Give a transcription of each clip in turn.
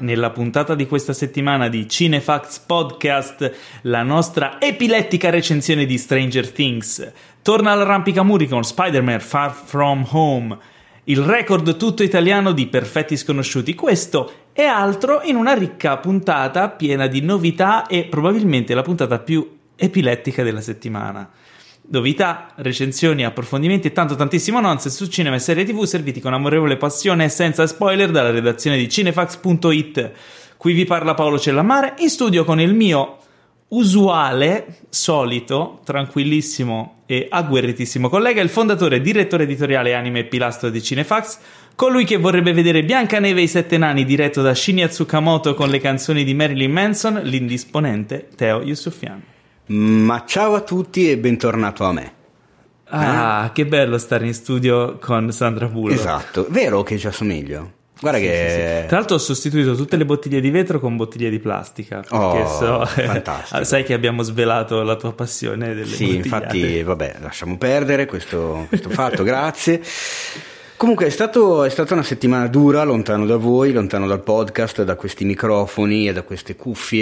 nella puntata di questa settimana di Cinefacts Podcast la nostra epilettica recensione di Stranger Things. Torna all'arrampicamuri con Spider-Man Far From Home, il record tutto italiano di Perfetti Sconosciuti. Questo e altro in una ricca puntata piena di novità e probabilmente la puntata più epilettica della settimana. Novità, recensioni, approfondimenti e tantissimo nonsense su cinema e serie TV serviti con amorevole passione e senza spoiler dalla redazione di cinefax.it. Qui vi parla Paolo Cellammare, in studio con il mio usuale, solito, tranquillissimo e agguerritissimo collega, il fondatore e direttore editoriale anime e pilastro di Cinefax, colui che vorrebbe vedere Biancaneve e i Sette Nani diretto da Shinya Tsukamoto con le canzoni di Marilyn Manson, l'indisponente Teo Yusufian. Ma ciao a tutti e bentornato a me. Che bello stare in studio con Sandra Bullock. Esatto, vero che ci assomiglio. Guarda che... Tra l'altro ho sostituito tutte le bottiglie di vetro con bottiglie di plastica, perché fantastico. sai che abbiamo svelato la tua passione delle bottigliate. Infatti, vabbè, lasciamo perdere questo fatto, grazie. Comunque è stata una settimana dura, lontano da voi, lontano dal podcast, da questi microfoni e da queste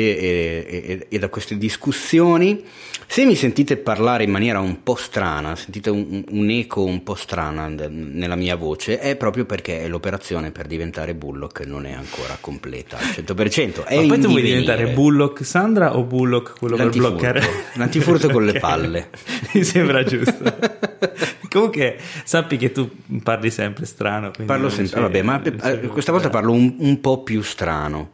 cuffie e da queste discussioni. Se mi sentite parlare in maniera un po' strana, sentite un eco un po' strana nella mia voce, è proprio perché l'operazione per diventare Bullock non è ancora completa al 100%. Ma poi tu vuoi diventare Bullock Sandra o Bullock quello per bloccare? L'antifurto con le palle. Mi sembra giusto. Comunque sappi che tu parli sempre strano. Parlo sempre, vabbè, ma questa volta parlo un po' più strano.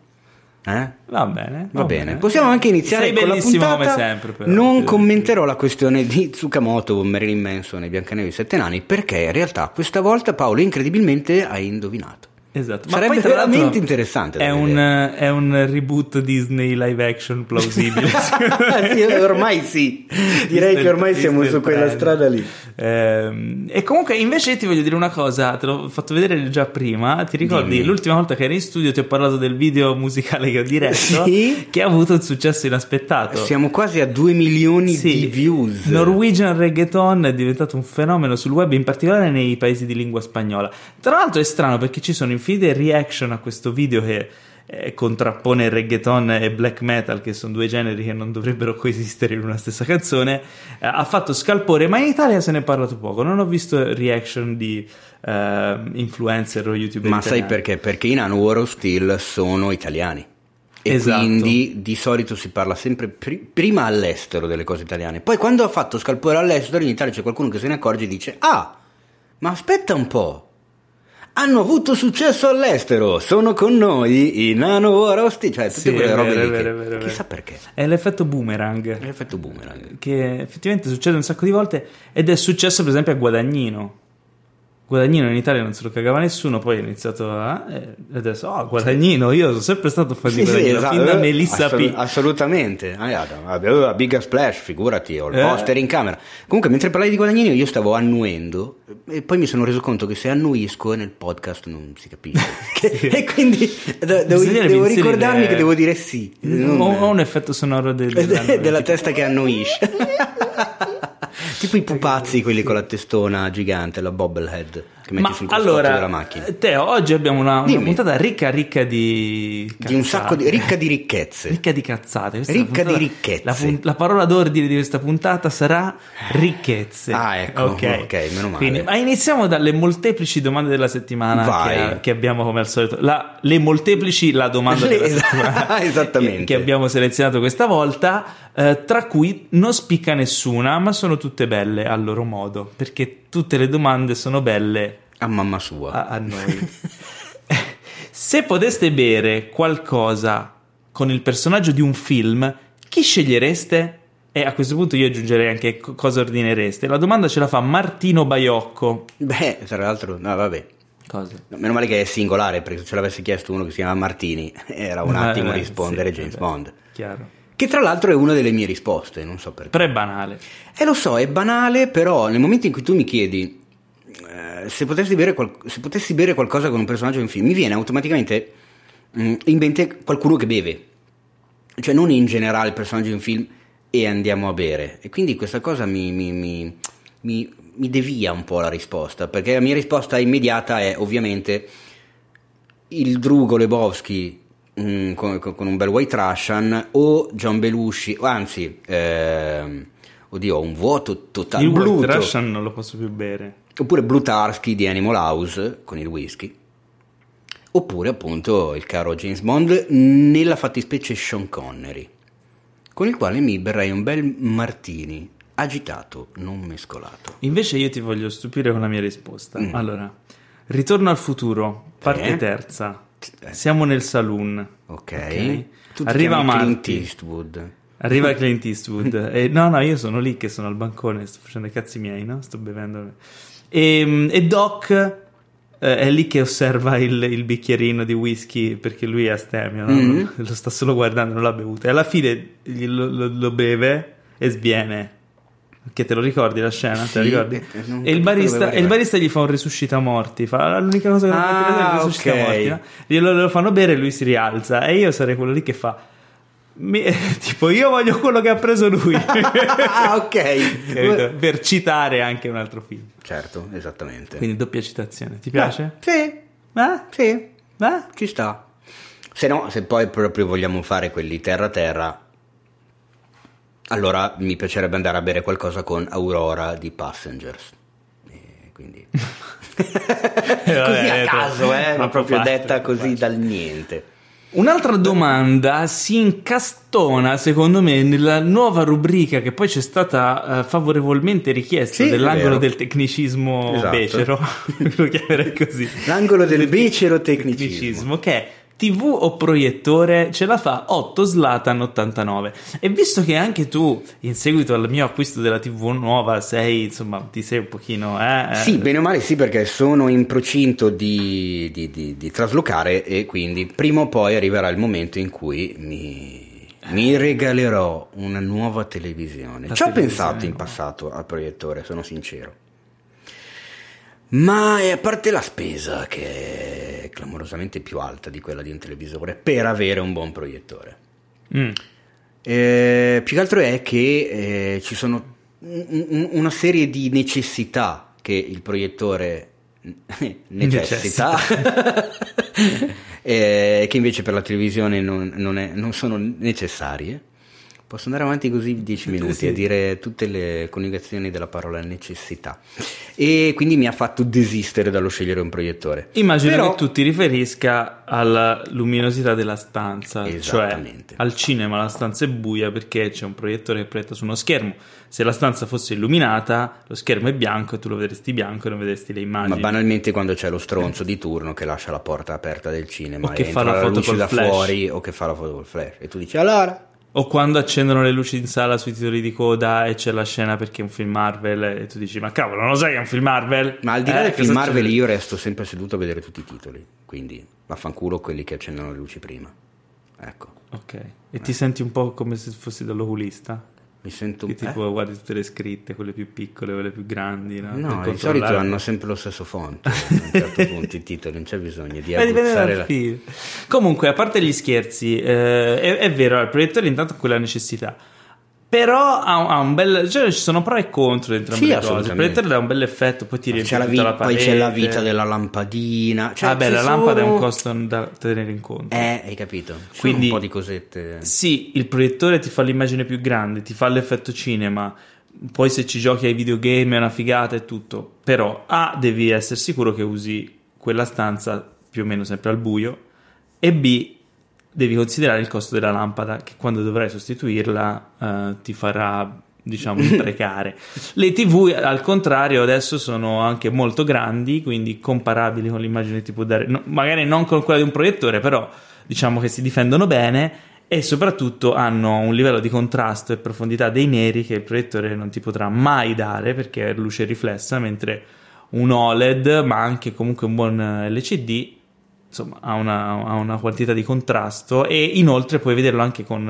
Va bene. Possiamo anche iniziare con la puntata. Come sempre, però. Non commenterò la questione di Tsukamoto, Marilyn Manson e Biancaneve e i Sette Nani, perché in realtà questa volta, Paolo, incredibilmente hai indovinato. Esatto. Sarebbe veramente interessante. È un reboot Disney live action plausibile. Sì, ormai sì. Direi che ormai siamo su quella strada lì. E comunque invece ti voglio dire una cosa, te l'ho fatto vedere già prima. Ti ricordi? Dimmi. L'ultima volta che eri in studio ti ho parlato del video musicale che ho diretto, sì? Che ha avuto un successo inaspettato. Siamo quasi a 2 milioni di views. Norwegian Reggaeton è diventato un fenomeno sul web, in particolare nei paesi di lingua spagnola. Tra l'altro è strano perché ci sono infinite reaction a questo video che contrappone il reggaeton e black metal, che sono due generi che non dovrebbero coesistere in una stessa canzone. Ha fatto scalpore, ma in Italia se ne è parlato poco. Non ho visto reaction di influencer o youtuber ma italiani. sai perché? Perché i Nanowar of Steel sono italiani e esatto. Quindi di solito si parla sempre prima all'estero delle cose italiane, poi quando ha fatto scalpore all'estero in Italia c'è qualcuno che se ne accorge e dice: ah, ma aspetta un po', hanno avuto successo all'estero, sono con noi i Nanowar of Steel, cioè tutte quelle robe lì vero. Chissà perché. È l'effetto boomerang. Che effettivamente succede un sacco di volte, ed è successo per esempio a Guadagnino. Guadagnino in Italia non se lo cagava nessuno, poi ha iniziato e adesso Guadagnino, io sono sempre stato fan di Guadagnino, esatto. fin da Melissa P. Assolutamente. Big Splash, figurati, ho il poster in camera. Comunque mentre parlavi di Guadagnino io stavo annuendo e poi mi sono reso conto che se annuisco nel podcast non si capisce. E quindi devo ricordarmi che devo dire sì. Ho un effetto sonoro della testa che annuisce. Tipo i pupazzi, quelli con la testona gigante, la bobblehead che metti sul cruscotto della macchina. Teo, oggi abbiamo una puntata ricca di cazzate. Di un sacco ricca di ricchezze. Ricca di cazzate. Ricca di ricchezze. La parola d'ordine di questa puntata sarà ricchezze. Ecco, ok, meno male. Quindi, ma iniziamo dalle molteplici domande della settimana che abbiamo come al solito. La domanda della settimana. Esattamente. Che abbiamo selezionato questa volta, tra cui non spicca nessuna, ma sono tutte belle al loro modo, perché tutte le domande sono belle a mamma sua, a noi. Se poteste bere qualcosa con il personaggio di un film, chi scegliereste? E a questo punto io aggiungerei anche cosa ordinereste. La domanda ce la fa Martino Baiocco. Beh, tra l'altro, no, vabbè. Cosa? No, meno male che è singolare, perché se ce l'avesse chiesto uno che si chiama Martini era un attimo rispondere James Bond. Chiaro. Che tra l'altro è una delle mie risposte, non so perché. Però è banale. Lo so, è banale, però nel momento in cui tu mi chiedi se potessi bere qualcosa con un personaggio di un film, mi viene automaticamente in mente qualcuno che beve, cioè non in generale il personaggio di un film e andiamo a bere, e quindi questa cosa mi devia un po' la risposta, perché la mia risposta immediata è ovviamente il Drugo Lebowski con un bel White Russian, o John Belushi, anzi oddio, un vuoto totale. Il White Russian non lo posso più bere. Oppure Blutarsky di Animal House con il whisky, oppure appunto il caro James Bond, nella fattispecie Sean Connery, con il quale mi berrei un bel martini agitato, non mescolato. Invece io ti voglio stupire con la mia risposta. Allora, Ritorno al futuro, parte terza. Siamo nel saloon. Ok. Arriva Clint Eastwood. Arriva Clint Eastwood. No, io sono lì che sono al bancone, sto facendo i cazzi miei, no? Sto bevendo. E Doc è lì che osserva il bicchierino di whisky, perché lui è astemio, no? Lo sta solo guardando, non l'ha bevuto. E alla fine lo beve e sviene. Che te lo ricordi la scena? Sì, te la ricordi? E il barista gli fa un resuscita morti. L'unica cosa che non fa vedere è il resuscita morti, no? Lo fanno bere e lui si rialza. E io sarei quello lì che fa tipo, io voglio quello che ha preso lui. Ok. Per citare anche un altro film. Certo, esattamente. Quindi doppia citazione. Ti piace? Sì. Sì. Eh? Ci sta. Se no, se poi proprio vogliamo fare quelli terra, allora mi piacerebbe andare a bere qualcosa con Aurora di Passengers. Quindi così a caso, ma proprio detta così dal niente. Un'altra domanda si incastona, secondo me, nella nuova rubrica che poi c'è stata favorevolmente richiesta, dell'angolo del tecnicismo, esatto. Becero, lo chiamerei così. L'angolo del becero tecnicismo, che è TV o proiettore, ce la fa 8 Zlatan 89. E visto che anche tu, in seguito al mio acquisto della TV nuova, ti sei un pochino Sì, bene o male sì, perché sono in procinto di traslocare, e quindi prima o poi arriverà il momento in cui mi regalerò una nuova televisione. Ci ho pensato in passato al proiettore, sono sincero. Ma a parte la spesa, che è clamorosamente più alta di quella di un televisore, per avere un buon proiettore. Più che altro è che ci sono una serie di necessità che il proiettore necessita, che invece per la televisione non sono necessarie. Posso andare avanti così 10 minuti a dire tutte le coniugazioni della parola necessità, e quindi mi ha fatto desistere dallo scegliere un proiettore. Immagino che tu ti riferisca alla luminosità della stanza, cioè al cinema la stanza è buia perché c'è un proiettore che proietta su uno schermo. Se la stanza fosse illuminata, lo schermo è bianco e tu lo vedresti bianco e non vedresti le immagini. Ma banalmente quando c'è lo stronzo di turno che lascia la porta aperta del cinema, o che fa la foto col da flash, fuori, o che fa la foto col flash, e tu dici allora. O quando accendono le luci in sala sui titoli di coda e c'è la scena perché è un film Marvel e tu dici ma cavolo, non lo sai, è un film Marvel? Ma al di là del film Marvel io resto sempre seduto a vedere tutti i titoli, quindi vaffanculo quelli che accendono le luci prima. Ecco. Ok. E ti senti un po' come se fossi dall'oculista? Mi sento che tipo guardi tutte le scritte, quelle più piccole, quelle più grandi, no? No, di solito hanno sempre lo stesso font a un certo punto i titoli, non c'è bisogno di aguzzare Comunque, a parte gli scherzi, è vero, il proiettore intanto ha quella necessità, però ha un bel, cioè ci sono pro e contro dentro le cose. Il proiettore dà un bel effetto, poi ti riempie tutta la parete. Poi c'è la vita della lampadina, la lampada è un costo da tenere in conto, hai capito? Quindi un po' di cosette. Sì, il proiettore ti fa l'immagine più grande, ti fa l'effetto cinema, poi se ci giochi ai videogame è una figata e tutto, però devi essere sicuro che usi quella stanza più o meno sempre al buio, e B, devi considerare il costo della lampada, che quando dovrai sostituirla ti farà, diciamo, imprecare. Le TV al contrario adesso sono anche molto grandi, quindi comparabili con l'immagine che ti può dare, magari non con quella di un proiettore, però diciamo che si difendono bene, e soprattutto hanno un livello di contrasto e profondità dei neri che il proiettore non ti potrà mai dare, perché è luce riflessa, mentre un OLED, ma anche comunque un buon LCD, insomma ha una quantità di contrasto, e inoltre puoi vederlo anche con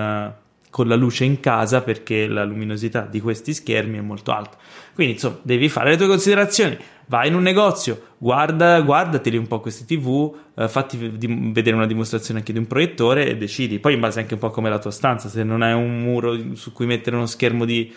la luce in casa, perché la luminosità di questi schermi è molto alta. Quindi insomma devi fare le tue considerazioni, vai in un negozio, guardateli un po' questi TV, fatti vedere una dimostrazione anche di un proiettore e decidi. Poi in base anche un po' come la tua stanza, se non hai un muro su cui mettere uno schermo di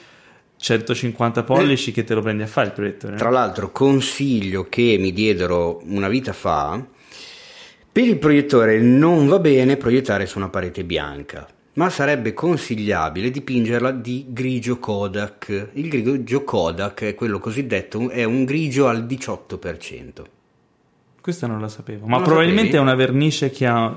150 pollici, che te lo prendi a fare il proiettore. Tra l'altro consiglio che mi diedero una vita fa, Per il proiettore non va bene proiettare su una parete bianca, ma sarebbe consigliabile dipingerla di grigio Kodak. Il grigio Kodak è quello cosiddetto, è un grigio al 18%. Questa non la sapevo, ma Non la probabilmente sapevi? è una vernice che ha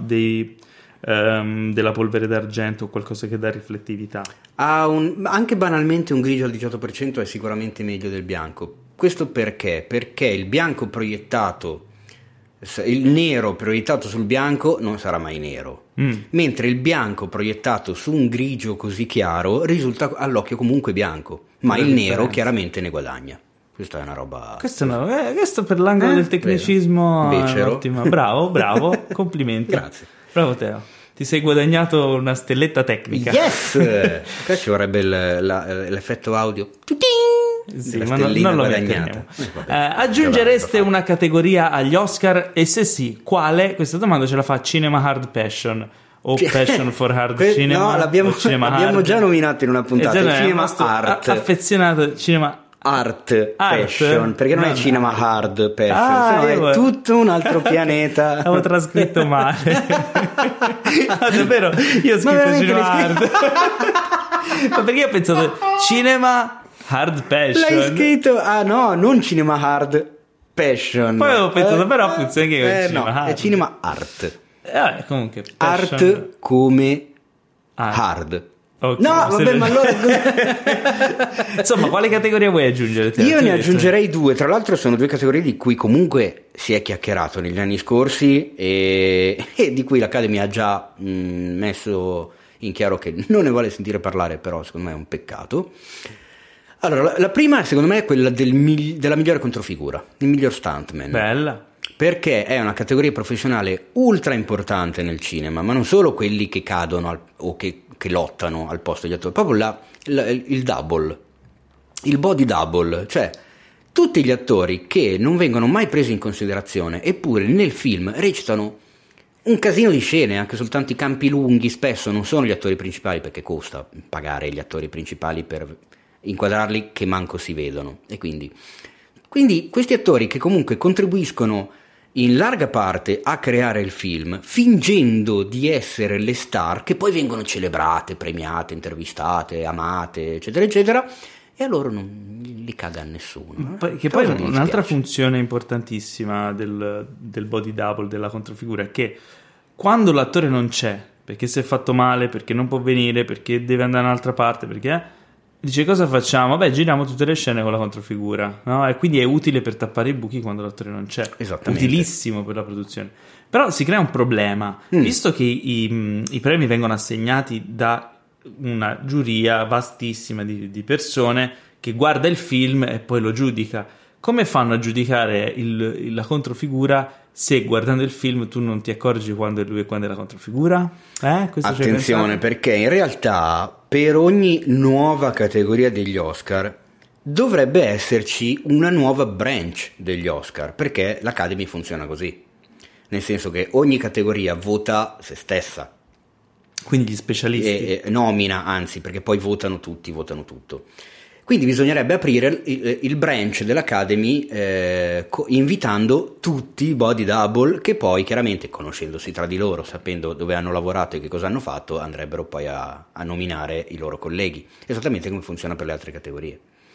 della polvere d'argento o qualcosa che dà riflettività. Anche banalmente un grigio al 18% è sicuramente meglio del bianco. Questo perché? Perché il bianco proiettato, il nero proiettato sul bianco non sarà mai nero, mentre il bianco proiettato su un grigio così chiaro risulta all'occhio comunque bianco, ma il nero chiaramente ne guadagna. Questa è una roba... Questo per l'angolo del tecnicismo è Becero. ottimo. Bravo, complimenti. Grazie. Bravo Teo, ti sei guadagnato una stelletta tecnica. Yes! Qua ci vorrebbe l'effetto audio. Sì, La ma stellina non lo guadagnata. metteremo. Aggiungereste una categoria agli Oscar? E se sì, quale? Questa domanda ce la fa Cinema Hard Passion o Passion for Hard Cinema. No, l'abbiamo Hard. già nominato in una puntata. E già Cinema rimasto Art. Affezionato Cinema Art Passion, perché non è Cinema Hard Passion, sennò è tutto un altro pianeta. Avevo trascritto male. Davvero, io ho scritto Cinema Hard. Ma perché ho pensato Cinema Hard Passion? L'hai scritto? Ah no, non Cinema Hard Passion. Poi avevo pensato però funziona anche con Cinema no, Hard. è Cinema Art. Comunque Passion. Art come hard. Okay, no, vabbè, ma allora... Insomma, quale categoria vuoi aggiungere? Io ne aggiungerei due, tra l'altro sono due categorie di cui comunque si è chiacchierato negli anni scorsi e di cui l'Academy ha già messo in chiaro che non ne vuole sentire parlare, però secondo me è un peccato. Allora, la prima secondo me è quella della migliore controfigura, il miglior stuntman. Bella. Perché è una categoria professionale ultra importante nel cinema, ma non solo quelli che cadono o che lottano al posto degli attori, proprio il double, il body double, cioè tutti gli attori che non vengono mai presi in considerazione eppure nel film recitano un casino di scene, anche soltanto i campi lunghi spesso non sono gli attori principali perché costa pagare gli attori principali per inquadrarli che manco si vedono, e quindi questi attori che comunque contribuiscono in larga parte a creare il film, fingendo di essere le star che poi vengono celebrate, premiate, intervistate, amate, eccetera, eccetera, e a loro non li caga nessuno. Che poi un'altra funzione importantissima del body double, della controfigura, è che quando l'attore non c'è, perché si è fatto male, perché non può venire, perché deve andare da un'altra parte, perché... Dice, cosa facciamo? Beh, giriamo tutte le scene con la controfigura, no? E quindi è utile per tappare i buchi quando l'attore non c'è. Esattamente. Utilissimo per la produzione. Però si crea un problema, visto che i premi vengono assegnati da una giuria vastissima di persone che guarda il film e poi lo giudica. Come fanno a giudicare la controfigura se guardando il film tu non ti accorgi quando è lui e quando è la controfigura? Attenzione, perché in realtà per ogni nuova categoria degli Oscar dovrebbe esserci una nuova branch degli Oscar, perché l'Academy funziona così, nel senso che ogni categoria vota se stessa, quindi gli specialisti e nomina, anzi, perché poi votano tutto. Quindi bisognerebbe aprire il branch dell'Academy invitando tutti i body double che poi chiaramente, conoscendosi tra di loro, sapendo dove hanno lavorato e che cosa hanno fatto, andrebbero poi a nominare i loro colleghi, esattamente come funziona per le altre categorie.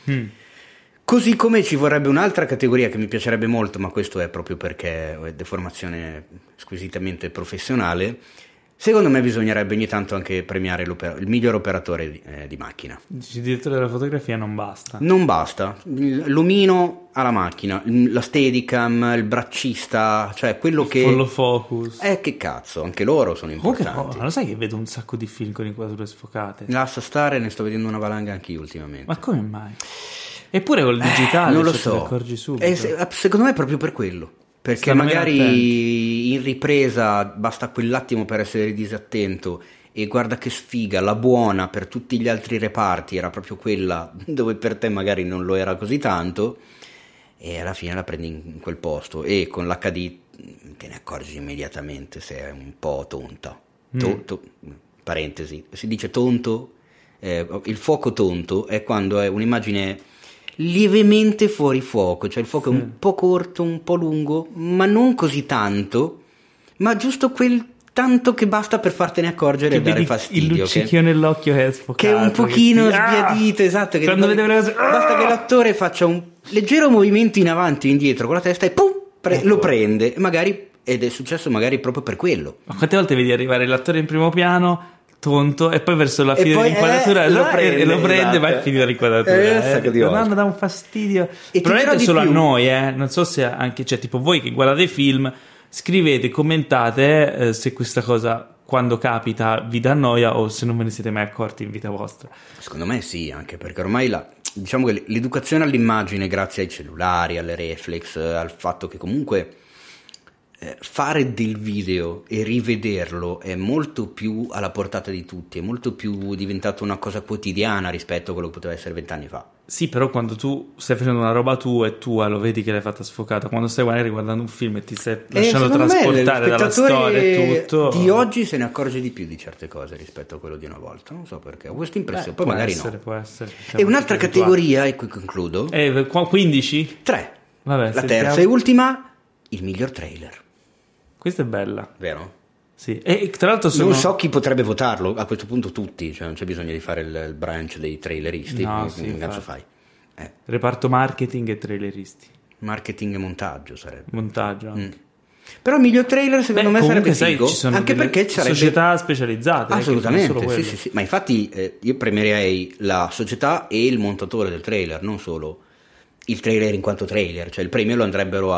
Così come ci vorrebbe un'altra categoria che mi piacerebbe molto, ma questo è proprio perché è deformazione squisitamente professionale. Secondo me bisognerebbe ogni tanto anche premiare il miglior operatore di macchina. Il direttore della fotografia non basta. Non basta, l'omino alla macchina, la steadicam, il braccista, cioè quello che... Follow focus. Che cazzo, anche loro sono importanti. Ma lo sai che vedo un sacco di film con inquadrature sfocate? Lascia stare, ne sto vedendo una valanga anche io ultimamente. Ma come mai? Eppure col digitale non lo te so. ne accorgi subito. Secondo me è proprio per quello. Perché Stanno magari in ripresa basta quell'attimo per essere disattento e guarda che sfiga, la buona per tutti gli altri reparti era proprio quella dove per te magari non lo era così tanto, e alla fine la prendi in quel posto, e con l'HD te ne accorgi immediatamente se è un po' tonta. Parentesi, si dice tonto, il fuoco tonto è quando è un'immagine lievemente fuori fuoco, cioè il fuoco è un po' corto, un po' lungo, ma non così tanto ma giusto quel tanto che basta per fartene accorgere e dare fastidio. Il luccichio nell'occhio che è sfocato, che è un pochino sbiadito, esatto, che basta che l'attore faccia un leggero movimento in avanti e indietro con la testa e pum, lo prende, magari, ed è successo magari proprio per quello. Ma quante volte vedi arrivare l'attore in primo piano tonto e poi verso la fine dell'inquadratura lo prende, esatto. Va a finire l'inquadratura, dà un fastidio, e probabilmente solo più a noi, non so se anche, cioè tipo voi che guardate i film, scrivete, commentate se questa cosa quando capita vi dà noia o se non ve ne siete mai accorti in vita vostra. Secondo me sì, anche perché ormai diciamo che l'educazione all'immagine, grazie ai cellulari, alle reflex, al fatto che comunque fare del video e rivederlo è molto più alla portata di tutti, è molto più diventato una cosa quotidiana rispetto a quello che poteva essere 20 anni fa. Sì, però quando tu stai facendo una roba tua e tua, lo vedi che l'hai fatta sfocata, quando stai magari guardando un film e ti stai lasciando trasportare dalla storia e tutto, di oggi se ne accorge di più di certe cose rispetto a quello di una volta, non so perché, ho questa impressione, poi magari può essere. E un'altra categoria, e qui concludo, 15? 3. Vabbè, la terza e ultima, il miglior trailer. Questa è bella, vero? Sì, e tra l'altro non so chi potrebbe votarlo, a questo punto tutti, cioè non c'è bisogno di fare il branch dei traileristi, che cazzo fai? Reparto marketing e traileristi. Marketing e montaggio sarebbe. Montaggio anche. Però il miglior trailer secondo me sarebbe figo, ci sono anche perché sarebbe società specializzate. Assolutamente, sì. Ma infatti io premierei la società e il montatore del trailer, non solo il trailer in quanto trailer, cioè il premio lo andrebbero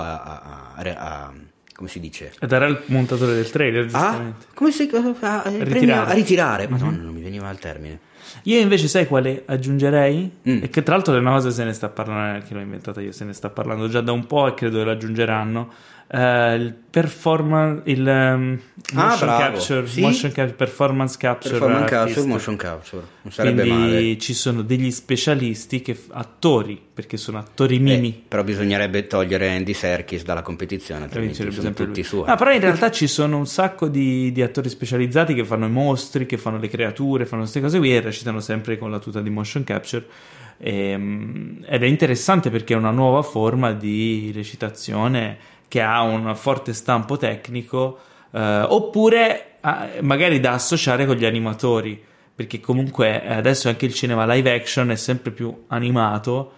a come si dice? A dare al montatore del trailer, giustamente. Come si a ritirare. Mm-hmm. Madonna, non mi veniva il termine. Io invece sai quale aggiungerei? E che tra l'altro è una cosa se ne sta parlando, che l'ho inventata io, se ne sta parlando già da un po' e credo che lo aggiungeranno. Il performance, motion capture, sì? performance capture, motion capture, non sarebbe quindi male. Ci sono degli specialisti attori, perché sono attori mimi. Però bisognerebbe togliere Andy Serkis dalla competizione, altrimenti sono tutti suoi. Però in realtà ci sono un sacco di attori specializzati che fanno i mostri, che fanno le creature, fanno queste cose qui e recitano sempre con la tuta di motion capture. Ed è interessante perché è una nuova forma di recitazione che ha un forte stampo tecnico, oppure magari da associare con gli animatori, perché comunque adesso anche il cinema live action è sempre più animato.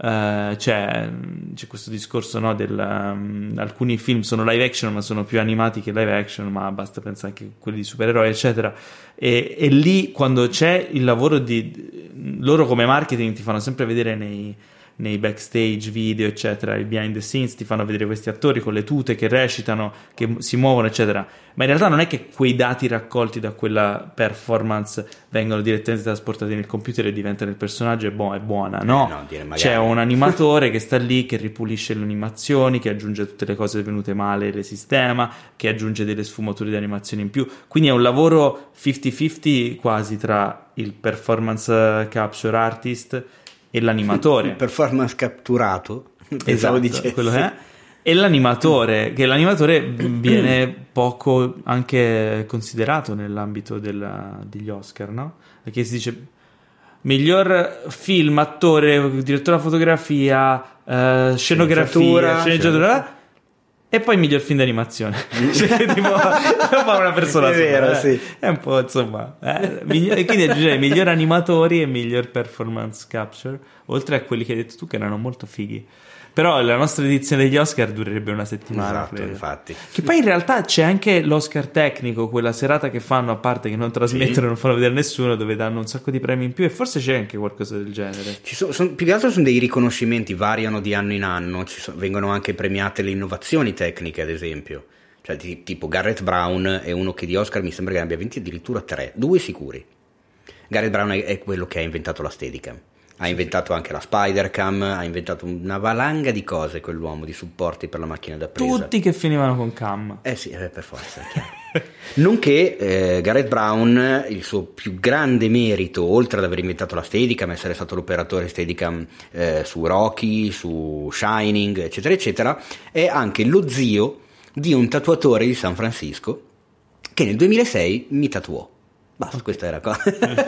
C'è questo discorso, no, alcuni film sono live action ma sono più animati che live action, ma basta pensare anche a quelli di supereroi eccetera, e lì quando c'è il lavoro di loro come marketing ti fanno sempre vedere nei backstage video eccetera, i behind the scenes, ti fanno vedere questi attori con le tute che recitano, che si muovono eccetera, ma in realtà non è che quei dati raccolti da quella performance vengono direttamente trasportati nel computer e diventano il personaggio è buona, no, c'è un animatore che sta lì, che ripulisce le animazioni, che aggiunge tutte le cose venute male, le sistema, che aggiunge delle sfumature di animazione in più, quindi è un lavoro 50-50 quasi tra il performance capture artist e l'animatore. Il performance catturato, esatto, quello che è. E l'animatore, che l'animatore viene poco anche considerato nell'ambito degli Oscar, no? Perché si dice miglior film, attore, direttore della fotografia, scenografia, sceneggiatura, e poi miglior film d'animazione. Cioè, tipo, lo fa una persona è vero, sì. È un po', insomma, e quindi aggiungerei miglior animatori e miglior performance capture, oltre a quelli che hai detto tu che erano molto fighi. Però la nostra edizione degli Oscar durerebbe una settimana. Esatto, credo. Infatti. Che poi in realtà c'è anche l'Oscar tecnico, quella serata che fanno, a parte che non trasmettono, non fanno vedere nessuno, dove danno un sacco di premi in più, e forse c'è anche qualcosa del genere. Più che altro sono dei riconoscimenti, variano di anno in anno, vengono anche premiate le innovazioni tecniche, ad esempio. Cioè, tipo Garrett Brown è uno che di Oscar mi sembra che ne abbia vinti addirittura 3, 2 sicuri. Garrett Brown è quello che ha inventato la Steadicam. Ha inventato anche la Spider-Cam, ha inventato una valanga di cose quell'uomo, di supporti per la macchina da presa. Tutti che finivano con cam. Sì, per forza, chiaro. Nonché Garrett Brown, il suo più grande merito, oltre ad aver inventato la Steadicam, essere stato l'operatore Steadicam su Rocky, su Shining, eccetera, eccetera, è anche lo zio di un tatuatore di San Francisco che nel 2006 mi tatuò. Basta, questa era cosa.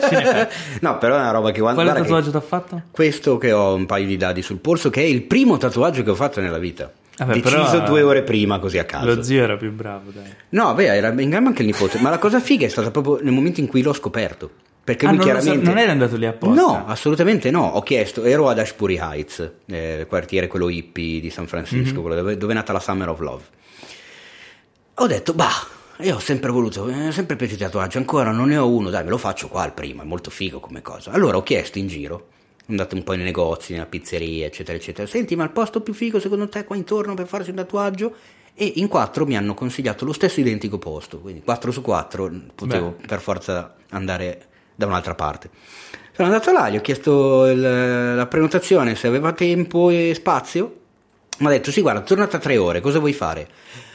No, però è una roba che Quale tatuaggio ti ha fatto? Questo che ho un paio di dadi sul polso, che è il primo tatuaggio che ho fatto nella vita. deciso 2 ore prima, così a caso. Lo zio era più bravo, dai. No, beh, era in gamba anche il nipote, ma la cosa figa è stata proprio nel momento in cui l'ho scoperto. Perché lui chiaramente non era andato lì apposta? No, assolutamente no. Ho chiesto, ero ad Ashbury Heights, il quartiere quello hippie di San Francisco, quello dove è nata la Summer of Love. Ho detto, io ho sempre voluto, mi è sempre piaciuto il tatuaggio, ancora non ne ho uno, dai, me lo faccio qua al primo, è molto figo come cosa. Allora ho chiesto in giro, andate un po' nei negozi, nella pizzeria, eccetera, eccetera. Senti, ma il posto più figo secondo te qua intorno per farsi un tatuaggio? E in 4 mi hanno consigliato lo stesso identico posto, quindi 4 su 4 potevo per forza andare da un'altra parte. Sono andato là, gli ho chiesto la prenotazione, se aveva tempo e spazio. Mi ha detto, sì, guarda, torna tra 3 ore, cosa vuoi fare?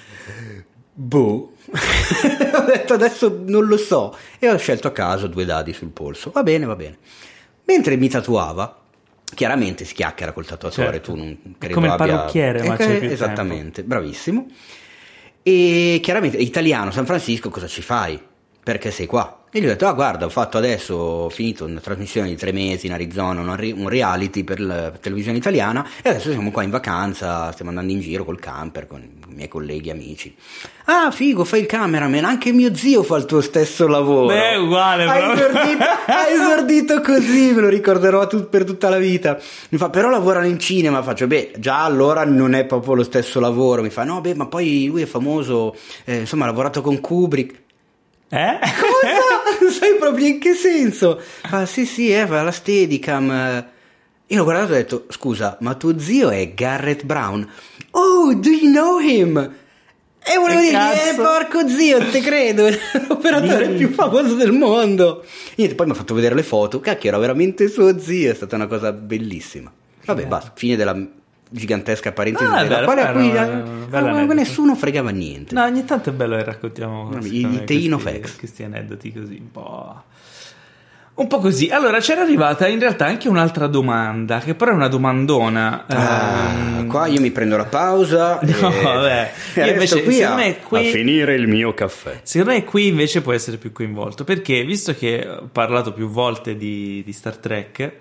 Ho detto, adesso non lo so, e ho scelto a caso 2 dadi sul polso. Va bene. Mentre mi tatuava, chiaramente si chiacchiera col tatuatore, certo. Tu non credo come il abbia... parrucchiere, ma c'è più esattamente, tempo. Bravissimo. E chiaramente, italiano, San Francisco, cosa ci fai? Perché sei qua? E gli ho detto, guarda, ho finito una trasmissione di 3 mesi in Arizona, un reality per la televisione italiana, e adesso siamo qua in vacanza, stiamo andando in giro col camper con i miei colleghi, amici. Ah, figo, fai il cameraman, anche mio zio fa il tuo stesso lavoro. Beh, uguale, hai esordito così, me lo ricorderò per tutta la vita. Mi fa, però lavorano in cinema. Faccio, già allora non è proprio lo stesso lavoro. Mi fa, no, ma poi lui è famoso, insomma, ha lavorato con Kubrick. Cosa? Sai proprio in che senso? Ah, sì, fa la Steadicam. Io l'ho guardato e ho detto, scusa, ma tuo zio è Garrett Brown? Oh, do you know him? E volevo dire, porco zio, te credo, è l'operatore più famoso del mondo. Niente, poi mi ha fatto vedere le foto, cacchio, era veramente suo zio, è stata una cosa bellissima. Vabbè, basta, fine della gigantesca parentesi della quale a cui nessuno fregava niente. No, ogni tanto è bello che raccontiamo i Teino Facts, questi aneddoti così un po' così. Allora c'era arrivata in realtà anche un'altra domanda, che però è una domandona. Qua io mi prendo la pausa. No, vabbè. Io invece qui a finire il mio caffè. Secondo me qui invece può essere più coinvolto, perché visto che ho parlato più volte di Star Trek,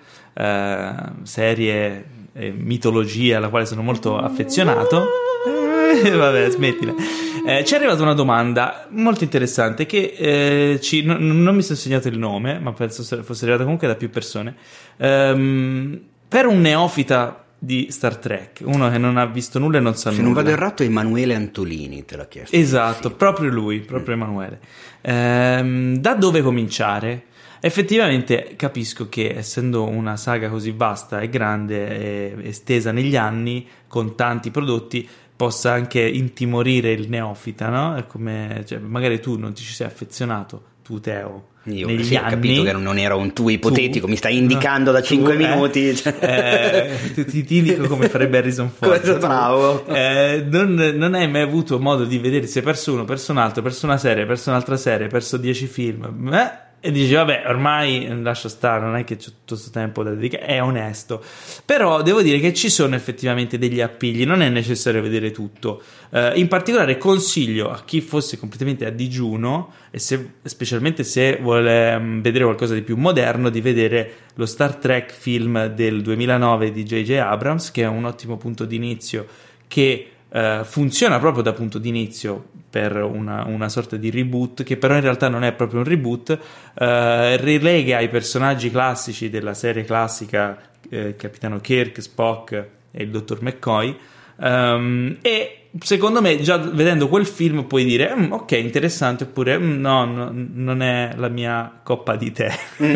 serie e mitologia alla quale sono molto affezionato, vabbè, smettila. Ci è arrivata una domanda molto interessante che non mi sono segnato il nome, ma penso fosse arrivata comunque da più persone, per un neofita di Star Trek, uno che non ha visto nulla e non sa nulla. Se non vado errato, Emanuele Antolini te l'ha chiesto. Esatto, proprio lui, proprio Emanuele. Da dove cominciare? Effettivamente capisco che, essendo una saga così vasta e grande e estesa negli anni, con tanti prodotti, possa anche intimorire il neofita, no? È come, cioè, magari tu non ti ci sei affezionato, tu Teo, io negli anni. Ho capito che non era un tu ipotetico, mi stai indicando da 5 minuti. Ti indico come farebbe Harrison Ford. Bravo. Non hai mai avuto modo di vedere, si è perso uno, perso un altro, perso una serie, perso un'altra serie, perso 10 film, e dici vabbè, ormai lascia stare, non è che c'ho tutto questo tempo da dedicare, è onesto. Però devo dire che ci sono effettivamente degli appigli, non è necessario vedere tutto. In particolare consiglio a chi fosse completamente a digiuno, e specialmente se vuole vedere qualcosa di più moderno, di vedere lo Star Trek film del 2009 di J.J. Abrams, che è un ottimo punto d'inizio, che funziona proprio da punto d'inizio per una sorta di reboot, che però in realtà non è proprio un reboot. Rilega i personaggi classici della serie classica, Capitano Kirk, Spock e il Dottor McCoy, e secondo me già vedendo quel film puoi dire ok, interessante, oppure no, non è la mia coppa di tè.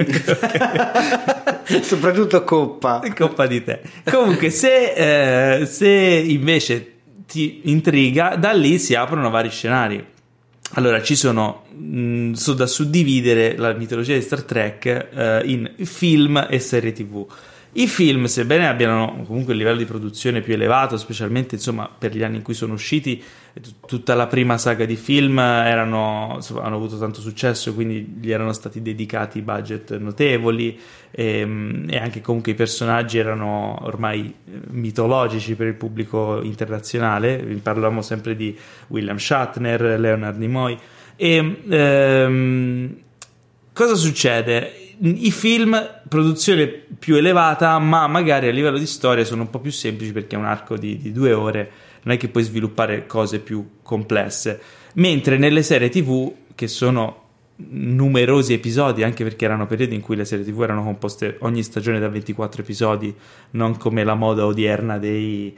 Soprattutto coppa di tè. Comunque se invece ti intriga, da lì si aprono vari scenari. Allora ci sono da suddividere la mitologia di Star Trek in film e serie TV. I film, sebbene abbiano comunque il livello di produzione più elevato, specialmente insomma per gli anni in cui sono usciti, tutta la prima saga di film hanno avuto tanto successo, quindi gli erano stati dedicati budget notevoli, e anche comunque i personaggi erano ormai mitologici per il pubblico internazionale. Parlavamo sempre di William Shatner, Leonard Nimoy, e cosa succede? I film produzione più elevata, ma magari a livello di storia sono un po' più semplici perché è un arco di 2 ore, non è che puoi sviluppare cose più complesse. Mentre nelle serie TV, che sono numerosi episodi, anche perché erano periodi in cui le serie TV erano composte ogni stagione da 24 episodi, non come la moda odierna dei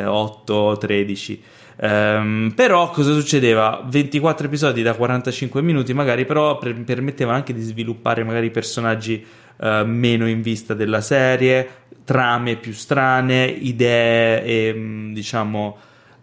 8-13. Però cosa succedeva? 24 episodi da 45 minuti magari, però permettevano anche di sviluppare magari personaggi meno in vista della serie, trame più strane, idee e diciamo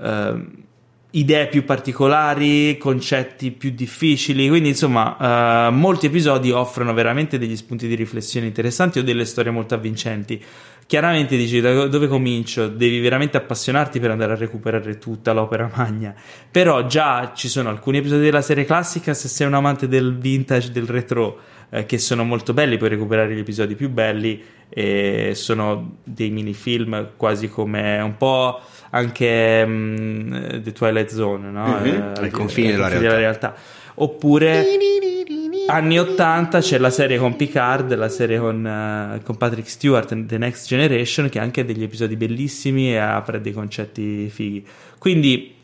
idee più particolari, concetti più difficili, quindi insomma molti episodi offrono veramente degli spunti di riflessione interessanti o delle storie molto avvincenti. Chiaramente dici da dove comincio, devi veramente appassionarti per andare a recuperare tutta l'opera magna, però già ci sono alcuni episodi della serie classica, se sei un amante del vintage, del retro, che sono molto belli, puoi recuperare gli episodi più belli, e sono dei minifilm quasi come un po' anche The Twilight Zone, no? Al confine della realtà. Oppure anni 80 c'è la serie con Picard, la serie con Patrick Stewart, The Next Generation, che ha anche degli episodi bellissimi e apre dei concetti fighi. Quindi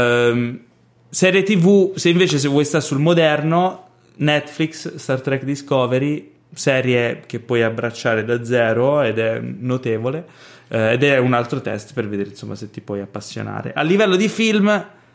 serie TV, se vuoi stare sul moderno, Netflix, Star Trek Discovery, serie che puoi abbracciare da zero ed è notevole, ed è un altro test per vedere insomma se ti puoi appassionare. A livello di film,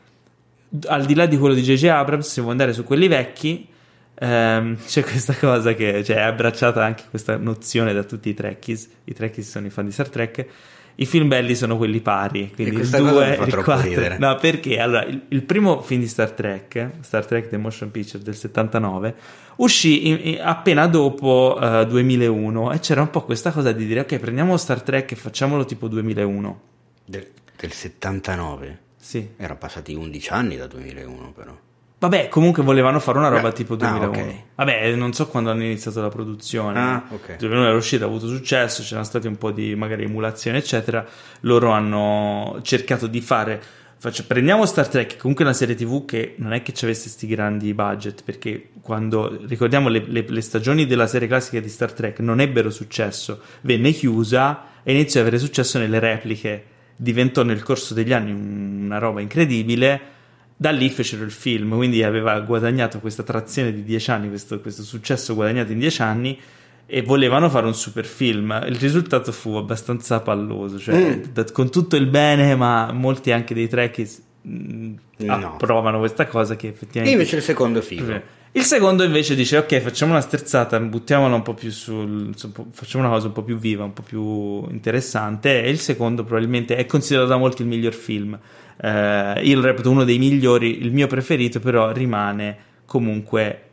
al di là di quello di J.J. Abrams, se vuoi andare su quelli vecchi, c'è questa cosa che è abbracciata anche questa nozione da tutti i trekkies. I trekkies sono i fan di Star Trek. I film belli sono quelli pari, quindi il 2 e il 4. No, perché allora il primo film di Star Trek The Motion Picture del 79, uscì appena dopo 2001, e c'era un po' questa cosa di dire ok, prendiamo Star Trek e facciamolo tipo 2001 del 79. Sì, erano passati 11 anni da 2001 però. Vabbè, comunque volevano fare una roba tipo 2001. Okay. Vabbè, non so quando hanno iniziato la produzione. Okay. 2001 era uscita, ha avuto successo, c'erano stati un po' di magari emulazione, eccetera. Loro hanno cercato di fare... prendiamo Star Trek, comunque una serie TV che non è che ci avesse sti grandi budget, perché quando, ricordiamo, le stagioni della serie classica di Star Trek non ebbero successo, venne chiusa e iniziò ad avere successo nelle repliche. Diventò nel corso degli anni una roba incredibile. Da lì fecero il film, quindi aveva guadagnato questa trazione di 10 anni, questo successo guadagnato in 10 anni, e volevano fare un super film. Il risultato fu abbastanza palloso, cioè con tutto il bene, ma molti anche dei trekkies approvano questa cosa che effettivamente... E invece il secondo film. Il secondo invece dice ok, facciamo una sterzata, buttiamola un po' più facciamo una cosa un po' più viva, un po' più interessante, e il secondo probabilmente è considerato da molti il miglior film. Io lo reputo uno dei migliori, il mio preferito però rimane comunque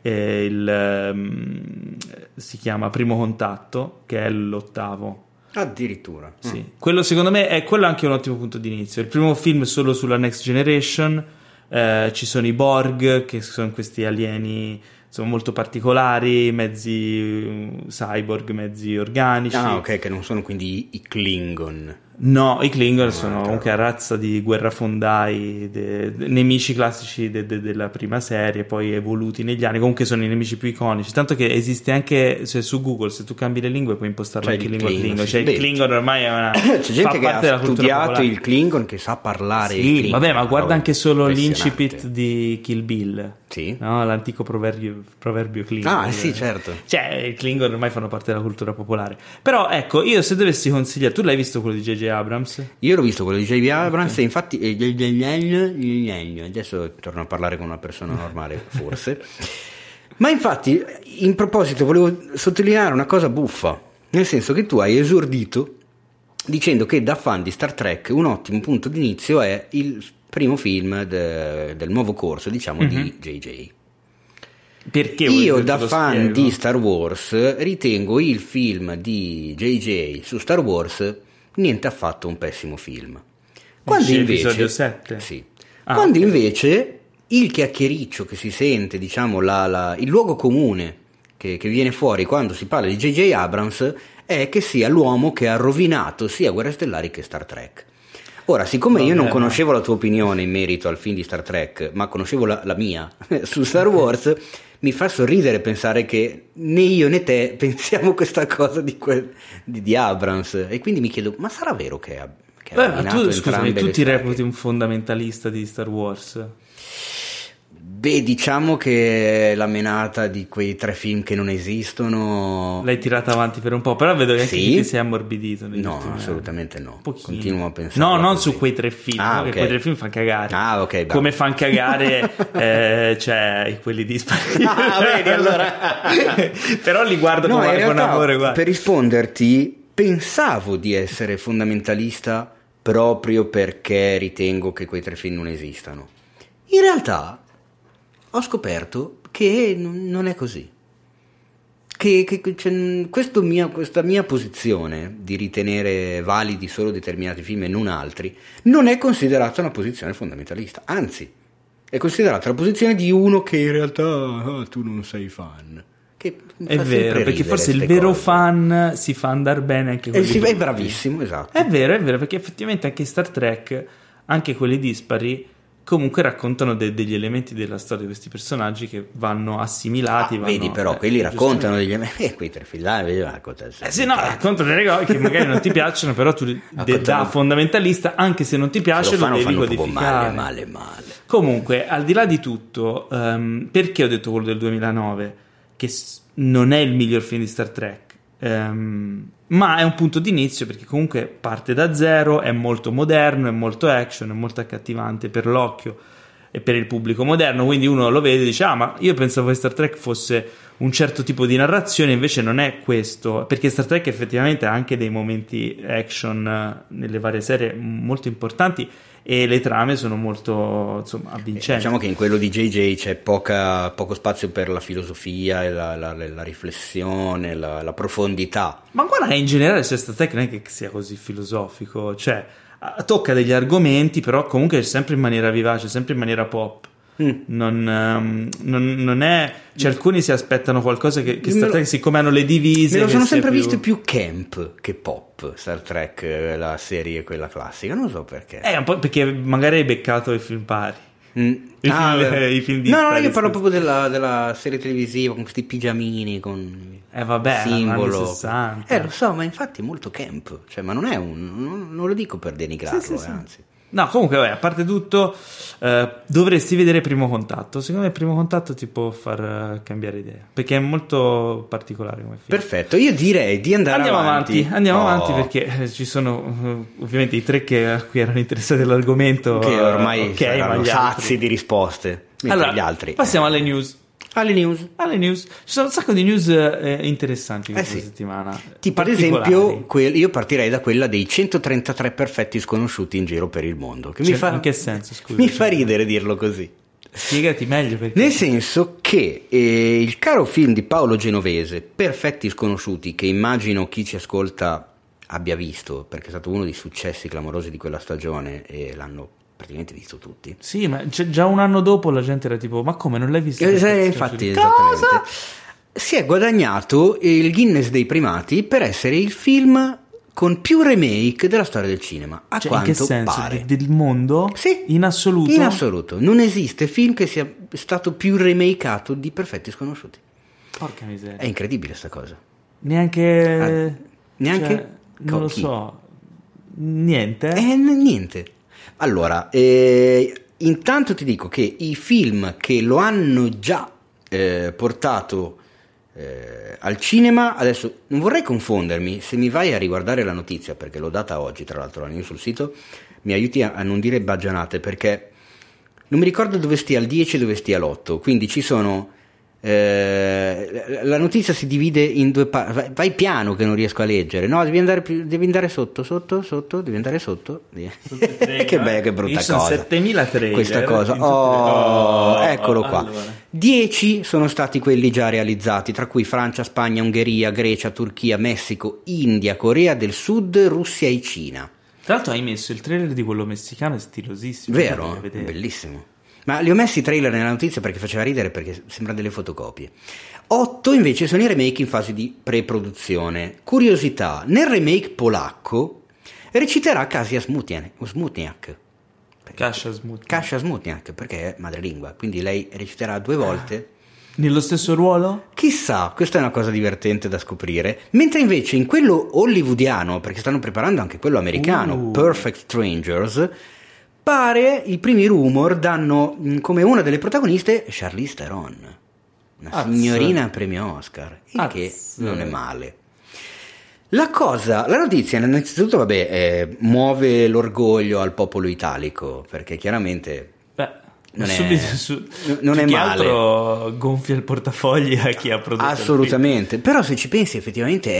si chiama Primo Contatto, che è l'8º. Addirittura. Sì. Quello secondo me è quello anche un ottimo punto di inizio. Il primo film è solo sulla Next Generation, ci sono i Borg, che sono questi alieni molto particolari, mezzi cyborg, mezzi organici. Ok, che non sono quindi i Klingon. No, i Klingon sono comunque una razza di guerrafondai, nemici classici della prima serie, poi evoluti negli anni. Comunque sono i nemici più iconici, tanto che esiste anche, cioè, su Google, se tu cambi le lingue puoi impostarlo anche in lingua Klingon. Cioè il Klingon ormai è una... C'è gente che ha studiato il Klingon, che sa parlare il Klingon. Vabbè, ma guarda anche solo l'incipit di Kill Bill. Sì. No? L'antico proverbio Klingon. Sì, certo. Cioè, i Klingon ormai fanno parte della cultura popolare. Però ecco, io se dovessi consigliare, tu l'hai visto quello di J.J. Abrams? Io l'ho visto quello di J.J. Abrams, okay. E infatti adesso torno a parlare con una persona normale, forse. Ma infatti, in proposito, volevo sottolineare una cosa buffa, nel senso che tu hai esordito dicendo che da fan di Star Trek un ottimo punto d'inizio è il primo film del nuovo corso, diciamo, di J.J. Perché io da fan di Star Wars ritengo il film di J.J. su Star Wars niente affatto un pessimo film. Quando invece episodio 7? Sì. Quando invece il chiacchiericcio che si sente, diciamo il luogo comune che viene fuori quando si parla di J.J. Abrams è che sia l'uomo che ha rovinato sia Guerre Stellari che Star Trek. Ora, siccome io non conoscevo la tua opinione in merito al film di Star Trek, ma conoscevo la mia su Star Wars, mi fa sorridere pensare che né io né te pensiamo questa cosa di Abrams, e quindi mi chiedo, ma sarà vero che ha tu, scusami, tu ti reputi un fondamentalista di Star Wars? Beh, diciamo che la menata di quei 3 film che non esistono l'hai tirata avanti per un po', però vedo che anche ti sei ammorbidito. No, assolutamente no. Continuo a pensare. No, non su quei 3 film, okay. Quei 3 film fanno cagare. Ok. Come fanno cagare cioè quelli di vedi allora. Però li guardo con amore, guarda. Per risponderti, pensavo di essere fondamentalista proprio perché ritengo che quei 3 film non esistano. In realtà ho scoperto che non è così, questa mia posizione di ritenere validi solo determinati film e non altri non è considerata una posizione fondamentalista, anzi è considerata la posizione di uno che in realtà tu non sei fan. Che è vero, perché forse il vero fan si fa andare bene anche quelli è bravissimo, esatto. È vero, perché effettivamente anche Star Trek, anche quelli dispari, comunque raccontano degli elementi della storia di questi personaggi che vanno assimilati. Vedi, però quelli raccontano degli elementi, quei 3 film là raccontano raccontano delle cose che magari non ti piacciono, però tu da fondamentalista, anche se non ti piace, lo devi codificare. Male. Comunque, al di là di tutto, perché ho detto quello del 2009 che non è il miglior film di Star Trek, ma è un punto d'inizio, perché comunque parte da zero, è molto moderno, è molto action, è molto accattivante per l'occhio e per il pubblico moderno, quindi uno lo vede e dice ma io pensavo che Star Trek fosse un certo tipo di narrazione, invece non è questo, perché Star Trek effettivamente ha anche dei momenti action nelle varie serie molto importanti e le trame sono molto avvincenti. Diciamo che in quello di JJ c'è poco spazio per la filosofia e la riflessione, la profondità. Ma guarda che in generale Star Trek non è che sia così filosofico, cioè tocca degli argomenti, però comunque sempre in maniera vivace, sempre in maniera pop. Non è, cioè alcuni si aspettano qualcosa che Star Trek, siccome hanno le divise, me lo sono sempre visto più camp che pop. Star Trek, la serie quella classica, non so perché. Un po' perché magari hai beccato i film pari. I film di no, io parlo proprio della serie televisiva con questi pigiamini con simbolo. Anni 60. Lo so, ma infatti è molto camp, cioè, ma non è non lo dico per denigrarlo, sì. Anzi. No, comunque, a parte tutto, dovresti vedere Primo Contatto. Secondo me Primo Contatto ti può far cambiare idea, perché è molto particolare come film. Perfetto, io direi di andare avanti. Andiamo avanti, perché ci sono ovviamente i 3 a cui erano interessati all'argomento, che ormai saranno sazi di risposte. Allora, gli altri passiamo alle news. Alle news. Ci sono un sacco di news interessanti questa settimana. Tipo ad esempio, io partirei da quella dei 133 perfetti sconosciuti in giro per il mondo. Che in che senso, scusa? Mi fa ridere dirlo così. Spiegati meglio perché. Nel senso che il caro film di Paolo Genovese, Perfetti sconosciuti, che immagino chi ci ascolta abbia visto, perché è stato uno dei successi clamorosi di quella stagione e l'hanno praticamente visto tutti. Sì, ma già un anno dopo la gente era tipo, ma come, non l'hai visto? Infatti, esattamente. Si è guadagnato il Guinness dei primati per essere il film con più remake della storia del cinema, quanto in che senso? Pare. Del mondo? Sì. In assoluto? In assoluto. Non esiste film che sia stato più remakeato di Perfetti sconosciuti. Porca miseria. È incredibile sta cosa. Neanche... non lo chi? So. Niente? Niente. Allora, intanto ti dico che i film che lo hanno già portato al cinema, adesso non vorrei confondermi, se mi vai a riguardare la notizia, perché l'ho data oggi tra l'altro la news sul sito, mi aiuti a non dire baggianate, perché non mi ricordo dove stia il 10 e dove stia l'8, quindi ci sono la notizia si divide in 2 parti. Vai piano che non riesco a leggere. No, devi andare sotto, devi andare sotto. Che bella, che brutta cosa. 7000 trailer, questa cosa. Eccolo qua. Allora. 10 sono stati quelli già realizzati, tra cui Francia, Spagna, Ungheria, Grecia, Turchia, Messico, India, Corea del Sud, Russia e Cina. Tra l'altro hai messo il trailer di quello messicano, è stilosissimo. Vero? Bellissimo. Ma li ho messi i trailer nella notizia perché faceva ridere, perché sembrano delle fotocopie. 8 invece sono i remake in fase di pre-produzione. Curiosità, nel remake polacco reciterà Kasia Smutniak. Kasia Smutniak, perché è madrelingua, quindi lei reciterà 2 volte Nello stesso ruolo? Chissà, questa è una cosa divertente da scoprire. Mentre invece in quello hollywoodiano, perché stanno preparando anche quello americano, Perfect Strangers, pare, i primi rumor danno come una delle protagoniste Charlize Theron, una signorina premio Oscar, il che non è male. La notizia innanzitutto muove l'orgoglio al popolo italico, perché chiaramente non è male. Altro gonfia il portafogli a chi ha prodotto assolutamente, però se ci pensi effettivamente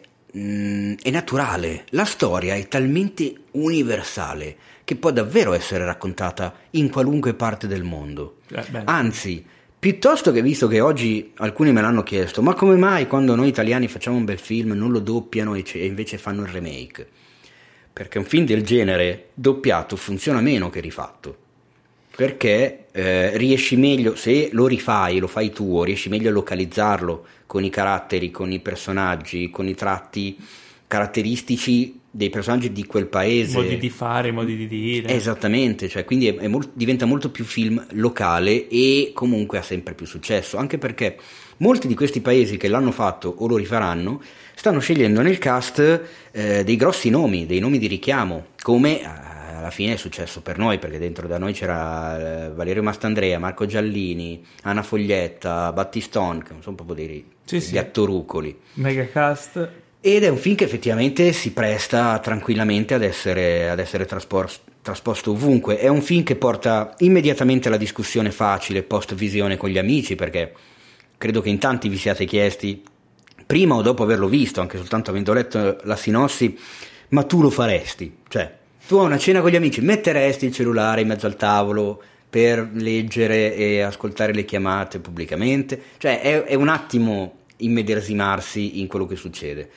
è naturale. La storia è talmente universale che può davvero essere raccontata in qualunque parte del mondo. Anzi, piuttosto che, visto che oggi alcuni me l'hanno chiesto, ma come mai quando noi italiani facciamo un bel film non lo doppiano e invece fanno il remake? Perché un film del genere doppiato funziona meno che rifatto, perché riesci meglio, se lo rifai, lo fai tuo, riesci meglio a localizzarlo con i caratteri, con i personaggi, con i tratti caratteristici dei personaggi di quel paese, modi di fare, modi di dire. Esattamente, cioè quindi diventa molto più film locale e comunque ha sempre più successo, anche perché molti di questi paesi che l'hanno fatto o lo rifaranno stanno scegliendo nel cast dei grossi nomi, dei nomi di richiamo, come alla fine è successo per noi, perché dentro da noi c'era Valerio Mastandrea, Marco Giallini, Anna Foglietta, Battiston, che sono proprio degli attorucoli. Mega cast. Ed è un film che effettivamente si presta tranquillamente ad essere trasposto ovunque. È un film che porta immediatamente alla discussione facile post visione con gli amici, perché credo che in tanti vi siate chiesti, prima o dopo averlo visto, anche soltanto avendo letto la sinossi, ma tu lo faresti? Cioè, tu a una cena con gli amici metteresti il cellulare in mezzo al tavolo per leggere e ascoltare le chiamate pubblicamente? Cioè è un attimo immedesimarsi in quello che succede.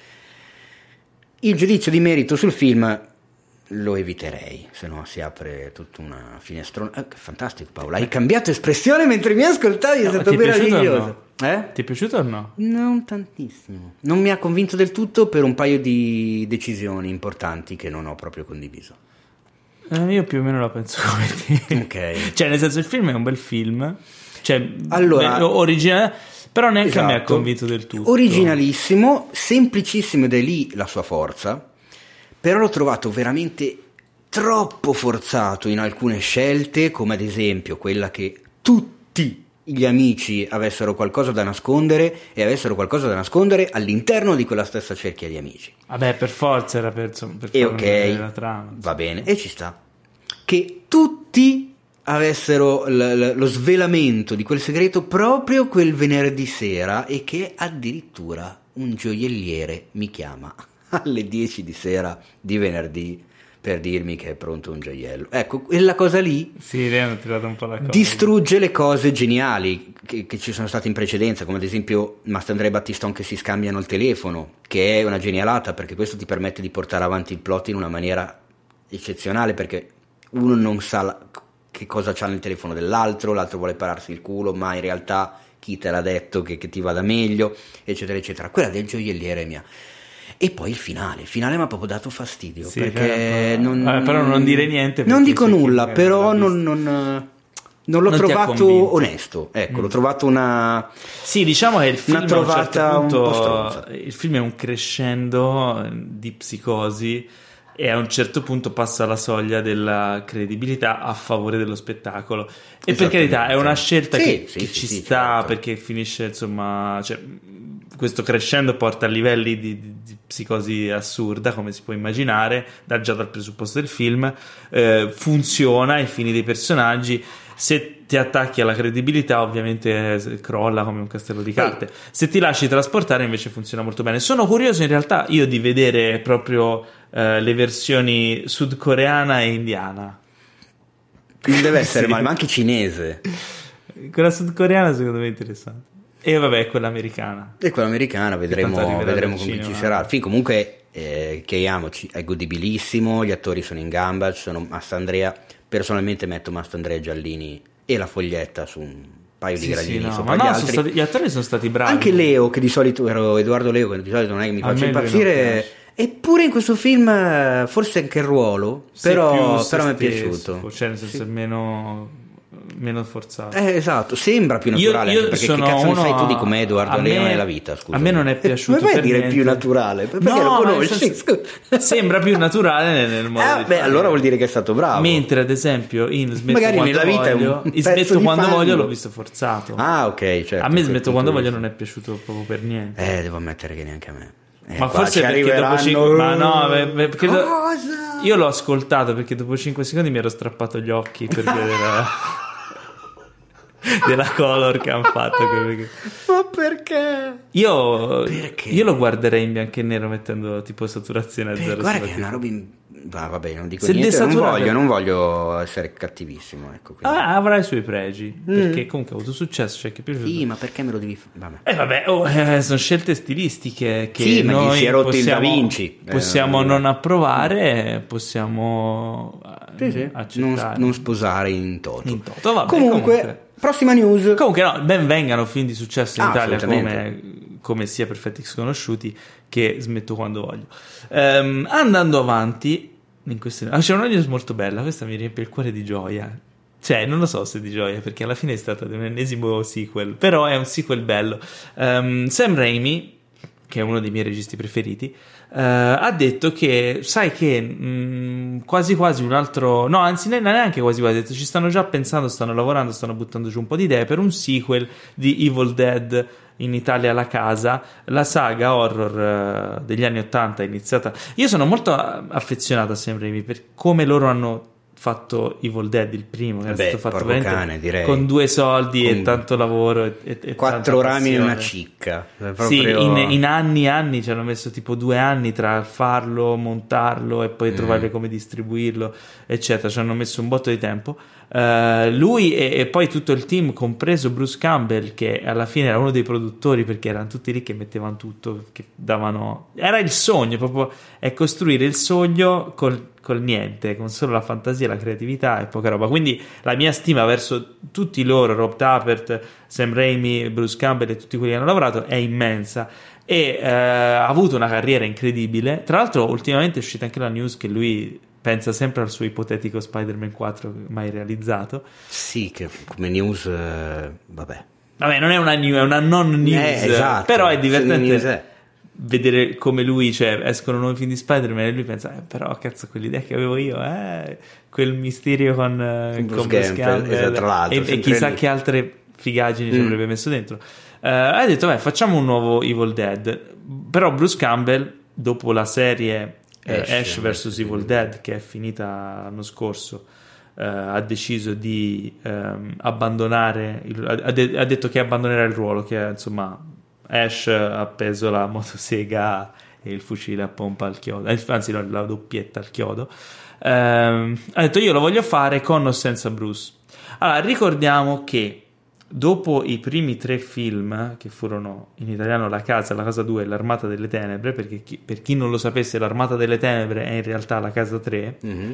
Il giudizio di merito sul film lo eviterei, se no si apre tutta una finestrona. Che fantastico, Paola, hai cambiato espressione mentre mi ascoltavi, è stato meraviglioso. Ti è piaciuto o no? Non tantissimo, non mi ha convinto del tutto per un paio di decisioni importanti che non ho proprio condiviso. Io più o meno la penso come te. Ok. Cioè, nel senso, il film è un bel film, cioè originale, però neanche a me ha convinto del tutto. Originalissimo, semplicissimo, ed è lì la sua forza, però l'ho trovato veramente troppo forzato in alcune scelte, come ad esempio quella che tutti gli amici avessero qualcosa da nascondere e avessero qualcosa da nascondere all'interno di quella stessa cerchia di amici. Vabbè, per forza era per e ok, la trama. Va bene, e ci sta. Che tutti avessero lo svelamento di quel segreto proprio quel venerdì sera, e che addirittura un gioielliere mi chiama alle 10 di sera di venerdì per dirmi che è pronto un gioiello. Ecco, quella cosa lì hanno tirato un po' la cosa. Distrugge le cose geniali che ci sono state in precedenza, come ad esempio Mastandrea e Battiston che si scambiano il telefono, che è una genialata, perché questo ti permette di portare avanti il plot in una maniera eccezionale, perché uno non sa che cosa c'ha nel telefono dell'altro, l'altro vuole pararsi il culo, ma in realtà chi te l'ha detto che ti vada meglio, eccetera eccetera. Quella del gioielliere mia. E poi il finale mi ha proprio dato fastidio, sì, perché però non dire niente, non dico nulla, però non l'ho trovato onesto, ecco, l'ho trovato diciamo che il film una trovata a un certo punto, un po' stronza. il film è un crescendo di psicosi e a un certo punto passa la soglia della credibilità a favore dello spettacolo, e per carità è una scelta che ci sta, certo. Perché finisce, insomma, cioè, questo crescendo porta a livelli di psicosi assurda, come si può immaginare già dal presupposto del film. Funziona ai fini dei personaggi. Se ti attacchi alla credibilità, ovviamente crolla come un castello di carte. Se ti lasci trasportare, invece funziona molto bene. Sono curioso in realtà io di vedere proprio le versioni sudcoreana e indiana. Non deve essere male, ma anche cinese. Quella sudcoreana secondo me è interessante. E vabbè, quella americana. E quella americana vedremo con chi ci sarà. Il film comunque, chiariamoci, è godibilissimo, gli attori sono in gamba, ci sono Mastandrea. Personalmente metto Mastandrea e Giallini e la Foglietta su un paio di gradini sopra gli altri. Gli attori sono stati bravi. Anche Leo, che di solito Edoardo Leo, che di solito non è che mi faccia impazzire, eppure in questo film forse anche il ruolo, però mi è piaciuto. Cioè, nel senso, è meno meno forzato. Esatto, sembra più naturale, io perché sono che cazzo ne uno sai tu di com'è Edoardo Leone nella vita, scusa. A me non è piaciuto. Come vai a dire niente. più naturale? Perché lo conosci? Sembra più naturale nel modo di fare. Allora vuol dire che è stato bravo. Mentre ad esempio in Smetto magari quando nella vita voglio, è un in Smetto quando fango. voglio l'ho visto forzato. Ah, ok, certo. A me Smetto quando voglio non è piaciuto proprio per niente. Devo ammettere che neanche a me. Ma forse perché dopo 5 ma no, perché Cosa? io l'ho ascoltato perché dopo 5 secondi mi ero strappato gli occhi per vedere della color che hanno fatto. Ma perché? Io lo guarderei in bianco e nero mettendo tipo saturazione a zero. Guarda che è una roba vabbè, non dico Se niente, non voglio essere cattivissimo, ecco. Avrà i suoi pregi, perché comunque ha avuto successo, cioè che è piaciuto. Sì, ma perché me lo devi vabbè. Sono scelte stilistiche che sì, ma noi gli si è rotto possiamo, il Da Vinci. Possiamo non approvare, possiamo accettare. Non sposare in toto. Vabbè, comunque, prossima news. Comunque no, ben vengano film di successo in Italia assolutamente. come sia Perfetti Sconosciuti che Smetto quando voglio. Andando avanti c'è una news molto bella, questa mi riempie il cuore di gioia. Cioè, non lo so se di gioia, perché alla fine è stato un ennesimo sequel, però è un sequel bello. Sam Raimi, che è uno dei miei registi preferiti, ha detto che, sai che quasi quasi un altro... No, anzi neanche quasi quasi, ha detto ci stanno già pensando, stanno lavorando, stanno buttando giù un po' di idee per un sequel di Evil Dead, in Italia La Casa, la saga horror degli anni '80 è iniziata. Io sono molto affezionato a Sam Raimi per come loro hanno fatto Evil Dead, il primo, che era stato fatto cane, direi. Con 2 soldi e tanto lavoro e 4 rami e una cicca. Proprio... Sì, in anni ci hanno messo tipo 2 anni tra farlo, montarlo e poi trovare come distribuirlo, eccetera. Ci hanno messo un botto di tempo. Lui e poi tutto il team, compreso Bruce Campbell, che alla fine era uno dei produttori, perché erano tutti lì che mettevano tutto, che davano... Era il sogno, proprio è costruire il sogno col niente, con solo la fantasia, la creatività e poca roba. Quindi la mia stima verso tutti loro, Rob Tappert, Sam Raimi, Bruce Campbell e tutti quelli che hanno lavorato è immensa, e ha avuto una carriera incredibile. Tra l'altro ultimamente è uscita anche la news che lui pensa sempre al suo ipotetico Spider-Man 4 mai realizzato. Sì, che come news vabbè, non è una news, è una non news, esatto, però è divertente vedere come lui, cioè escono nuovi film di Spider-Man e lui pensa però cazzo, quell'idea che avevo io, quel misterio con Bruce Campbell, tra l'altro, e chissà che altre figaggini ci avrebbe messo dentro. Ha detto facciamo un nuovo Evil Dead, però Bruce Campbell, dopo la serie Ash vs Evil Dead, che è finita l'anno scorso, ha deciso di abbandonare ha detto che abbandonerà il ruolo, che insomma Ash ha appeso la motosega e il fucile a pompa al chiodo, anzi no, la doppietta al chiodo. Ha detto io lo voglio fare con o senza Bruce. Allora ricordiamo che dopo i primi 3 film, che furono in italiano La Casa 2 e L'Armata delle Tenebre, perché per chi non lo sapesse l'Armata delle Tenebre è in realtà La Casa 3,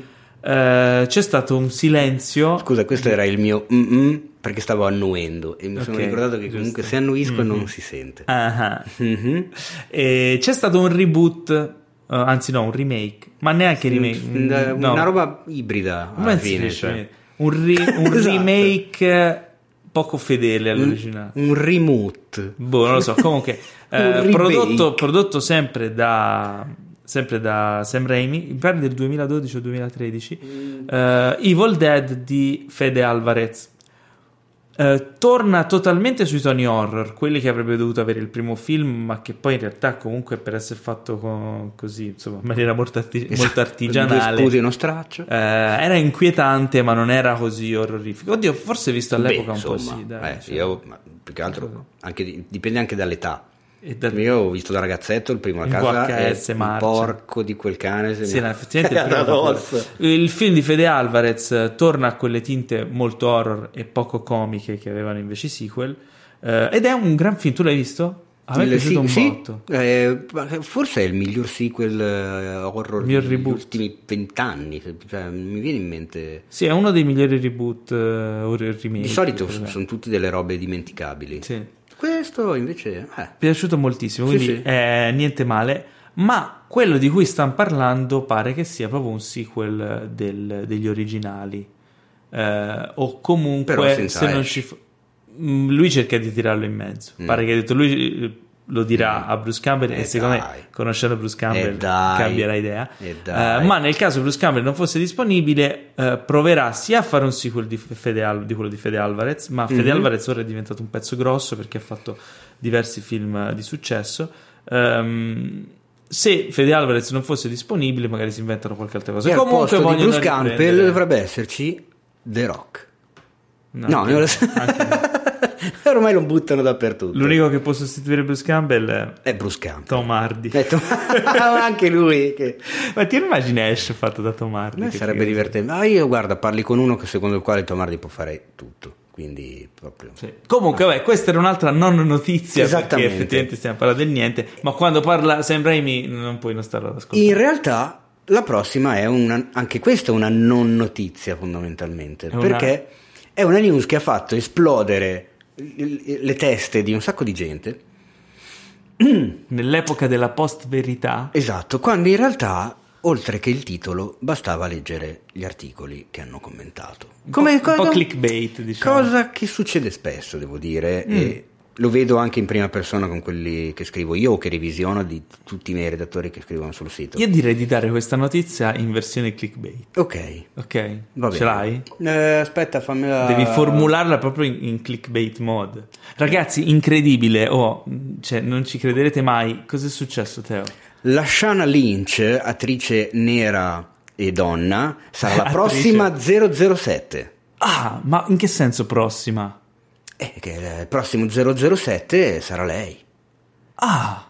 c'è stato un silenzio. Scusa, questo era il mio perché stavo annuendo e mi sono ricordato che comunque se annuisco non si sente. E c'è stato un reboot, anzi no, un remake, ma neanche remake, una roba ibrida alla fine, cioè. un esatto. Remake poco fedele all'originale, un remote, non lo so, comunque prodotto sempre da Sam Raimi, mi pare del 2012 o 2013. Evil Dead di Fede Alvarez. Torna totalmente sui toni horror, quelli che avrebbe dovuto avere il primo film, ma che poi in realtà comunque, per essere fatto così, insomma, in maniera molto artigianale, 2 sputi e uno straccio, era inquietante, ma non era così orrorifico. Oddio, forse visto all'epoca un po' sì, dai, io più che altro dipende anche dall'età. Io ho visto da ragazzetto il primo a casa, il porco di quel cane, effettivamente il film di Fede Alvarez torna a quelle tinte molto horror e poco comiche che avevano invece i sequel, ed è un gran film. Tu l'hai visto? A me è piaciuto un botto. Forse è il miglior sequel horror degli ultimi 20 anni, cioè, mi viene in mente. Sì, è uno dei migliori reboot remake. Di solito sono tutte delle robe dimenticabili. Sì. Questo invece è piaciuto moltissimo, quindi niente male, ma quello di cui stanno parlando pare che sia proprio un sequel degli originali. o comunque però senza se non Ash. ci lui cerca di tirarlo in mezzo. Pare che ha detto lui lo dirà a Bruce Campbell e secondo me, conoscendo Bruce Campbell, cambierà idea. Ma nel caso Bruce Campbell non fosse disponibile, proverà sia a fare un sequel di quello di Fede Alvarez, ma Fede Alvarez ora è diventato un pezzo grosso perché ha fatto diversi film di successo. Se Fede Alvarez non fosse disponibile, magari si inventano qualche altra cosa. E Comunque al posto di Bruce Campbell dovrebbe esserci The Rock. No, non lo so. Ormai lo buttano dappertutto. L'unico che può sostituire Bruce Campbell è Bruce Campbell. Tom Hardy. Anche lui che... Ma ti immagini Ash fatto da Tom Hardy? Sarebbe divertente. Ma io guarda, parli con uno secondo il quale Tom Hardy può fare tutto. Quindi proprio sì. Comunque questa era un'altra non notizia, perché effettivamente stiamo parlando del niente, ma quando parla Sam Raimi non puoi non starlo ad ascoltare. In realtà la prossima è anche questa è una non notizia fondamentalmente, perché è una news che ha fatto esplodere le teste di un sacco di gente nell'epoca della post-verità. Esatto, quando in realtà oltre che il titolo bastava leggere gli articoli che hanno commentato. Un po' clickbait, diciamo. Cosa che succede spesso, devo dire, e lo vedo anche in prima persona con quelli che scrivo io o che revisiono di tutti i miei redattori che scrivono sul sito. Io direi di dare questa notizia in versione clickbait. Ok, va bene. Ce l'hai? Aspetta, fammela. Devi formularla proprio in clickbait mode. Ragazzi, incredibile, cioè non ci crederete mai. Cos'è successo, Teo? La Shana Lynch, attrice nera e donna, sarà la prossima 007. Ah, ma in che senso prossima? Che il prossimo 007 sarà lei. Ah.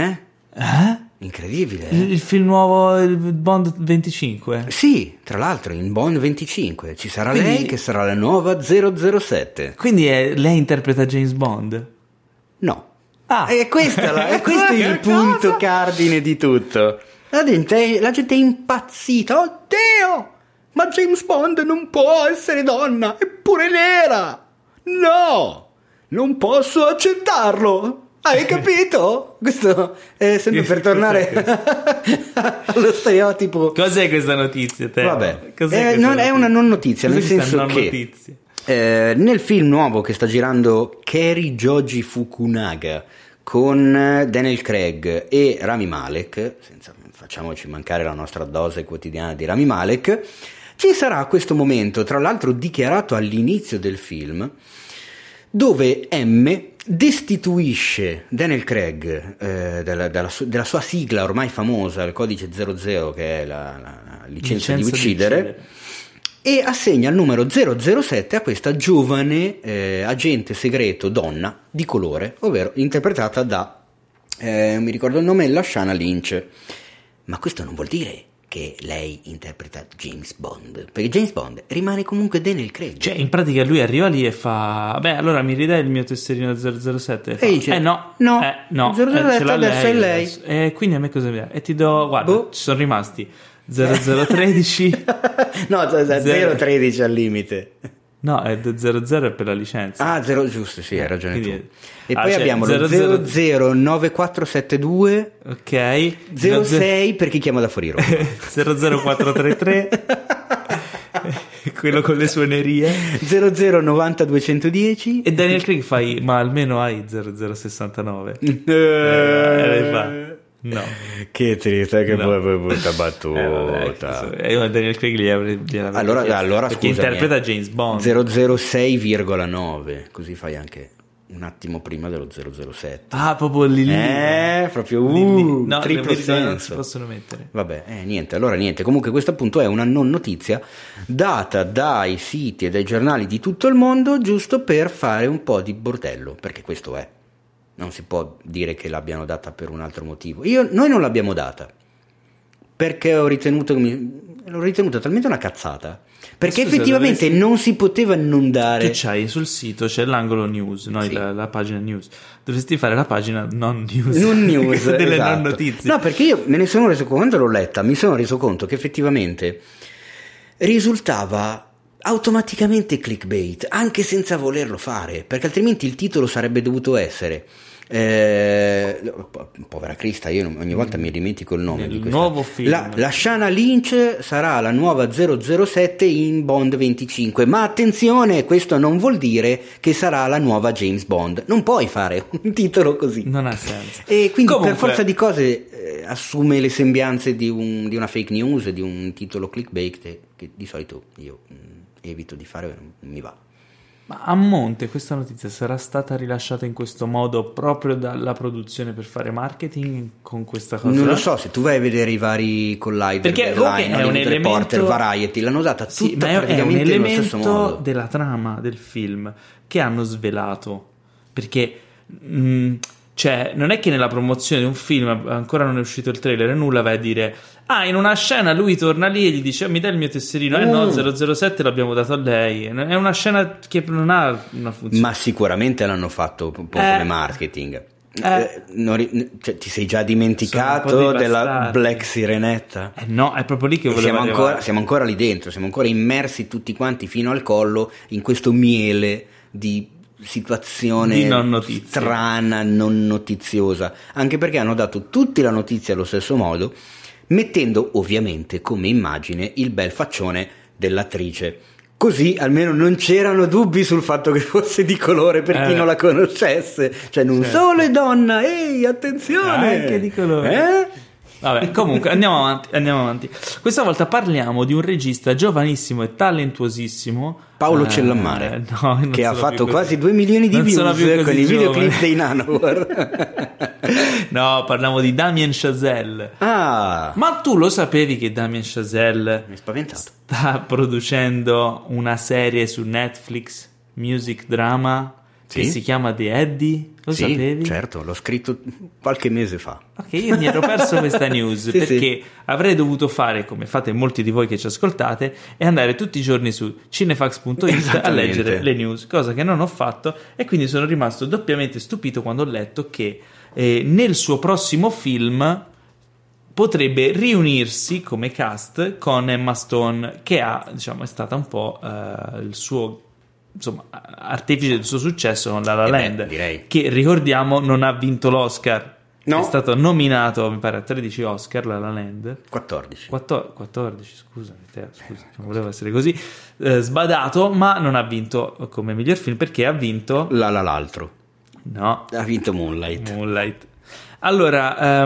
Incredibile. Il film nuovo, il Bond 25? Sì, tra l'altro in Bond 25 ci sarà lei che sarà la nuova 007. Quindi lei interpreta James Bond? No. Questo è il punto cardine di tutto. La gente è impazzita. Oddio! Ma James Bond non può essere donna, eppure nera. No! Non posso accettarlo. Hai capito? Questo è sempre per tornare allo stereotipo. Cos'è questa notizia, Teo? Vabbè, è una non notizia, nel senso che nel film nuovo che sta girando Cary Joji Fukunaga con Daniel Craig e Rami Malek, facciamoci mancare la nostra dose quotidiana di Rami Malek, ci sarà questo momento, tra l'altro dichiarato all'inizio del film, dove M destituisce Daniel Craig della sua sigla ormai famosa, il codice 00, che è la licenza di uccidere, e assegna il numero 007 a questa giovane agente segreto donna di colore, ovvero interpretata da non mi ricordo il nome, Lashana Lynch. Ma questo non vuol dire che lei interpreta James Bond, perché James Bond rimane comunque Daniel Craig. Cioè in pratica lui arriva lì e fa allora mi ridai il mio tesserino 007 e dice no 007 ce l'ha adesso è lei. Quindi a me cosa mi dà? E ti do, guarda, ci sono rimasti 0013 no 013 al limite. No, è 00 è per la licenza. Giusto, sì, hai ragione tu. E poi abbiamo lo 009472. Ok. 06 per chi chiama da fuori Roma. 00433. Quello con le suonerie. 0090210. E Daniel Craig ma almeno hai 0069. No. Che triste, che brutta battuta. Daniel Craig allora perché interpreta James Bond 006,9, così fai anche un attimo prima dello 007. Proprio lì. Proprio no, triplo senso. Non si possono mettere. Vabbè, niente. Comunque questa appunto è una non notizia data dai siti e dai giornali di tutto il mondo, giusto per fare un po' di bordello, perché questo è. Non si può dire che l'abbiano data per un altro motivo. Noi non l'abbiamo data perché l'ho ritenuta talmente una cazzata. Perché effettivamente non si poteva non dare. Che c'hai sul sito, c'è l'angolo news, sì. la pagina news. Dovresti fare la pagina non news. Non news delle esatto. non notizie. No, perché io me ne sono reso conto, quando l'ho letta, mi sono reso conto che effettivamente risultava automaticamente clickbait, anche senza volerlo fare, perché altrimenti il titolo sarebbe dovuto essere Povera Crista, io ogni volta mi dimentico il nome di questa. Nuovo film. La Shana Lynch sarà la nuova 007 in Bond 25, ma attenzione, questo non vuol dire che sarà la nuova James Bond. Non puoi fare un titolo così. Non ha senso. E quindi Comunque, per forza di cose assume le sembianze di una fake news, di un titolo clickbait che di solito io evito di fare, non mi va. ma a monte questa notizia sarà stata rilasciata in questo modo proprio dalla produzione per fare marketing con questa cosa? Non lo so, se tu vai a vedere i vari collider, perché Line, è un elemento, Reporter, Variety, l'hanno data tutta sì, ma praticamente è un nello stesso modo. elemento della trama del film che hanno svelato, perché cioè non è che nella promozione di un film ancora non è uscito il trailer e nulla vai a dire in una scena lui torna lì e gli dice mi dai il mio tesserino, no 007 l'abbiamo dato a lei, è una scena che non ha una funzione, ma sicuramente l'hanno fatto un po' come marketing. Cioè, ti sei già dimenticato della Black Sirenetta? No, è proprio lì che volevo siamo ancora lì dentro, siamo ancora immersi tutti quanti fino al collo in questo miele di situazione di non strana, non notiziosa, anche perché hanno dato tutti la notizia allo stesso modo, mettendo ovviamente come immagine il bel faccione dell'attrice. Così almeno non c'erano dubbi sul fatto che fosse di colore per chi non la conoscesse. Cioè non solo è donna, ehi, attenzione! Anche di colore. Vabbè, comunque andiamo avanti. Questa volta parliamo di un regista giovanissimo e talentuosissimo, Paolo Cellammare, che ha fatto quasi 2 milioni di non views con i videoclip dei Nanowar. No, parliamo di Damien Chazelle. Ma tu lo sapevi che Damien Chazelle mi è spaventato, sta producendo una serie su Netflix, music drama, che si chiama The Eddie? Lo sapevi? Certo, l'ho scritto qualche mese fa. Ok, io mi ero perso questa news perché avrei dovuto fare come fate molti di voi che ci ascoltate e andare tutti i giorni su cinefax.it a leggere le news, cosa che non ho fatto, e quindi sono rimasto doppiamente stupito quando ho letto che nel suo prossimo film potrebbe riunirsi come cast con Emma Stone, che è stata un po' il suo artefice del suo successo con La La Land, direi. Che ricordiamo non ha vinto l'Oscar. No. È stato nominato mi pare a 13 Oscar La La Land. 14 scusa, non volevo essere così sbadato, ma non ha vinto come miglior film perché ha vinto l'altro. No, ha vinto Moonlight. Allora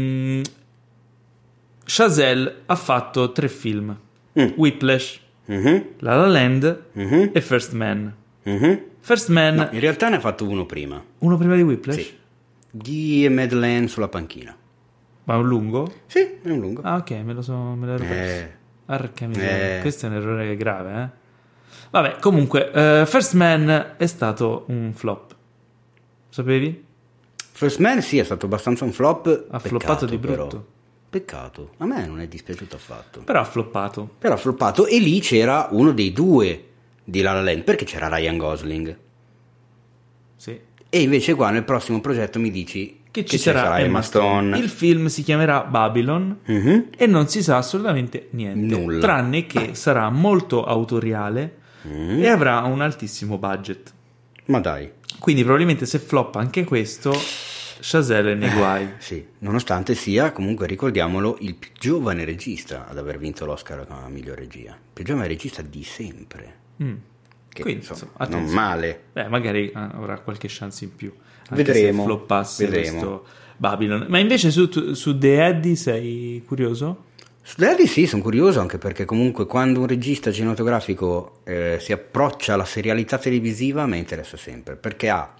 Chazelle ha fatto 3 film: Whiplash, La La Land e First Man. First Man, no, in realtà ne ha fatto uno prima di Whiplash? Sì. Guy e Madeleine sulla panchina. Ma è un lungo? Sì, è un lungo. Ah, ok, me l'ero perso. Arca miseria. Questo è un errore grave, Vabbè, comunque First Man è stato un flop. Sapevi? First Man sì, è stato abbastanza un flop. Ha floppato di brutto. Però. Peccato, a me non è dispiaciuto affatto. Però ha floppato. E lì c'era uno dei 2 di La La Land, perché c'era Ryan Gosling. Sì. E invece qua nel prossimo progetto mi dici che ci sarà Emma Stone. Il film si chiamerà Babylon e non si sa assolutamente niente. Nulla. Tranne che sarà molto autoriale e avrà un altissimo budget. Ma dai. Quindi probabilmente se floppa anche questo, Chazelle nei guai. Sì, nonostante sia, comunque ricordiamolo, il più giovane regista ad aver vinto l'Oscar come miglior regia. Il più giovane regista di sempre. Che, quindi, insomma, non male. Magari avrà qualche chance in più. Vedremo. Se floppasse questo Babylon. Ma invece su The Eddie sei curioso? Su The Eddie sì, sono curioso, anche perché comunque quando un regista cinematografico si approccia alla serialità televisiva a me interessa sempre, perché ha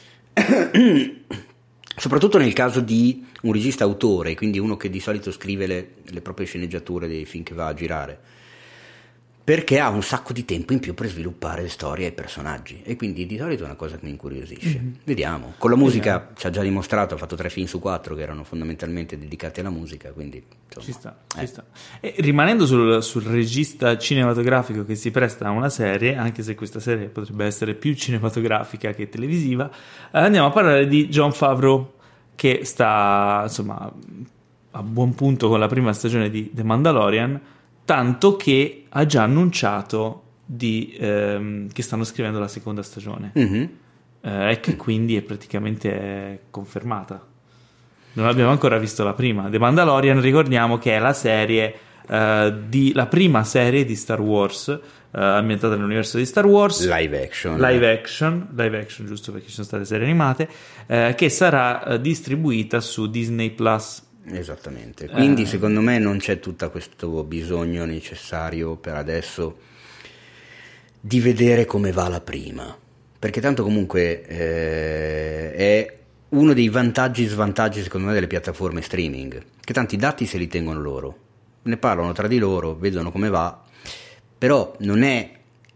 soprattutto nel caso di un regista autore, quindi uno che di solito scrive le proprie sceneggiature dei film che va a girare, perché ha un sacco di tempo in più per sviluppare storie e personaggi, e quindi di solito è una cosa che mi incuriosisce. Vediamo. Con la musica ci ha già dimostrato, ha fatto 3 film su 4 che erano fondamentalmente dedicati alla musica, quindi insomma, ci sta. E rimanendo sul regista cinematografico che si presta a una serie, anche se questa serie potrebbe essere più cinematografica che televisiva, andiamo a parlare di Jon Favreau, che sta insomma a buon punto con la prima stagione di The Mandalorian, tanto che ha già annunciato che stanno scrivendo la seconda stagione. e che quindi è praticamente confermata. Non abbiamo ancora visto la prima. The Mandalorian, ricordiamo che è la serie la prima serie di Star Wars, ambientata nell'universo di Star Wars, live action, giusto, perché ci sono state serie animate, che sarà distribuita su Disney Plus. Esattamente, quindi secondo me non c'è tutto questo bisogno necessario per adesso di vedere come va la prima, perché tanto comunque è uno dei vantaggi e svantaggi secondo me delle piattaforme streaming, che tanti dati se li tengono loro, ne parlano tra di loro, vedono come va, però non è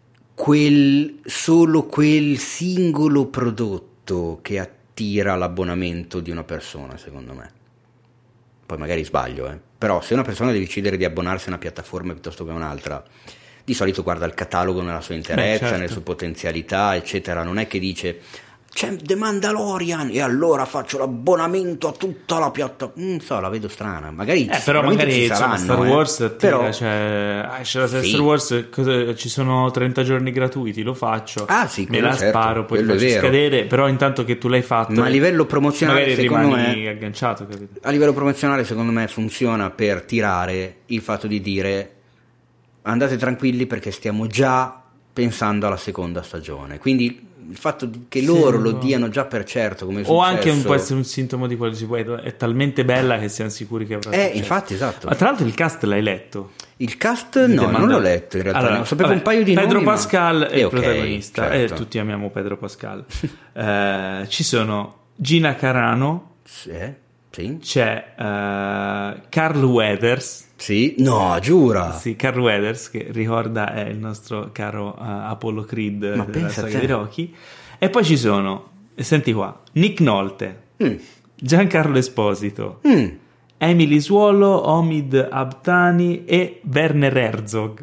solo quel singolo prodotto che attira l'abbonamento di una persona, secondo me. Poi magari sbaglio, però se una persona deve decidere di abbonarsi a una piattaforma piuttosto che a un'altra, di solito guarda il catalogo nella sua interezza, certo, nelle sue potenzialità, eccetera. Non è che dice c'è The Mandalorian e allora faccio l'abbonamento a tutta la piattaforma. Non so, la vedo strana. Magari però magari ci saranno, Star Wars però c'è la serie Star Wars, ci sono 30 giorni gratuiti, lo faccio, me la sparo, poi ti faccio scadere, però intanto che tu l'hai fatto, ma a livello promozionale magari secondo rimani agganciato, capito? A livello promozionale secondo me funziona per tirare il fatto di dire andate tranquilli perché stiamo già pensando alla seconda stagione, quindi il fatto che loro lo diano già per certo come è successo, o anche può essere un sintomo di quello che è talmente bella che siamo sicuri che avrà successo. Infatti, esatto. Ma tra l'altro il cast l'hai letto? Il cast no, non l'ho letto in realtà, allora, sapevo un paio di Pedro nomi, Pascal è il protagonista, certo. E tutti amiamo Pedro Pascal. Ci sono Gina Carano, sì. C'è Carl Weathers. Sì, no, giura. Sì, Carl Weathers, che ricorda è il nostro caro Apollo Creed della saga di Rocky. E poi ci sono, senti qua, Nick Nolte, Giancarlo Esposito, Emily Suolo, Omid Abtani e Werner Herzog.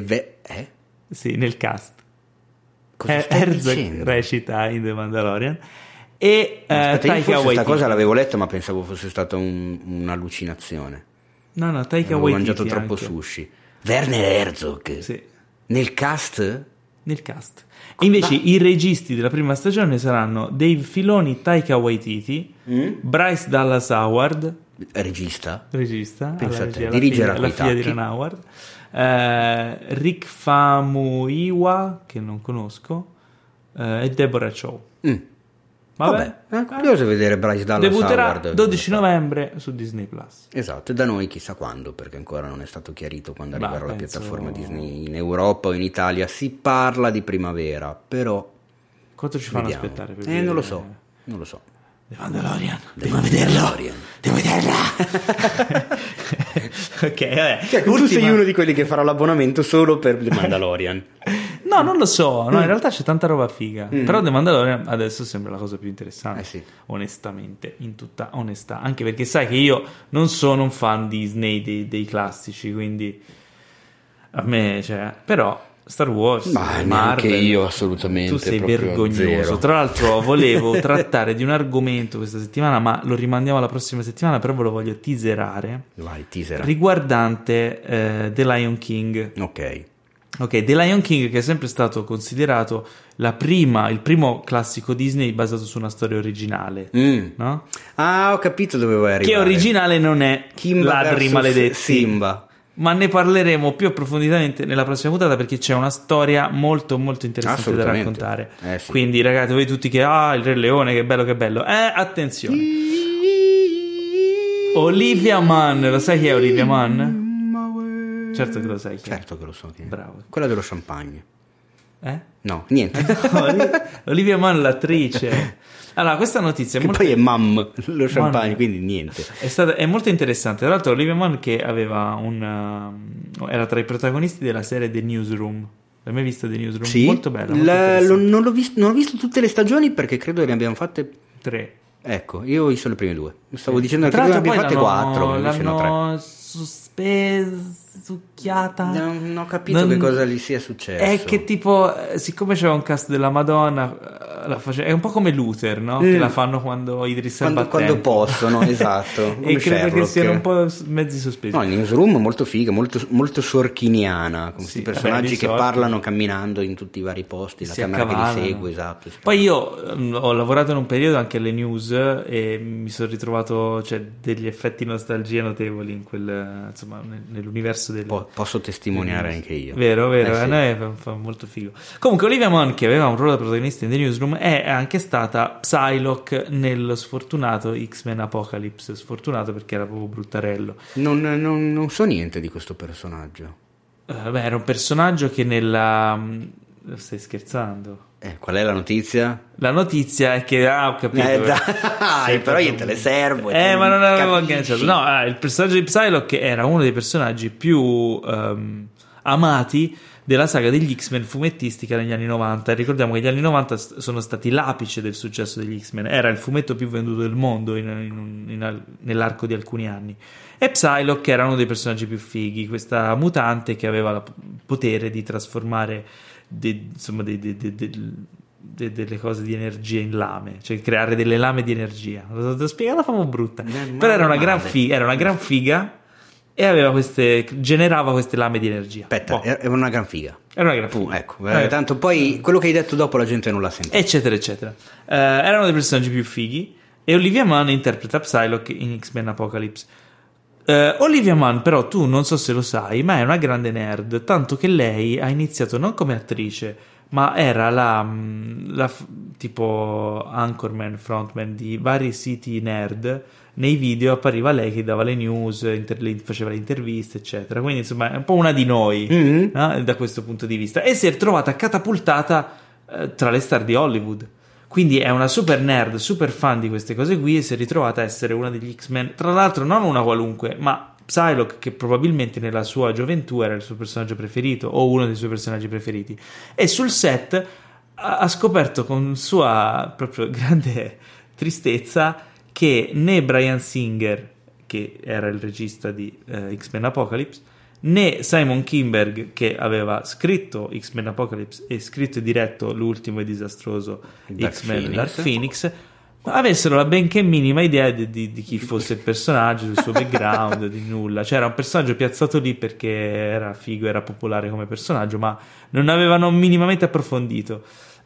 Sì, nel cast. Herzog recita in The Mandalorian. E Taika Waititi. Questa cosa l'avevo letta, ma pensavo fosse stata un'allucinazione. No, Taika Waititi. Avevo mangiato troppo sushi. Werner Herzog. Sì. Nel cast? Nel cast. E invece i registi della prima stagione saranno Dave Filoni, Taika Waititi, Bryce Dallas Howard, regista, dirige la figlia di Ron Howard, Rick Famuyiwa, che non conosco, e Deborah Chow. Vabbè, è curioso vedere Bryce Dallas debutterà Howard 12 novembre su Disney Plus. Esatto, e da noi chissà quando, perché ancora non è stato chiarito quando arriverà la piattaforma Disney in Europa o in Italia. Si parla di primavera, però quanto ci fanno aspettare per non lo so. The Mandalorian, devo vederla. Ok, vabbè. Tu sei uno di quelli che farà l'abbonamento solo per The Mandalorian. No, non lo so, in realtà c'è tanta roba figa, però The Mandalorian adesso sembra la cosa più interessante, sì. Onestamente, in tutta onestà, anche perché sai che io non sono un fan Disney dei classici, quindi a me, però Star Wars, ma Marvel, neanche io assolutamente. Tu sei vergognoso. Zero. Tra l'altro volevo trattare di un argomento questa settimana, ma lo rimandiamo alla prossima settimana, però ve lo voglio teaserare. Vai, teasera. Riguardante The Lion King. Ok, The Lion King, che è sempre stato considerato il primo classico Disney basato su una storia originale, no? Ah, ho capito dove vuoi arrivare. Che originale non è Kimba Ladri maledetti, Simba. Ma ne parleremo più approfonditamente nella prossima puntata, perché c'è una storia molto molto interessante da raccontare. Sì. Quindi ragazzi, voi tutti che il Re Leone, che bello, attenzione. Olivia Munn, lo sai chi è Olivia Munn? Certo che lo sai. Certo che lo so. Bravo. Quella dello champagne. No, niente. Olivia Munn, l'attrice. Allora, questa notizia è poi è lo champagne, quindi niente. È molto interessante. Tra l'altro Olivia Munn, che aveva era tra i protagonisti della serie The Newsroom. L'hai mai vista The Newsroom? Sì. Molto bella. Non l'ho visto tutte le stagioni, perché credo che ne abbiamo fatte 3. Ecco, io ho visto le prime 2. Stavo dicendo che ne abbiamo fatte 4, invece no, 3. Succhiata. Non ho capito che cosa gli sia successo. È che tipo, siccome c'era un cast della Madonna, è un po' come Luther, no? Che la fanno quando Idris Elba quando possono, esatto. E credo che siano un po' mezzi sospesi. No, Newsroom è molto figa, molto sorchiniana, con questi personaggi che parlano camminando in tutti i vari posti, la camera che li segue, esatto. Poi io ho lavorato in un periodo anche alle news e mi sono ritrovato, cioè, degli effetti nostalgia notevoli in quel, insomma, nell'universo del... Posso testimoniare anche io. Vero, Sì. a noi fa molto figo. Comunque Olivia Munn, che aveva un ruolo da protagonista in The Newsroom, è anche stata Psylocke nello sfortunato X-Men Apocalypse. Sfortunato perché era proprio bruttarello. Non so niente di questo personaggio. Era un personaggio che nella... Stai scherzando? Qual è la notizia? La notizia è che ho capito. Dai, però io te le servo. Ma non avevo agganciato. No, il personaggio di Psylocke era uno dei personaggi più amati della saga degli X-Men fumettistica negli anni 90. Ricordiamo che gli anni 90 sono stati l'apice del successo degli X-Men. Era il fumetto più venduto del mondo nell'arco di alcuni anni. E Psylocke era uno dei personaggi più fighi, questa mutante che aveva il potere di trasformare delle cose di energia in lame, cioè creare delle lame di energia. L'ho spiegata famo brutta, però era una gran figa e generava queste lame di energia. Aspetta, era una gran figa. Era una gran figa. Ecco, tanto poi quello che hai detto dopo la gente non l'ha sentito. Eccetera, eccetera. Era uno dei personaggi più fighi e Olivia Munn interpreta Psylocke in X-Men Apocalypse. Olivia Munn, però, tu non so se lo sai, ma è una grande nerd, tanto che lei ha iniziato non come attrice, ma era la tipo anchorman, frontman di vari siti nerd. Nei video appariva lei che dava le news, faceva le interviste, eccetera. Quindi, insomma, è un po' una di noi, no? Da questo punto di vista. E si è trovata catapultata tra le star di Hollywood. Quindi è una super nerd, super fan di queste cose qui e si è ritrovata a essere una degli X-Men. Tra l'altro non una qualunque, ma Psylocke, che probabilmente nella sua gioventù era il suo personaggio preferito o uno dei suoi personaggi preferiti. E sul set ha scoperto con sua proprio grande tristezza che né Bryan Singer, che era il regista di X-Men Apocalypse, né Simon Kinberg, che aveva scritto X-Men Apocalypse e scritto e diretto l'ultimo e disastroso X-Men Dark Phoenix, avessero la benché minima idea di chi fosse il personaggio, del suo background, di nulla. C'era un personaggio piazzato lì perché era figo, era popolare come personaggio, ma non avevano minimamente approfondito.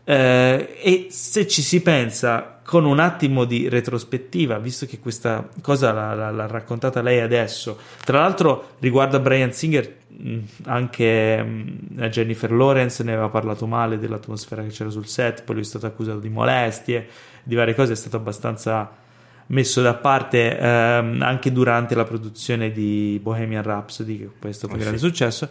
E se ci si pensa con un attimo di retrospettiva, visto che questa cosa l'ha raccontata lei adesso, tra l'altro riguarda Bryan Singer, anche Jennifer Lawrence ne aveva parlato male dell'atmosfera che c'era sul set, poi lui è stato accusato di molestie, di varie cose, è stato abbastanza messo da parte anche durante la produzione di Bohemian Rhapsody, che poi è stato un grande successo.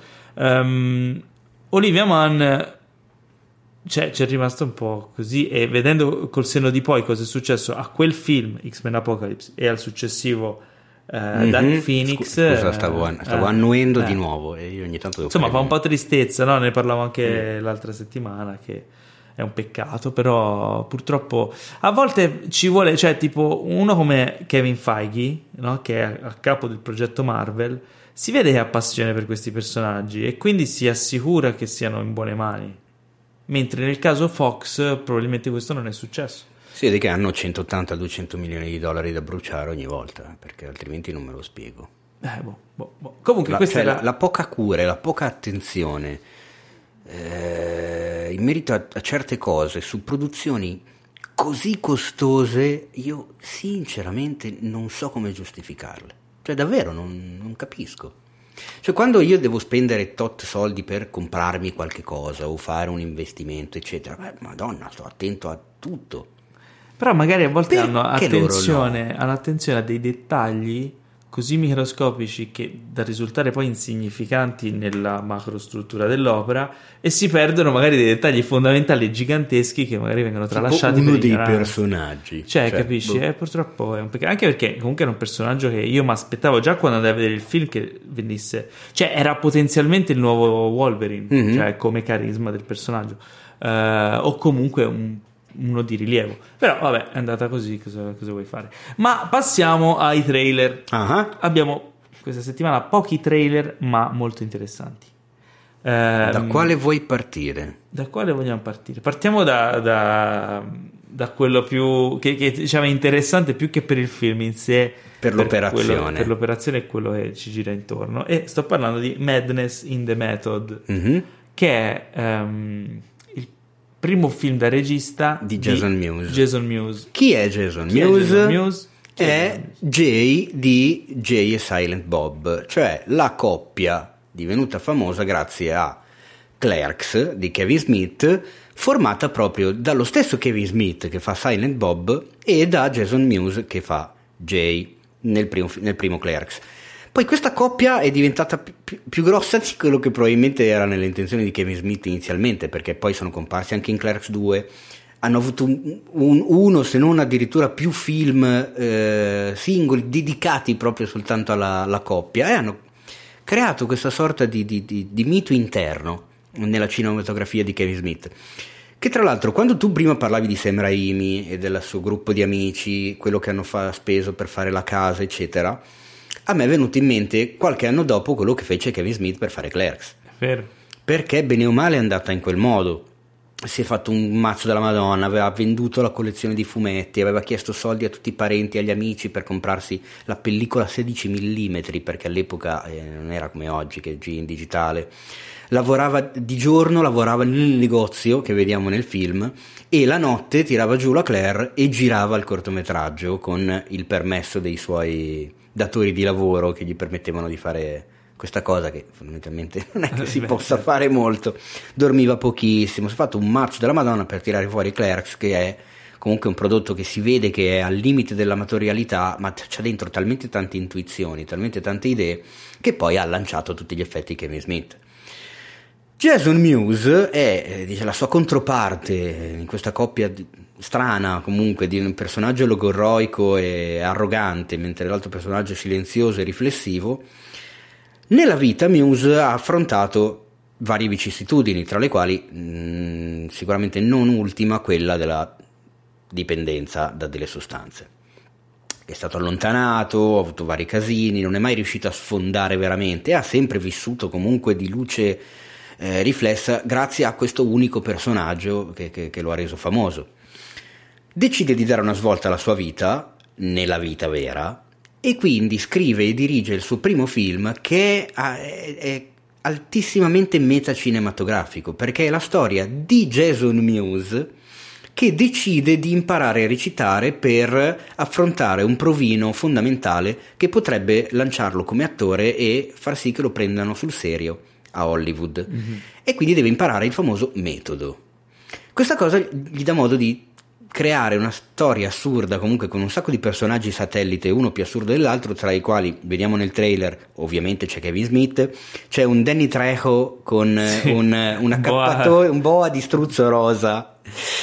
Olivia Munn, cioè, c'è rimasto un po' così, e vedendo col senno di poi cosa è successo a quel film X-Men Apocalypse e al successivo Dark Phoenix, scusa, stavo annuendo di nuovo e io ogni tanto devo insomma fa un po' tristezza, no? Ne parlavo anche l'altra settimana, che è un peccato, però purtroppo a volte ci vuole, cioè tipo uno come Kevin Feige, no? Che è a capo del progetto Marvel, si vede che ha passione per questi personaggi e quindi si assicura che siano in buone mani. Mentre nel caso Fox probabilmente questo non è successo. Si vede che hanno 180-200 milioni di dollari da bruciare ogni volta, perché altrimenti non me lo spiego. Comunque questa è la poca cura e la poca attenzione in merito a certe cose su produzioni così costose, io sinceramente non so come giustificarle. Cioè davvero non capisco. Cioè quando io devo spendere tot soldi per comprarmi qualche cosa o fare un investimento eccetera, madonna, sto attento a tutto, però magari a volte hanno attenzione a dei dettagli così microscopici che da risultare poi insignificanti nella macrostruttura dell'opera, e si perdono magari dei dettagli fondamentali giganteschi che magari vengono tralasciati uno per dei ignoranza. Personaggi, cioè capisci? Purtroppo è un peccato, anche perché comunque era un personaggio che io mi aspettavo già quando andai a vedere il film che venisse, cioè era potenzialmente il nuovo Wolverine, cioè come carisma del personaggio, o comunque uno di rilievo, però vabbè, è andata così, cosa vuoi fare? Ma passiamo ai trailer. Abbiamo questa settimana pochi trailer ma molto interessanti. Da quale vuoi partire? Da quale vogliamo partire? Partiamo da quello più che diciamo è interessante più che per il film in sé, per l'operazione. Per l'operazione è quello che ci gira intorno, e sto parlando di Madness in the Method, che è il primo film da regista di Jason Mewes. Jason Mewes. Chi è Jason Mewes? È Jay di Jay e Silent Bob, cioè la coppia divenuta famosa grazie a Clerks di Kevin Smith, formata proprio dallo stesso Kevin Smith che fa Silent Bob e da Jason Mewes che fa Jay nel primo Clerks. Poi questa coppia è diventata più grossa di quello che probabilmente era nelle intenzioni di Kevin Smith inizialmente, perché poi sono comparsi anche in Clerks 2, hanno avuto uno se non addirittura più film singoli dedicati proprio soltanto alla coppia, e hanno creato questa sorta di mito interno nella cinematografia di Kevin Smith, che tra l'altro quando tu prima parlavi di Sam Raimi e del suo gruppo di amici, quello che hanno speso per fare la casa eccetera, a me è venuto in mente qualche anno dopo quello che fece Kevin Smith per fare Clerks. Vero. Perché bene o male è andata in quel modo. Si è fatto un mazzo della Madonna, aveva venduto la collezione di fumetti, aveva chiesto soldi a tutti i parenti e agli amici per comprarsi la pellicola 16 mm, perché all'epoca non era come oggi che è in digitale. Lavorava di giorno, lavorava nel negozio che vediamo nel film, e la notte tirava giù la Claire e girava il cortometraggio con il permesso dei suoi datori di lavoro che gli permettevano di fare questa cosa che fondamentalmente non è che si possa fare molto. Dormiva pochissimo, si è fatto un mazzo della Madonna per tirare fuori Clerks, che è comunque un prodotto che si vede che è al limite dell'amatorialità, ma c'ha dentro talmente tante intuizioni, talmente tante idee, che poi ha lanciato a tutti gli effetti Kevin Smith. Jason Mewes è la sua controparte in questa coppia strana, comunque, di un personaggio logorroico e arrogante, mentre l'altro personaggio è silenzioso e riflessivo. Nella vita Mewes ha affrontato varie vicissitudini, tra le quali sicuramente non ultima quella della dipendenza da delle sostanze. È stato allontanato, ha avuto vari casini, non è mai riuscito a sfondare veramente, ha sempre vissuto comunque di luce riflessa grazie a questo unico personaggio che lo ha reso famoso. Decide di dare una svolta alla sua vita, nella vita vera, e quindi scrive e dirige il suo primo film, che è altissimamente metacinematografico, perché è la storia di Jason Mewes che decide di imparare a recitare per affrontare un provino fondamentale che potrebbe lanciarlo come attore e far sì che lo prendano sul serio a Hollywood. E quindi deve imparare il famoso metodo. Questa cosa gli dà modo di creare una storia assurda, comunque con un sacco di personaggi satellite, uno più assurdo dell'altro, tra i quali vediamo nel trailer ovviamente c'è Kevin Smith, c'è un Danny Trejo con un accappatoio, un boa di struzzo rosa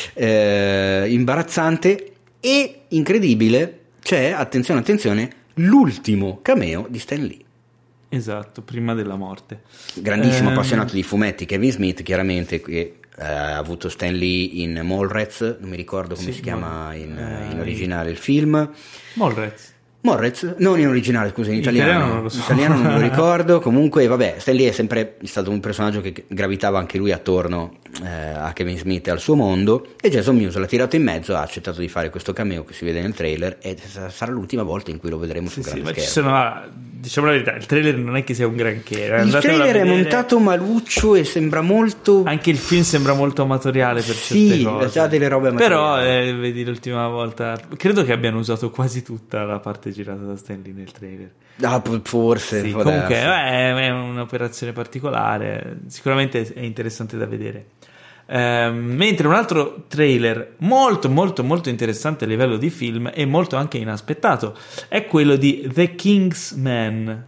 imbarazzante, e incredibile c'è, attenzione, l'ultimo cameo di Stan Lee. Esatto, prima della morte. Grandissimo appassionato di fumetti Kevin Smith, chiaramente, che ha avuto Stan Lee in Mallrats, non mi ricordo come si chiama in originale il film. Mallrats? Non in originale, scusa, in italiano non lo so. In italiano non me lo ricordo. Comunque, vabbè, Stan Lee è sempre stato un personaggio che gravitava anche lui attorno a Kevin Smith e al suo mondo, e Jason Mewes l'ha tirato in mezzo, ha accettato di fare questo cameo che si vede nel trailer, e sarà l'ultima volta in cui lo vedremo sul grande schermo. Ma diciamo la verità, il trailer non è che sia un granché. Il trailer è montato maluccio e sembra molto... Anche il film sembra molto amatoriale per certe cose. Sì, ha delle robe amatoriali. Però vedi, l'ultima volta credo che abbiano usato quasi tutta la parte girata da Stan Lee nel trailer. Forse sì, comunque è un'operazione particolare, sicuramente è interessante da vedere. Mentre un altro trailer molto interessante a livello di film e molto anche inaspettato è quello di The Kingsman.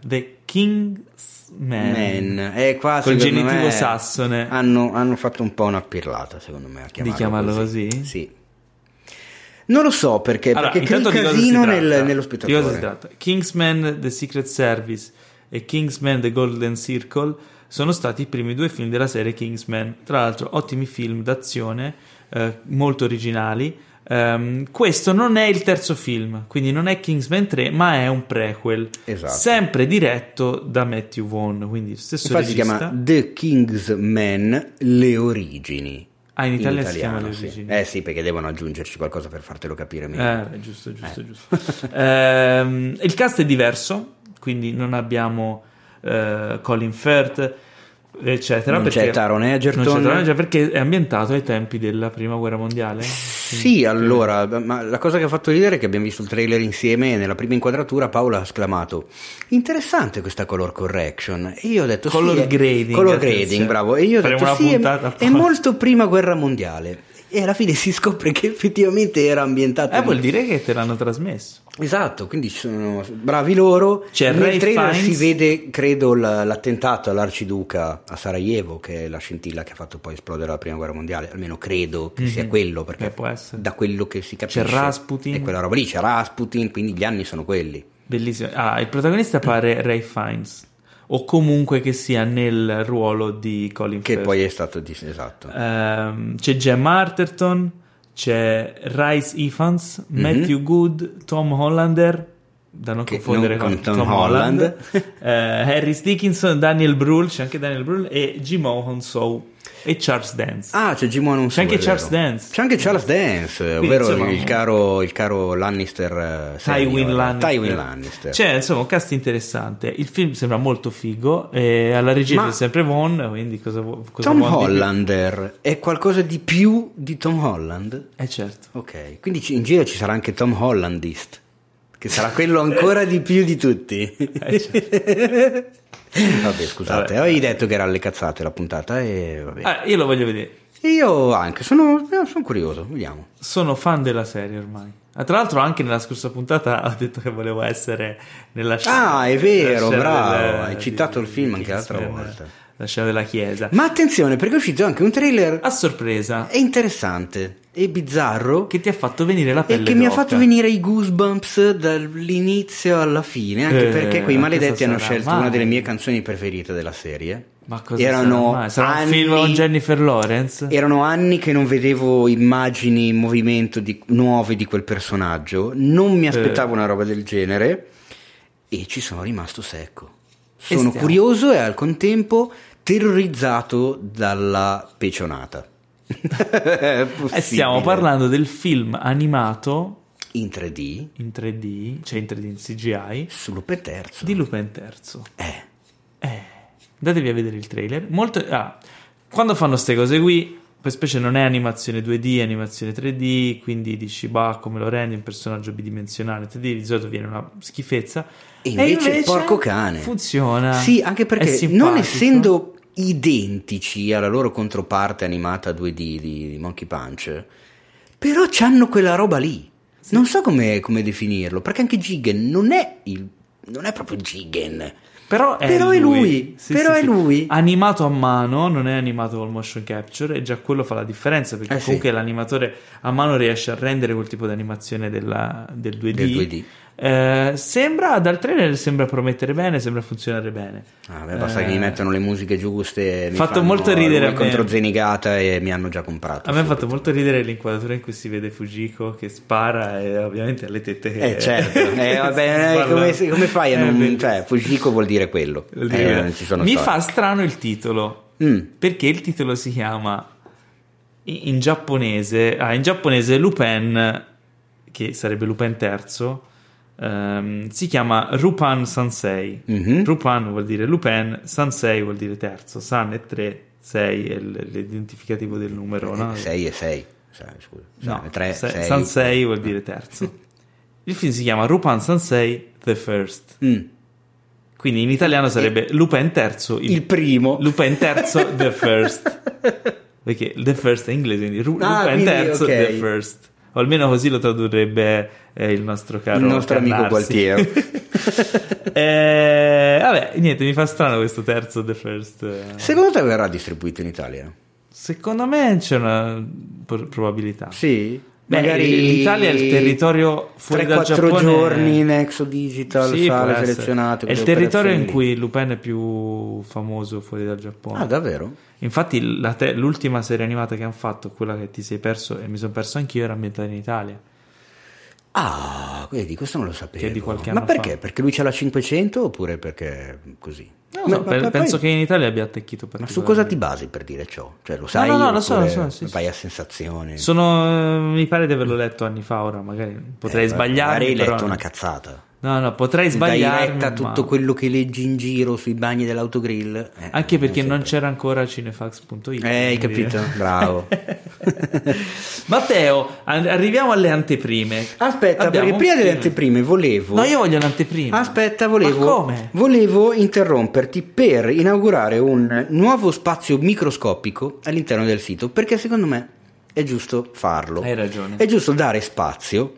Qua, col genitivo sassone. Hanno fatto un po' una pirlata, secondo me, a chiamarlo così. Sì. Non lo so perché crea il casino nello spettatore. Di cosa si tratta? Kingsman The Secret Service e Kingsman The Golden Circle sono stati i primi due film della serie Kingsman, tra l'altro ottimi film d'azione, molto originali, Questo non è il terzo film, quindi non è Kingsman 3, ma è un prequel, Esatto. sempre diretto da Matthew Vaughn, quindi stesso Infatti regista. si chiama The Kingsman, le origini. Ah, in Italia si chiama Le sì. Origini. Sì, perché devono aggiungerci qualcosa per fartelo capire meglio. Giusto. Il cast è diverso, quindi non abbiamo Colin Firth, eccetera. Non c'è Taron Egerton. Perché è ambientato ai tempi della prima guerra mondiale. Sì, allora, ma la cosa che ha fatto ridere è che abbiamo visto il trailer insieme e nella prima inquadratura Paola ha esclamato: interessante questa color correction. E io ho detto color grading, color grading, bravo. E io ho detto sì, è molto prima guerra mondiale. E alla fine si scopre che effettivamente era ambientato. Vuol dire che te l'hanno trasmesso. Esatto, quindi sono bravi loro. Nel trailer si vede, credo, l'attentato all'arciduca a Sarajevo, che è la scintilla che ha fatto poi esplodere la prima guerra mondiale. Almeno credo che sia quello, perché può essere. Da quello che si capisce c'è Rasputin, e quella roba lì, c'è Rasputin, quindi gli anni sono quelli. Bellissimo. Il protagonista pare Ray Fiennes, o comunque che sia nel ruolo di Colin Firth, che poi è stato esatto. C'è Gemma Arterton, c'è Rhys Ifans, Matthew Good, Tom Hollander, da non confondere con Tom Holland, Harris Dickinson, Daniel Brühl, c'è anche Daniel Brühl, e Jimoh Hounsou e Charles Dance. C'è Jimoh Hounsou, c'è anche Charles Dance. C'è anche Charles Dance, ovvero il caro Lannister, Tywin Lannister. C'è insomma un cast interessante. Il film sembra molto figo e alla regia c'è sempre Vaughn, quindi cosa Tom Hollander è qualcosa di più di Tom Holland? Certo. Ok, quindi in giro ci sarà anche Tom Hollandist, che sarà quello ancora di più di tutti. Certo. Vabbè, scusate, avevi detto che era alle cazzate la puntata e vabbè. Io lo voglio vedere. Io anche, sono curioso, vediamo. Sono fan della serie ormai. Tra l'altro anche nella scorsa puntata ho detto che volevo essere nella scena. È vero, bravo, hai citato il film anche l'altra volta. La scena della chiesa. Ma attenzione, perché è uscito anche un trailer a sorpresa. È interessante e bizzarro, che ti ha fatto venire la pelle e che mi ha fatto venire i goosebumps dall'inizio alla fine, anche perché quei maledetti hanno scelto una delle mie canzoni preferite della serie. Ma cosa sarà un film con Jennifer Lawrence? Erano anni che non vedevo immagini in movimento nuove di quel personaggio, non mi aspettavo una roba del genere e ci sono rimasto secco. Sono curioso e al contempo terrorizzato dalla pecionata. Stiamo parlando del film animato in 3D, cioè in 3D in CGI su Lupin III. Di Lupin III. Andatevi a vedere il trailer. Quando fanno ste cose qui, poi specie non è animazione 2D, è animazione 3D, quindi dici come lo rendi un personaggio bidimensionale 3D, di solito viene una schifezza. E invece porco cane funziona. Sì, anche perché non essendo identici alla loro controparte animata 2D di Monkey Punch, però c'hanno quella roba lì. Sì. Non so come definirlo, perché anche Jigen non è proprio Jigen. Però è lui. È lui. Animato a mano, non è animato col motion capture, e già quello fa la differenza, perché comunque l'animatore a mano riesce a rendere quel tipo di animazione del 2D. Sembra dal trailer sembra promettere bene, sembra funzionare bene. Basta che mi mettono le musiche giuste. Mi fatto molto ridere contro Zenigata e mi hanno già comprato. A me ha fatto molto ridere l'inquadratura in cui si vede Fujiko che spara e ovviamente alle tette certo. Come fai a non Fujiko vuol dire quello. Mi fa strano il titolo, perché il titolo si chiama in giapponese Lupin, che sarebbe Lupin III, si chiama Rupan Sansei. Rupan vuol dire Lupin, Sansei vuol dire terzo, San è 3, 6 è l'identificativo del numero, no? 6 e 6, scusa. 3, 6. Sansei vuol dire terzo. Il film si chiama Rupan Sansei The First. Quindi in italiano sarebbe Lupin III il primo, Lupin III The First, perché The First è inglese, quindi Lupin III The First, o almeno così lo tradurrebbe il nostro amico Gualtiero. Vabbè, niente, mi fa strano questo terzo The First. Secondo te verrà distribuito in Italia? Secondo me c'è una probabilità. Sì? magari l'Italia è il territorio fuori dal 3-4 Giappone. giorni in Exo Digital, Sì, sale può essere. selezionate. È il quelle territorio in operazioni cui Lupin è più famoso fuori dal Giappone. lì. Ah, davvero? Infatti l'ultima serie animata che hanno fatto, quella che ti sei perso e mi sono perso anch'io, era ambientata in Italia. Ah, vedi, questo non lo sapevo. Che è di qualche Ma anno perché? fa. Perché lui c'ha la 500 oppure perché così? Non lo so, penso che in Italia abbia attecchito Ma su cosa ti basi per dire ciò? Cioè, lo sai? No, lo so, oppure sì, vai a sensazione? Mi pare di averlo letto anni fa, ora magari potrei sbagliarmi. Magari hai però letto una cazzata. No, potrei Dai sbagliarmi. retta a tutto quello che leggi in giro sui bagni dell'autogrill. Anche perché non sempre. c'era ancora cinefax.it. Hai capito? Bravo. Matteo, arriviamo alle anteprime. Aspetta, Abbiamo perché un prima delle film. anteprime volevo... No, io voglio l'anteprima. Aspetta, Ma come? volevo interromperti per inaugurare un nuovo spazio microscopico all'interno del sito, perché secondo me è giusto farlo. Hai ragione. È giusto dare spazio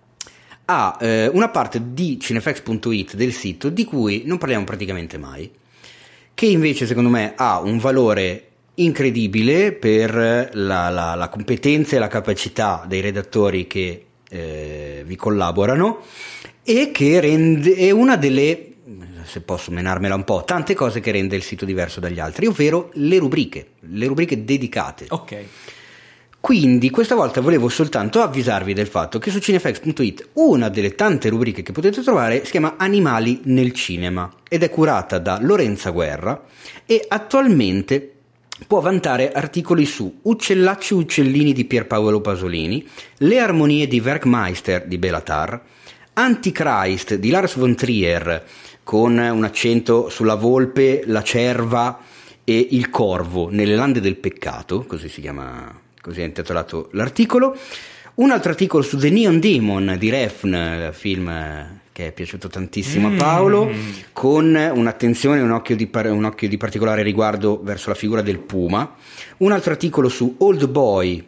a una parte di cinefax.it del sito di cui non parliamo praticamente mai, che invece secondo me ha un valore incredibile per la competenza e la capacità dei redattori che vi collaborano, e che è una delle, se posso menarmela un po', tante cose che rende il sito diverso dagli altri, ovvero le rubriche dedicate. Ok. Quindi questa volta volevo soltanto avvisarvi del fatto che su cinefax.it una delle tante rubriche che potete trovare si chiama Animali nel cinema ed è curata da Lorenza Guerra e attualmente può vantare articoli su Uccellacci Uccellini di Pierpaolo Pasolini, Le armonie di Werkmeister di Béla Tarr, Antichrist di Lars von Trier con un accento sulla volpe, la cerva e il corvo nelle lande del peccato, così si chiama, così è intitolato l'articolo. Un altro articolo su The Neon Demon di Refn, film che è piaciuto tantissimo a Paolo, con un'attenzione e un occhio di particolare riguardo verso la figura del puma. Un altro articolo su Old Boy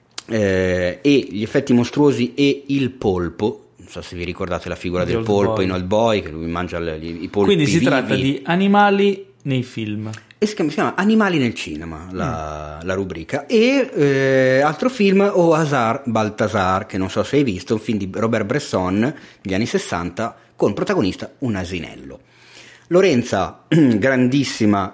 e gli effetti mostruosi e il polpo. Non so se vi ricordate la figura del polpo in Old Boy, che lui mangia i polpi. Quindi si vivi. tratta di animali nei film. E si chiama Animali nel cinema la rubrica. E altro film, O Hazard Balthazar, che non so se hai visto, un film di Robert Bresson degli anni 60 con protagonista un asinello. Lorenza, grandissima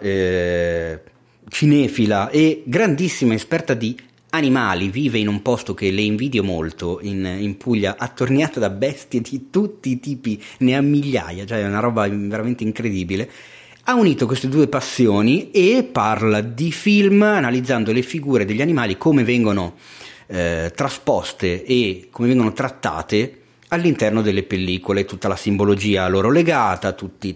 cinefila e grandissima esperta di animali, vive in un posto che le invidio molto, in Puglia, attorniata da bestie di tutti i tipi, ne ha migliaia, cioè è una roba veramente incredibile. Ha unito queste due passioni e parla di film analizzando le figure degli animali, come vengono trasposte e come vengono trattate all'interno delle pellicole, tutta la simbologia a loro legata, tutte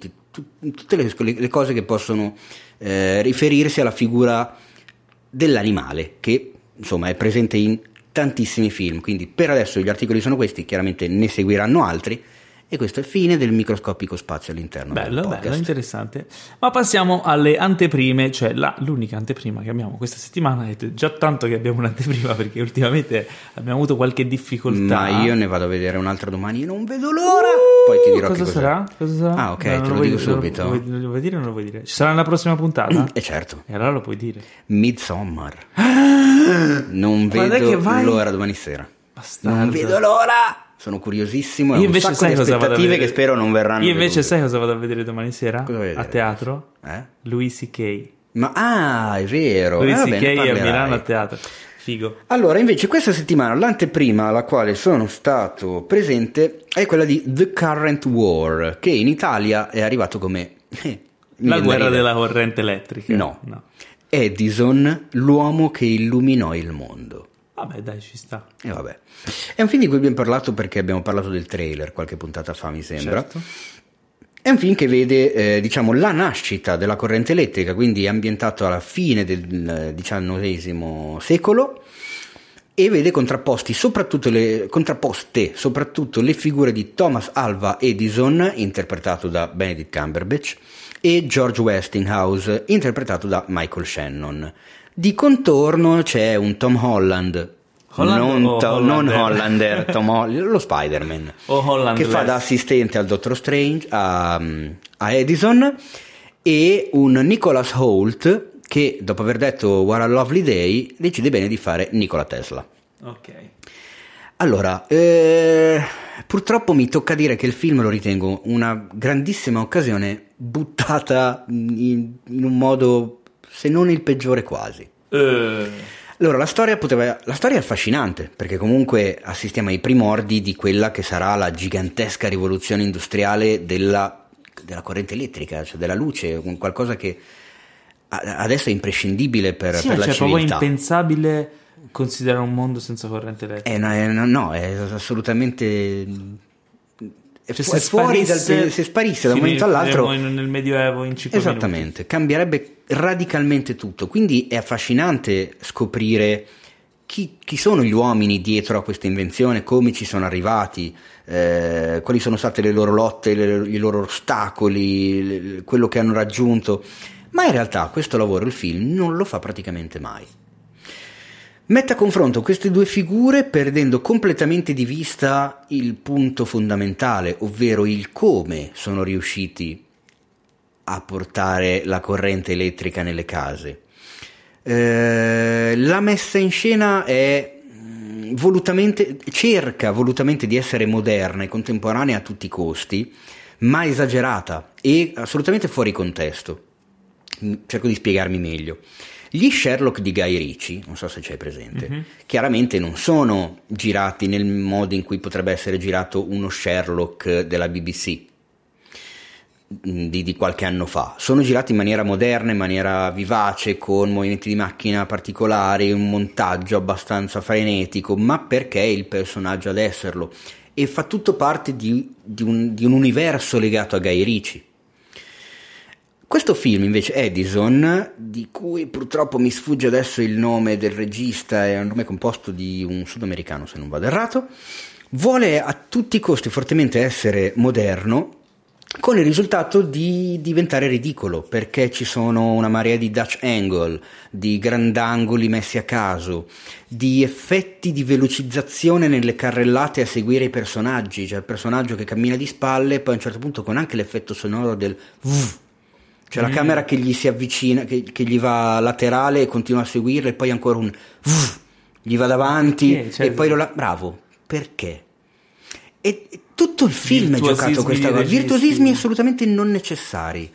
le cose che possono riferirsi alla figura dell'animale, che insomma è presente in tantissimi film. Quindi per adesso gli articoli sono questi, chiaramente ne seguiranno altri. E questo è il fine del microscopico spazio all'interno del podcast. Bello, interessante. Ma passiamo alle anteprime, cioè l'unica anteprima che abbiamo questa settimana. È già tanto che abbiamo un'anteprima, perché ultimamente abbiamo avuto qualche difficoltà. Ma io ne vado a vedere un'altra domani e non vedo l'ora. Poi ti dirò cosa che sarà? Cosa sarà? Ah, ok, te lo dico subito. Lo vuoi dire o non lo vuoi dire? Ci sarà nella prossima puntata? Certo. E allora lo puoi dire. Midsommar. Non Guarda vedo che vai... l'ora domani sera. Bastardo. Non vedo l'ora. Sono curiosissimo, Io ho un invece sacco di aspettative che spero non verranno Io invece vedute. sai cosa vado a vedere domani sera? Cosa vai a vedere? A teatro? Louis C.K. Ma è vero. Louis Vabbè, C.K. ne a parlerai. Milano a teatro. Figo. Allora, invece, questa settimana l'anteprima alla quale sono stato presente è quella di The Current War, che in Italia è arrivato come La guerra della corrente elettrica. No. Edison, l'uomo che illuminò il mondo. Vabbè, dai, ci sta. E vabbè. È un film di cui abbiamo parlato perché abbiamo parlato del trailer qualche puntata fa, mi sembra. Certo. È un film che vede, la nascita della corrente elettrica, quindi è ambientato alla fine del XIX secolo e vede contrapposte soprattutto le figure di Thomas Alva Edison, interpretato da Benedict Cumberbatch, e George Westinghouse, interpretato da Michael Shannon. Di contorno c'è un Tom Holland, non Hollander, lo Spider-Man, che fa da assistente al Dottor Strange a Edison, e un Nicholas Hoult che dopo aver detto What a Lovely Day decide bene di fare Nikola Tesla. Ok. Allora, purtroppo mi tocca dire che il film lo ritengo una grandissima occasione buttata in un modo, se non il peggiore quasi. Allora, la storia è affascinante, perché comunque assistiamo ai primordi di quella che sarà la gigantesca rivoluzione industriale della corrente elettrica, cioè della luce, qualcosa che adesso è imprescindibile per la civiltà. Cioè, proprio impensabile considerare un mondo senza corrente elettrica. No, è assolutamente... Cioè, se sparisse da un momento all'altro nel Medioevo in 5 esattamente minuti. Cambierebbe radicalmente tutto, quindi è affascinante scoprire chi sono gli uomini dietro a questa invenzione, come ci sono arrivati, quali sono state le loro lotte, i loro ostacoli, quello che hanno raggiunto, ma in realtà questo lavoro il film non lo fa praticamente mai. Mette a confronto queste due figure perdendo completamente di vista il punto fondamentale, ovvero il come sono riusciti a portare la corrente elettrica nelle case. La messa in scena cerca volutamente di essere moderna e contemporanea a tutti i costi, ma esagerata e assolutamente fuori contesto. Cerco di spiegarmi meglio. Gli Sherlock di Guy Ritchie, non so se c'hai presente, chiaramente non sono girati nel modo in cui potrebbe essere girato uno Sherlock della BBC di qualche anno fa. Sono girati in maniera moderna, in maniera vivace, con movimenti di macchina particolari, un montaggio abbastanza frenetico, ma perché è il personaggio ad esserlo, e fa tutto parte di un universo legato a Guy Ritchie. Questo film invece, Edison, di cui purtroppo mi sfugge adesso il nome del regista, è un nome composto di un sudamericano se non vado errato, vuole a tutti i costi fortemente essere moderno, con il risultato di diventare ridicolo, perché ci sono una marea di Dutch angle, di grandangoli messi a caso, di effetti di velocizzazione nelle carrellate a seguire i personaggi, cioè il personaggio che cammina di spalle e poi a un certo punto con anche l'effetto sonoro del cioè la camera che gli si avvicina, che gli va laterale e continua a seguirlo, e poi ancora gli va davanti e poi bravo, perché? E tutto il film è giocato questa cosa, virtuosismi assolutamente non necessari,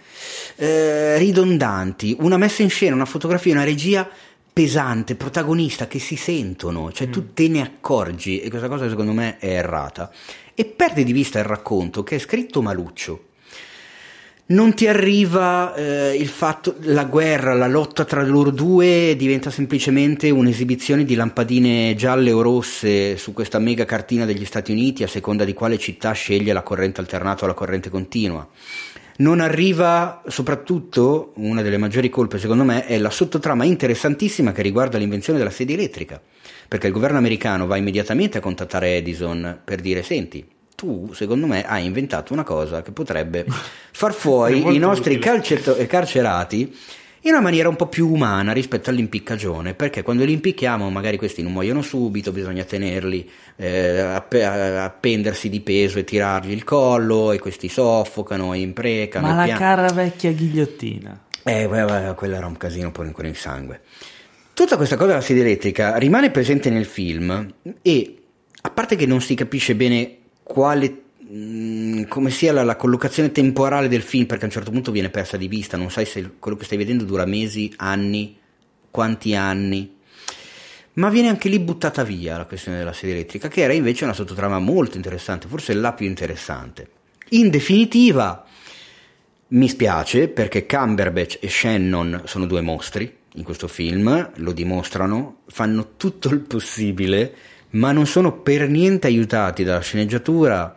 ridondanti, una messa in scena, una fotografia, una regia pesante, protagonista, che si sentono, cioè tu te ne accorgi, e questa cosa secondo me è errata, e perde di vista il racconto, che è scritto maluccio. Non ti arriva il fatto, la guerra, la lotta tra loro due diventa semplicemente un'esibizione di lampadine gialle o rosse su questa mega cartina degli Stati Uniti, a seconda di quale città sceglie la corrente alternata o la corrente continua. Non arriva, soprattutto, una delle maggiori colpe secondo me è la sottotrama interessantissima che riguarda l'invenzione della sedia elettrica, perché il governo americano va immediatamente a contattare Edison per dire: senti, tu secondo me hai inventato una cosa che potrebbe far fuori i nostri carcerati in una maniera un po' più umana rispetto all'impiccagione, perché quando li impicchiamo magari questi non muoiono subito, bisogna tenerli, appendersi di peso e tirargli il collo, e questi soffocano e imprecano. Ma la cara vecchia ghigliottina. Quello era un casino pure con il sangue. Tutta questa cosa della sedia elettrica rimane presente nel film, e a parte che non si capisce bene come sia la collocazione temporale del film, perché a un certo punto viene persa di vista, non sai se quello che stai vedendo dura mesi, anni, quanti anni, ma viene anche lì buttata via la questione della sedia elettrica, che era invece una sottotrama molto interessante, forse la più interessante. In definitiva, mi spiace, perché Cumberbatch e Shannon sono due mostri in questo film, lo dimostrano, fanno tutto il possibile, ma non sono per niente aiutati dalla sceneggiatura,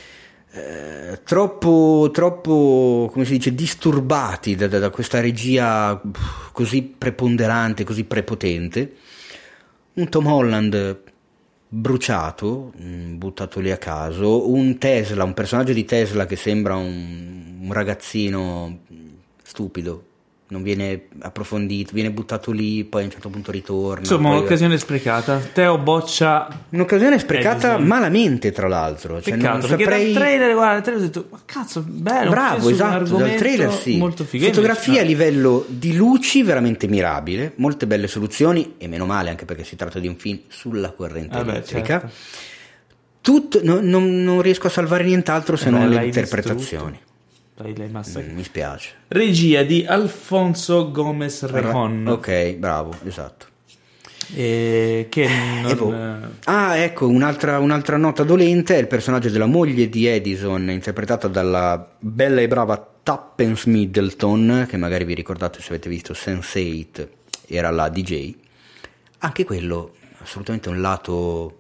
troppo, come si dice, disturbati da questa regia così preponderante, così prepotente. Un Tom Holland bruciato, buttato lì a caso, un personaggio di Tesla che sembra un ragazzino stupido, non viene approfondito, viene buttato lì, poi a un certo punto ritorna. Insomma, un'occasione sprecata. Teo boccia. Un'occasione sprecata malamente, tra l'altro. Cioè, Peccato, non perché saprei... dal trailer, guarda, il trailer ho detto, ma cazzo, bello. Bravo, esatto, dal trailer sì. Molto figo. Fotografia a livello di luci veramente mirabile, molte belle soluzioni, e meno male, anche perché si tratta di un film sulla corrente elettrica. Certo. Tutto, non riesco a salvare nient'altro se non le interpretazioni. Mi spiace. Regia di Alfonso Gomez Rejon. Ok, bravo, esatto. Che non... ecco, un'altra nota dolente è il personaggio della moglie di Edison, interpretata dalla bella e brava Tuppence Middleton, che magari vi ricordate se avete visto Sense8, era la DJ. Anche quello assolutamente un lato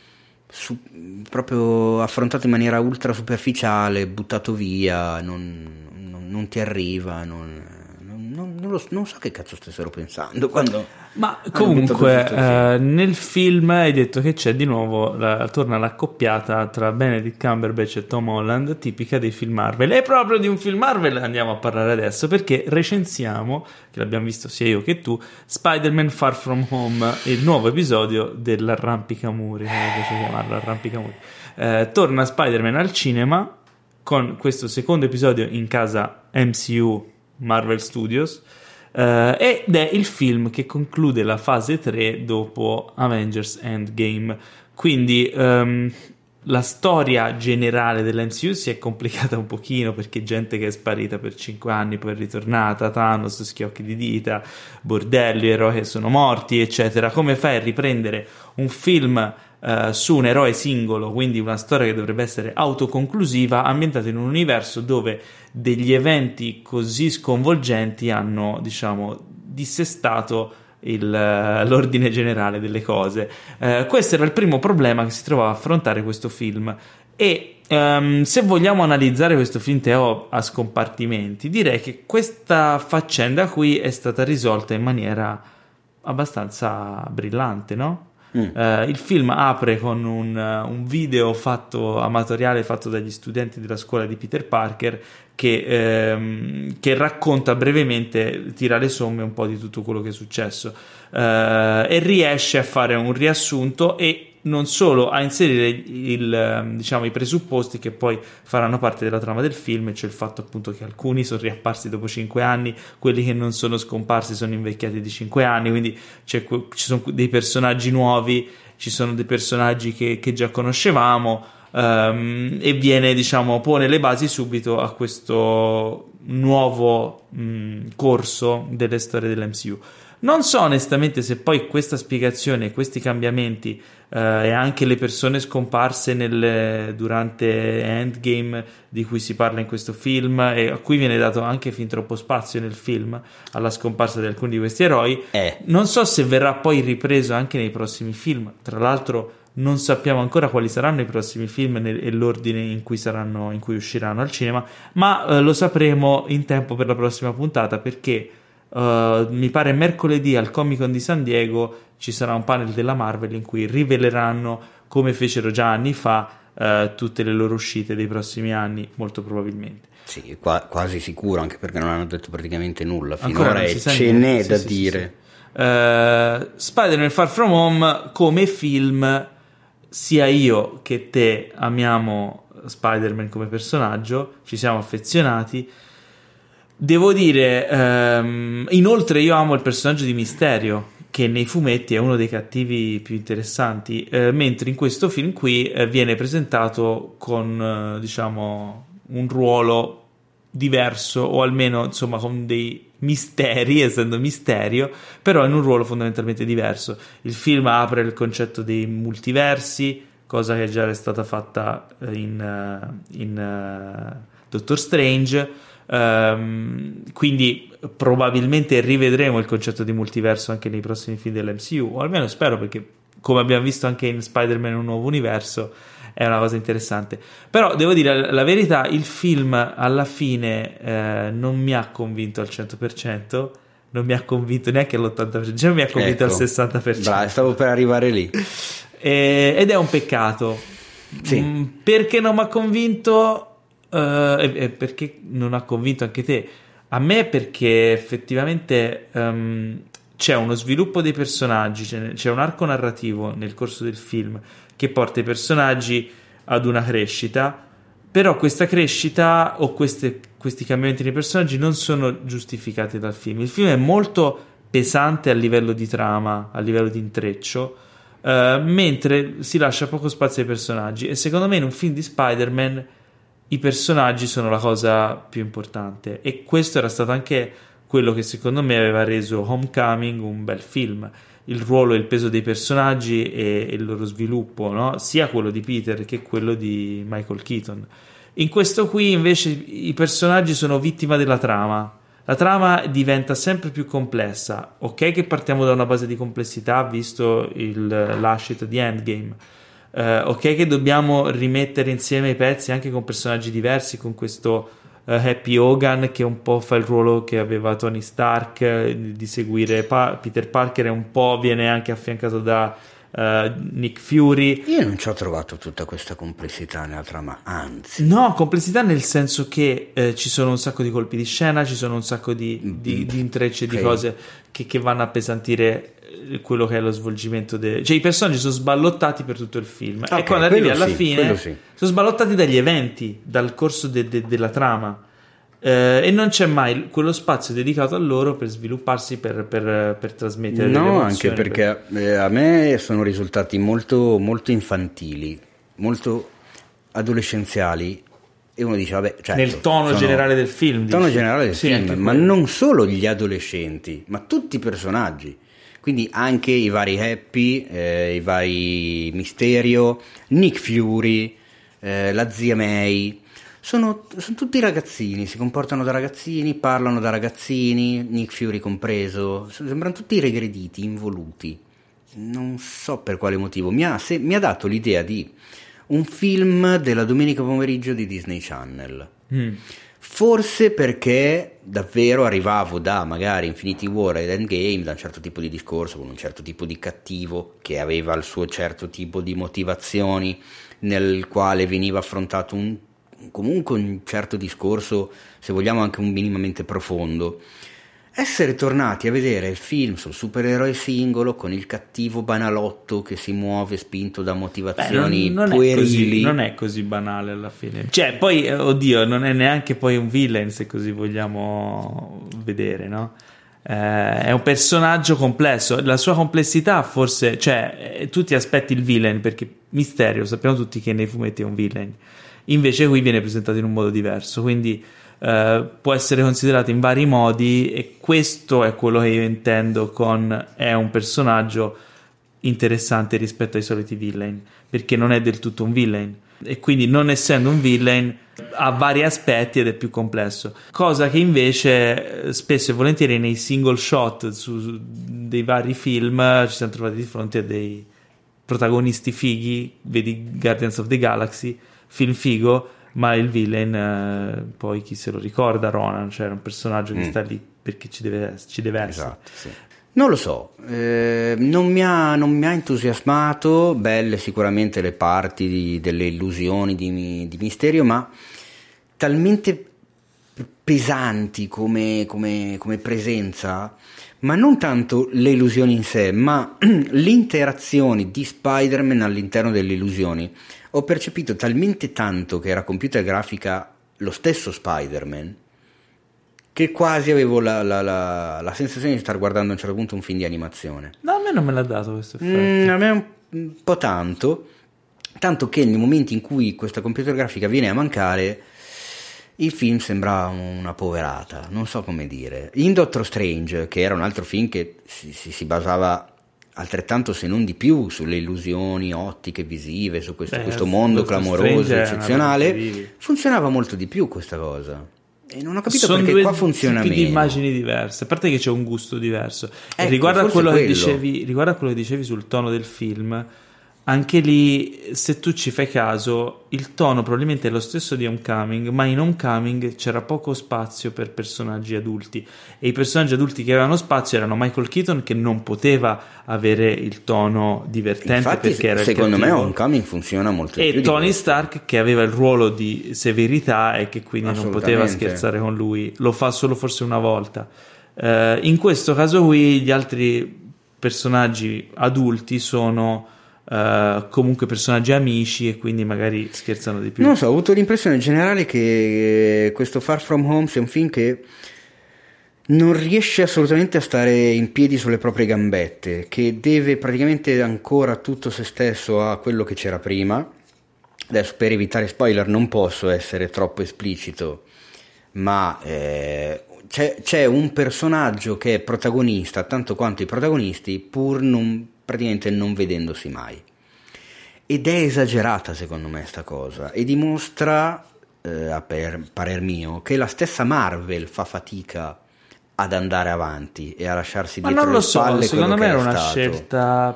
proprio affrontato in maniera ultra superficiale, buttato via, non ti arriva, non so che cazzo stessero pensando quando... Ma comunque nel film hai detto che c'è di nuovo torna l'accoppiata tra Benedict Cumberbatch e Tom Holland, tipica dei film Marvel, e proprio di un film Marvel andiamo a parlare adesso, perché recensiamo, che l'abbiamo visto sia io che tu, Spider-Man Far From Home, il nuovo episodio dell'Arrampicamuri, come piace chiamarlo, Arrampicamuri. Torna Spider-Man al cinema con questo secondo episodio in casa MCU Marvel Studios, ed è il film che conclude la fase 3 dopo Avengers Endgame. Quindi la storia generale dell'MCU si è complicata un pochino, perché gente che è sparita per 5 anni poi è ritornata, Thanos, schiocchi di dita, bordelli, eroi che sono morti, eccetera. Come fai a riprendere un film su un eroe singolo, quindi una storia che dovrebbe essere autoconclusiva, ambientata in un universo dove degli eventi così sconvolgenti hanno, diciamo, dissestato l'ordine generale delle cose. Questo era il primo problema che si trovava a affrontare questo film, e se vogliamo analizzare questo film, Teo, a scompartimenti, direi che questa faccenda qui è stata risolta in maniera abbastanza brillante, no? Il film apre con un video amatoriale fatto dagli studenti della scuola di Peter Parker che racconta brevemente, tira le somme un po' di tutto quello che è successo, e riesce a fare un riassunto e non solo a inserire i presupposti che poi faranno parte della trama del film, cioè il fatto appunto che alcuni sono riapparsi dopo 5 anni, quelli che non sono scomparsi sono invecchiati di 5 anni, quindi ci sono dei personaggi nuovi, ci sono dei personaggi che già conoscevamo, e viene, diciamo, pone le basi subito a questo nuovo corso delle storie dell'MCU. Non so onestamente se poi questa spiegazione, questi cambiamenti e anche le persone scomparse durante Endgame, di cui si parla in questo film e a cui viene dato anche fin troppo spazio nel film, alla scomparsa di alcuni di questi eroi, non so se verrà poi ripreso anche nei prossimi film. Tra l'altro non sappiamo ancora quali saranno i prossimi film e l'ordine in cui usciranno al cinema, ma lo sapremo in tempo per la prossima puntata, perché mi pare mercoledì al Comic-Con di San Diego ci sarà un panel della Marvel in cui riveleranno, come fecero già anni fa, tutte le loro uscite dei prossimi anni, molto probabilmente. Sì, quasi sicuro, anche perché non hanno detto praticamente nulla finora e ce n'è da dire. Spider-Man Far From Home come film, sia io che te amiamo Spider-Man come personaggio, ci siamo affezionati. Devo dire, inoltre io amo il personaggio di Mysterio, che nei fumetti è uno dei cattivi più interessanti, mentre in questo film qui viene presentato con diciamo un ruolo diverso, o almeno insomma con dei misteri, essendo Mysterio, però in un ruolo fondamentalmente diverso. Il film apre il concetto dei multiversi, cosa che già è stata fatta in Doctor Strange. Quindi probabilmente rivedremo il concetto di multiverso anche nei prossimi film dell'MCU, o almeno spero, perché come abbiamo visto anche in Spider-Man Un Nuovo Universo è una cosa interessante. Però devo dire la verità, il film alla fine non mi ha convinto al 100%, non mi ha convinto neanche all'80%, non mi ha convinto al 60%. Bravo, stavo per arrivare lì. Ed è un peccato, perché non mi ha convinto. Perché non ha convinto anche te. A me perché effettivamente c'è uno sviluppo dei personaggi, c'è un arco narrativo nel corso del film che porta i personaggi ad una crescita, però questa crescita o questi cambiamenti nei personaggi non sono giustificati dal film. Il film è molto pesante a livello di trama, a livello di intreccio, mentre si lascia poco spazio ai personaggi, e secondo me in un film di Spider-Man i personaggi sono la cosa più importante, e questo era stato anche quello che secondo me aveva reso Homecoming un bel film, il ruolo e il peso dei personaggi e il loro sviluppo, no? Sia quello di Peter che quello di Michael Keaton. In questo qui invece i personaggi sono vittima della trama. La trama diventa sempre più complessa. Ok che partiamo da una base di complessità visto l'ascita di Endgame, ok che dobbiamo rimettere insieme i pezzi anche con personaggi diversi, con questo Happy Hogan che un po' fa il ruolo che aveva Tony Stark, di seguire Peter Parker, e un po' viene anche affiancato da Nick Fury. Io non ci ho trovato tutta questa complessità nella trama, anzi. No, complessità nel senso che ci sono un sacco di colpi di scena, ci sono un sacco di intrecci, di cose che vanno a appesantire quello che è lo svolgimento cioè i personaggi sono sballottati per tutto il film, e quando arrivi alla fine sono sballottati dagli eventi, dal corso della trama, e non c'è mai quello spazio dedicato a loro per svilupparsi, per trasmettere delle emozioni. Anche perché a me sono risultati molto, molto infantili, molto adolescenziali, e uno dice vabbè, certo, nel tono generale del film, ma non solo gli adolescenti, ma tutti i personaggi. Quindi anche i vari Happy, i vari Mysterio, Nick Fury, la zia May, sono tutti ragazzini, si comportano da ragazzini, parlano da ragazzini, Nick Fury compreso, sembrano tutti regrediti, involuti. Non so per quale motivo, mi ha dato l'idea di un film della domenica pomeriggio di Disney Channel. Forse perché davvero arrivavo da magari Infinity War ed Endgame, da un certo tipo di discorso, con un certo tipo di cattivo che aveva il suo certo tipo di motivazioni, nel quale veniva affrontato comunque un certo discorso, se vogliamo anche un minimamente profondo. Essere tornati a vedere il film sul supereroe singolo con il cattivo banalotto che si muove spinto da motivazioni puerili. Non è così banale alla fine. Cioè, poi, oddio, non è neanche poi un villain, se così vogliamo vedere, no? È un personaggio complesso. La sua complessità forse, cioè, tu ti aspetti il villain, perché Mysterio sappiamo tutti che nei fumetti è un villain. Invece qui viene presentato in un modo diverso, quindi può essere considerato in vari modi, e questo è quello che io intendo con è un personaggio interessante rispetto ai soliti villain, perché non è del tutto un villain, e quindi non essendo un villain ha vari aspetti ed è più complesso, cosa che invece spesso e volentieri nei single shot dei vari film ci siamo trovati di fronte a dei protagonisti fighi, vedi Guardians of the Galaxy, film figo, ma il villain poi chi se lo ricorda, Ronan, cioè era un personaggio che sta lì perché ci deve essere. Esatto, sì. Non lo so, non mi ha entusiasmato. Belle sicuramente le parti delle illusioni di Mysterio, ma talmente pesanti come presenza, ma non tanto le illusioni in sé, ma le interazioni di Spider-Man all'interno delle illusioni. Ho percepito talmente tanto che era computer grafica lo stesso Spider-Man, che quasi avevo la sensazione di star guardando a un certo punto un film di animazione. No, a me non me l'ha dato questo effetto. A me un po' tanto che nei momenti in cui questa computer grafica viene a mancare, il film sembra una poverata, non so come dire. In Doctor Strange, che era un altro film che si basava altrettanto se non di più sulle illusioni ottiche, visive, su questo mondo clamoroso, eccezionale, funzionava molto di più questa cosa, e non ho capito perché qua funziona meno. Sono due immagini diverse, a parte che c'è un gusto diverso. Ecco, riguardo a quello che dicevi sul tono del film, anche lì, se tu ci fai caso, il tono probabilmente è lo stesso di Homecoming, ma in Homecoming c'era poco spazio per personaggi adulti, e i personaggi adulti che avevano spazio erano Michael Keaton, che non poteva avere il tono divertente. Infatti, perché era secondo il me cattivo, Homecoming funziona molto e più Tony di Stark, che aveva il ruolo di severità e che quindi non poteva scherzare con lui, lo fa solo forse una volta. In questo caso qui gli altri personaggi adulti sono comunque personaggi amici, e quindi magari scherzano di più. Non so, ho avuto l'impressione generale che questo Far From Home sia un film che non riesce assolutamente a stare in piedi sulle proprie gambette, che deve praticamente ancora tutto se stesso a quello che c'era prima. Adesso, per evitare spoiler, non posso essere troppo esplicito, ma c'è un personaggio che è protagonista tanto quanto i protagonisti, pur praticamente non vedendosi mai, ed è esagerata secondo me sta cosa, e dimostra, a parer mio, che la stessa Marvel fa fatica ad andare avanti e a lasciarsi dietro le spalle. Non lo so, secondo me era una stato. scelta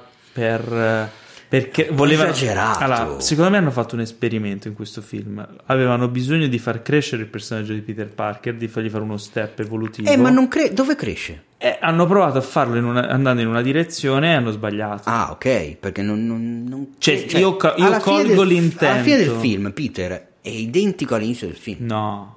perché voleva. Esagerato. Allora, secondo me hanno fatto un esperimento in questo film. Avevano bisogno di far crescere il personaggio di Peter Parker, di fargli fare uno step evolutivo. Ma non dove cresce? Hanno provato a farlo andando in una direzione e hanno sbagliato. Ah, ok, perché non Cioè, io colgo l'intento. Alla fine del film Peter è identico all'inizio del film. No.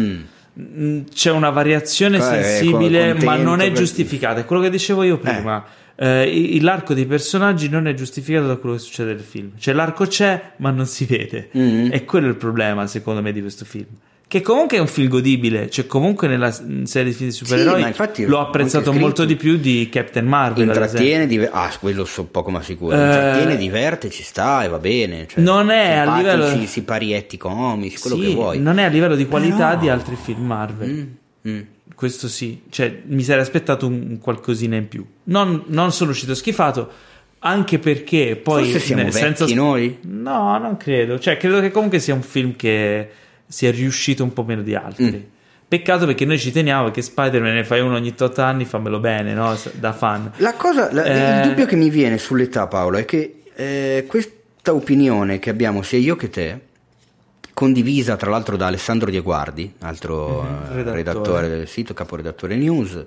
C'è una variazione sensibile, ma non è giustificata. È quello che dicevo io prima. L'arco dei personaggi non è giustificato da quello che succede nel film. Cioè, l'arco c'è, ma non si vede. E quello è il problema, secondo me, di questo film. Che comunque è un film godibile. Cioè, comunque nella serie di film di supereroi, ma infatti l'ho apprezzato molto di più di Captain Marvel. Intrattiene, quello so poco ma sicuro. Intrattiene, diverte, ci sta e va bene. Cioè, non è a livello siparietti comici, quello che vuoi. Non è a livello di qualità di altri film Marvel. Questo sì, cioè mi sarei aspettato un qualcosina in più. Non sono uscito schifato, anche perché poi forse siamo vecchi noi? No, non credo. Cioè, credo che comunque sia un film che sia riuscito un po' meno di altri. Peccato, perché noi ci teniamo che Spider-Man ne fai uno ogni 8 anni, fammelo bene, no? Da fan. Il dubbio che mi viene sull'età, Paolo, è che questa opinione che abbiamo sia io che te, condivisa tra l'altro da Alessandro Dieguardi, altro redattore del sito, caporedattore news,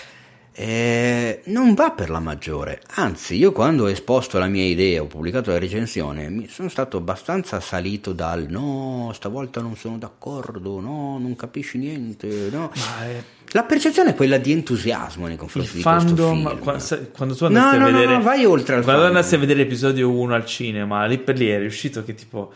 non va per la maggiore. Anzi, io quando ho esposto la mia idea, ho pubblicato la recensione, mi sono stato abbastanza assalito dal no, stavolta non sono d'accordo, no, non capisci niente, no. La percezione è quella di entusiasmo nei confronti di questo film. Quando tu andassi a vedere, vai oltre al quando andassi a vedere episodio 1 al cinema, lì per lì è riuscito che tipo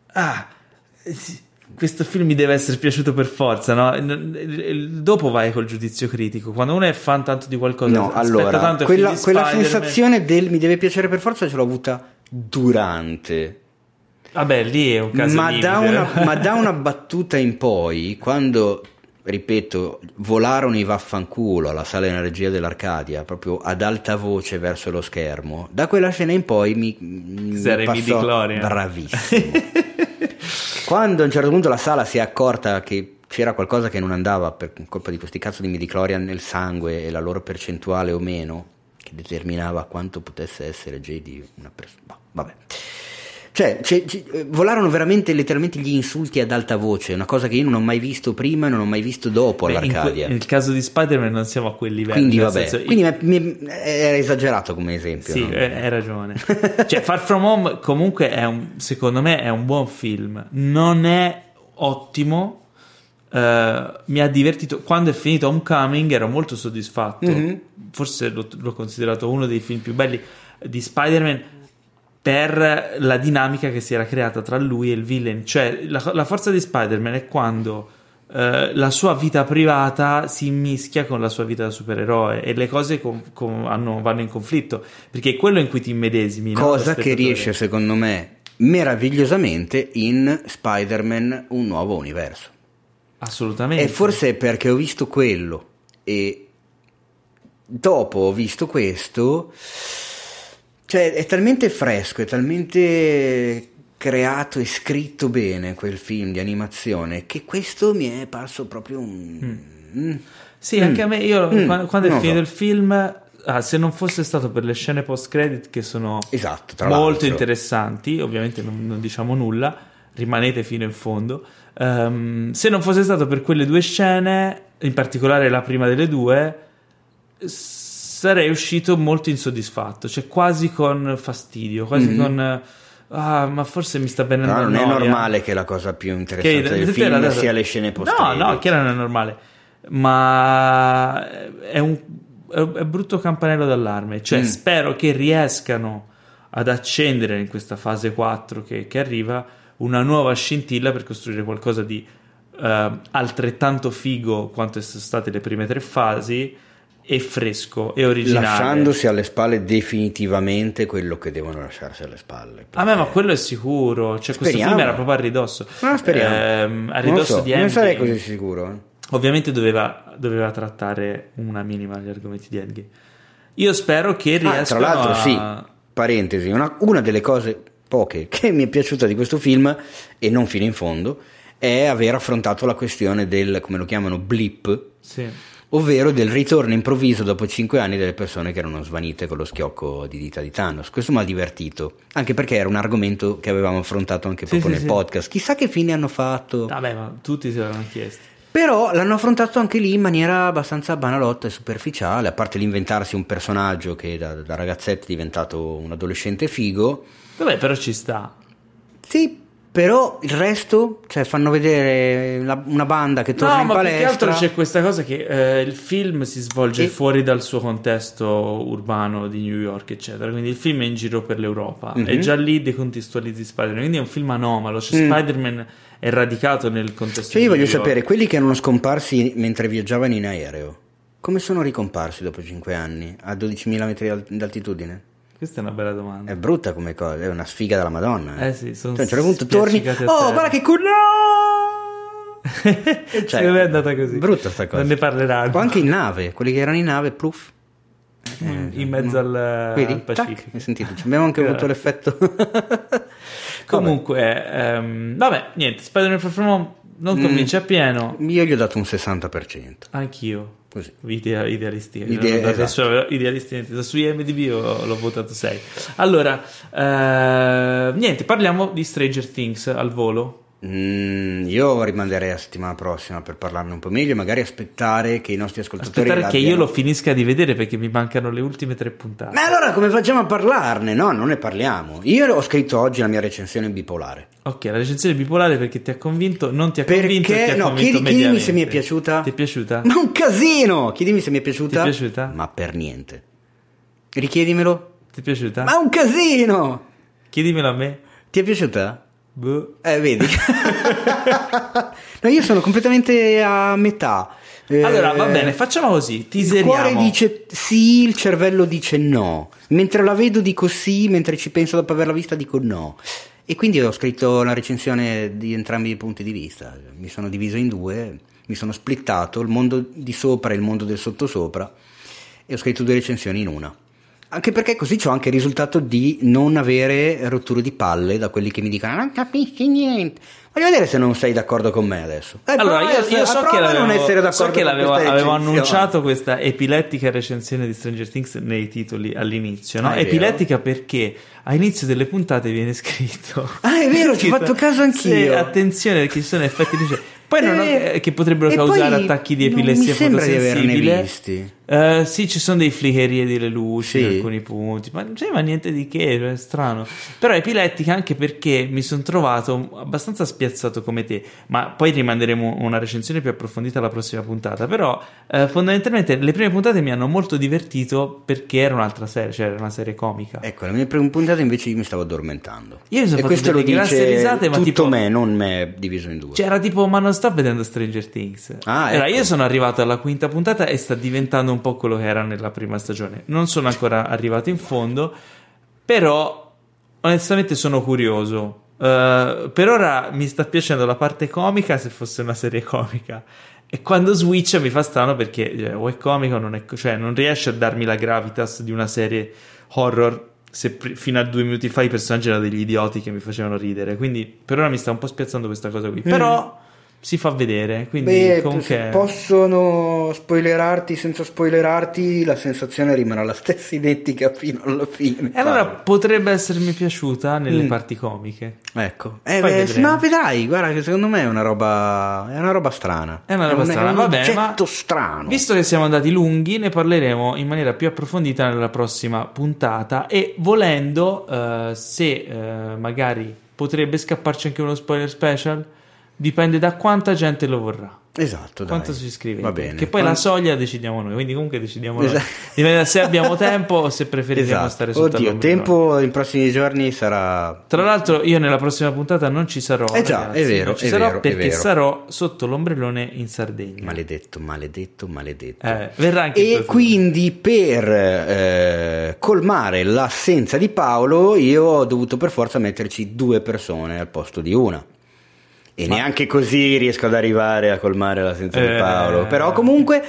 questo film mi deve essere piaciuto per forza, no? Dopo vai col giudizio critico. Quando uno è fan tanto di qualcosa, no, allora tanto quella sensazione del mi deve piacere per forza ce l'ho avuta durante. Vabbè, lì è un caso ma da una battuta in poi, quando, ripeto, volarono i vaffanculo alla sala di energia dell'Arcadia proprio ad alta voce verso lo schermo, da quella scena in poi mi passò bravissimo. Quando a un certo punto la sala si è accorta che c'era qualcosa che non andava per colpa di questi cazzo di midichlorian nel sangue e la loro percentuale o meno, che determinava quanto potesse essere JD una persona, vabbè. Cioè, volarono veramente letteralmente gli insulti ad alta voce, una cosa che io non ho mai visto prima e non ho mai visto dopo all'Arcadia. Nel caso di Spider-Man non siamo a quel livello. Quindi vabbè, quindi era esagerato come esempio. Sì, no? Hai ragione. Cioè, Far From Home comunque secondo me è un buon film. Non è ottimo. Mi ha divertito. Quando è finito Homecoming ero molto soddisfatto. Forse l'ho considerato uno dei film più belli di Spider-Man, per la dinamica che si era creata tra lui e il villain. Cioè, la forza di Spider-Man è quando la sua vita privata si mischia con la sua vita da supereroe e le cose vanno in conflitto, perché è quello in cui ti immedesimi, cosa che riesce secondo me meravigliosamente in Spider-Man Un Nuovo Universo. Assolutamente. E forse perché ho visto quello e dopo ho visto questo. Cioè, è talmente fresco, è talmente creato e scritto bene quel film di animazione, che questo mi è parso proprio un... Sì, anche a me, io quando è finito il film se non fosse stato per le scene post credit che sono esatto, tra molto l'altro interessanti, ovviamente non diciamo nulla, rimanete fino in fondo. Se non fosse stato per quelle due scene, in particolare la prima delle due, sarei uscito molto insoddisfatto, cioè quasi con fastidio, quasi con ma forse mi sta bene. No, non è normale che la cosa più interessante del film sia le scene post credit. No, che non è normale, ma è brutto campanello d'allarme, cioè spero che riescano ad accendere in questa fase 4 che arriva una nuova scintilla per costruire qualcosa di altrettanto figo quanto sono state le prime 3 fasi, e fresco e originale, lasciandosi alle spalle definitivamente quello che devono lasciarsi alle spalle. Ma quello è sicuro, cioè questo film era proprio a ridosso, speriamo, a ridosso di non Endgame. sarei così sicuro. Ovviamente doveva trattare una minima gli argomenti di Endgame. Io spero che riescano tra l'altro sì, parentesi, una delle cose poche che mi è piaciuta di questo film, e non fino in fondo, è aver affrontato la questione del, come lo chiamano, blip, sì, ovvero del ritorno improvviso dopo 5 anni delle persone che erano svanite con lo schiocco di dita di Thanos. Questo mi ha divertito, anche perché era un argomento che avevamo affrontato anche proprio nel podcast. Chissà che fine hanno fatto. Vabbè, ma tutti se l'hanno chiesti. Però l'hanno affrontato anche lì in maniera abbastanza banalotta e superficiale, a parte l'inventarsi un personaggio che da ragazzetto è diventato un adolescente figo. Vabbè, però ci sta. Sì, però il resto, cioè fanno vedere una banda che torna in palestra. No, ma più che altro c'è questa cosa che il film si svolge fuori dal suo contesto urbano di New York, eccetera, quindi il film è in giro per l'Europa, e già lì decontestualizzi Spider-Man, quindi è un film anomalo, cioè Spider-Man è radicato nel contesto. Cioè io voglio sapere, quelli che erano scomparsi mentre viaggiavano in aereo, come sono ricomparsi dopo 5 anni a 12.000 metri d'altitudine? Questa è una bella domanda. È brutta come cosa, è una sfiga della Madonna. Sì, sono cioè, a un certo punto torni, guarda che culo! Cioè, è andata così. Brutta sta cosa. Non ne parleranno. O anche in nave, quelli che erano in nave, pluff. In mezzo al Pacifico. Hai sentito? Abbiamo anche avuto l'effetto. Comunque, vabbè, niente, Spider-Man Far From Home non convince appieno. Io gli ho dato un 60%. Anch'io. Così. Idealisti. Esatto. Idealisti. Su IMDb io l'ho votato 6. Allora, niente, parliamo di Stranger Things al volo. Io rimanderei a settimana prossima per parlarne un po' meglio, magari aspettare che i nostri ascoltatori che io lo finisca di vedere, perché mi mancano le ultime 3 puntate. Ma allora come facciamo a parlarne? No, non ne parliamo. Io ho scritto oggi la mia recensione bipolare. Ok, la recensione bipolare perché ti ha convinto, non ti ha convinto, perché ti ha convinto chiedimi se mi è piaciuta. Ti è piaciuta? Ma un casino! Chiedimi se mi è piaciuta. Ti è piaciuta? Ma per niente. Richiedimelo. Ti è piaciuta? Ma un casino! Chiedimelo a me. Ti è piaciuta? Boh. Vedi. No, io sono completamente a metà. Allora va bene, facciamo così, teaseriamo. Il cuore dice sì, il cervello dice no. Mentre la vedo dico sì, mentre ci penso dopo averla vista dico no. E quindi ho scritto la recensione di entrambi i punti di vista. Mi sono diviso in 2, mi sono splittato, il mondo di sopra e il mondo del sottosopra, e ho scritto 2 recensioni in una. Anche perché così c'ho anche il risultato di non avere rotture di palle da quelli che mi dicono non capisci niente. Voglio vedere se non sei d'accordo con me adesso. Allora io so che avevo con annunciato questa epilettica recensione di Stranger Things nei titoli all'inizio, no? Epilettica perché all'inizio delle puntate viene scritto. È vero, ci ho fatto caso anch'io. Sì, attenzione, perché ci sono effetti poi che potrebbero causare attacchi di epilessia fotosensibile. Sì, ci sono dei flicherie delle luci in alcuni punti, ma niente di che, è strano. Però epilettica anche perché mi sono trovato abbastanza spiazzato come te, ma poi rimanderemo una recensione più approfondita alla prossima puntata. Però fondamentalmente le prime puntate mi hanno molto divertito perché era un'altra serie, cioè era una serie comica. Ecco, le mie prime puntate invece io mi stavo addormentando. Io mi sono fatto delle grasse risate, ma tutto tipo me, non me diviso in 2. Cioè era tipo, ma non sto vedendo Stranger Things. Allora, io sono arrivato alla 5ª puntata e sta diventando un po' quello che era nella prima stagione. Non sono ancora arrivato in fondo, però onestamente sono curioso. Per ora mi sta piacendo la parte comica, se fosse una serie comica, e quando switcha mi fa strano perché o è comico o non è, cioè non riesce a darmi la gravitas di una serie horror se fino a 2 minuti fa i personaggi erano degli idioti che mi facevano ridere. Quindi per ora mi sta un po' spiazzando questa cosa qui. Però si fa vedere, quindi comunque possono spoilerarti senza spoilerarti, la sensazione rimane la stessa, identica fino alla fine. E allora potrebbe essermi piaciuta nelle parti comiche. Ecco, ma vedrai, guarda che secondo me è una roba strana. È una roba strana, va bene, ma strano. Visto che siamo andati lunghi, ne parleremo in maniera più approfondita nella prossima puntata, e volendo, se magari potrebbe scapparci anche uno spoiler special, dipende da quanta gente lo vorrà. Esatto, quanto si iscrive, va bene. Che poi la soglia decidiamo noi, quindi comunque decidiamo noi. Dipende da se abbiamo tempo o se preferiamo stare sotto Oddio, tempo in prossimi giorni sarà. Tra l'altro io nella prossima puntata non ci sarò, già, ragazzi, è vero, non ci è sarò vero, perché è vero. sarò sotto l'ombrellone in Sardegna. Maledetto. Verrà anche e quindi per colmare l'assenza di Paolo io ho dovuto per forza metterci 2 persone al posto di una. E neanche così riesco ad arrivare a colmare l'assenza di Paolo. Però comunque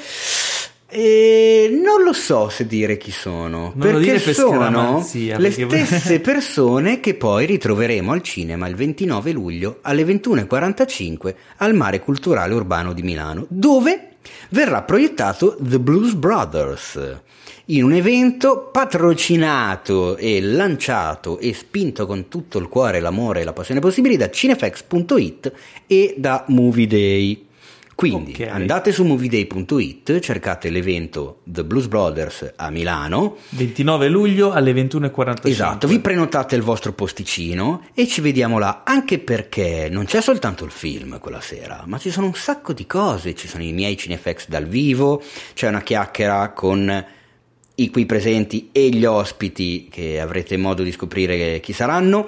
non lo so se dire chi sono, non perché per sono le stesse persone che poi ritroveremo al cinema il 29 luglio alle 21:45 al Mare Culturale Urbano di Milano, dove verrà proiettato The Blues Brothers, in un evento patrocinato e lanciato e spinto con tutto il cuore, l'amore e la passione possibili da Cinefx.it e da Movie Day. Quindi andate su movieday.it, cercate l'evento The Blues Brothers a Milano 29 luglio alle 21:45. Esatto, vi prenotate il vostro posticino e ci vediamo là, anche perché non c'è soltanto il film quella sera, ma ci sono un sacco di cose. Ci sono i miei Cinefx dal vivo, c'è una chiacchiera con i qui presenti e gli ospiti che avrete modo di scoprire chi saranno,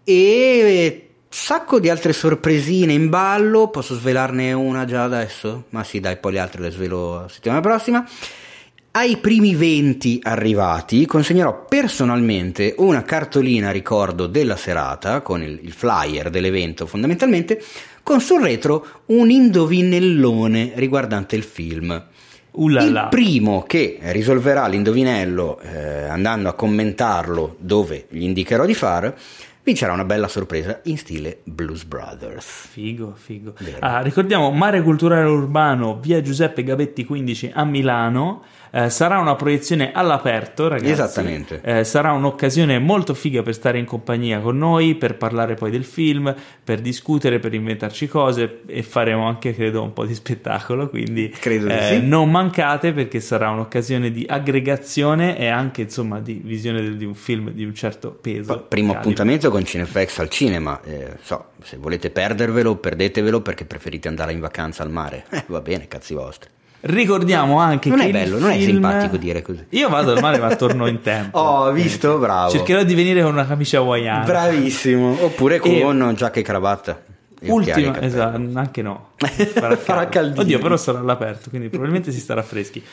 e sacco di altre sorpresine in ballo. Posso svelarne una già adesso? Ma sì, dai, poi le altre le svelo la settimana prossima. Ai primi 20 arrivati consegnerò personalmente una cartolina ricordo della serata con il flyer dell'evento, fondamentalmente, con sul retro un indovinellone riguardante il film. Il primo che risolverà l'indovinello andando a commentarlo dove gli indicherò di fare vincerà una bella sorpresa in stile Blues Brothers. Figo. Ricordiamo Mare Culturale Urbano, via Giuseppe Gabetti 15 a Milano. Sarà una proiezione all'aperto, ragazzi. Esattamente. Sarà un'occasione molto figa per stare in compagnia con noi, per parlare poi del film, per discutere, per inventarci cose, e faremo anche, credo, un po' di spettacolo, quindi credo di sì. Non mancate, perché sarà un'occasione di aggregazione e anche, insomma, di visione di un film di un certo peso. Primo appuntamento con Cinefx al cinema, se volete perdervelo, perdetevelo perché preferite andare in vacanza al mare, va bene, cazzi vostri. Ricordiamo anche non che è bello, non è simpatico dire così. Io vado al mare ma torno in tempo. Oh, visto? Bravo. Cercherò di venire con una camicia hawaiana. Bravissimo. Oppure con giacca e cravatta. Ultima, esatto, anche no. Farà caldino. Oddio, però sarà all'aperto, quindi probabilmente si starà freschi.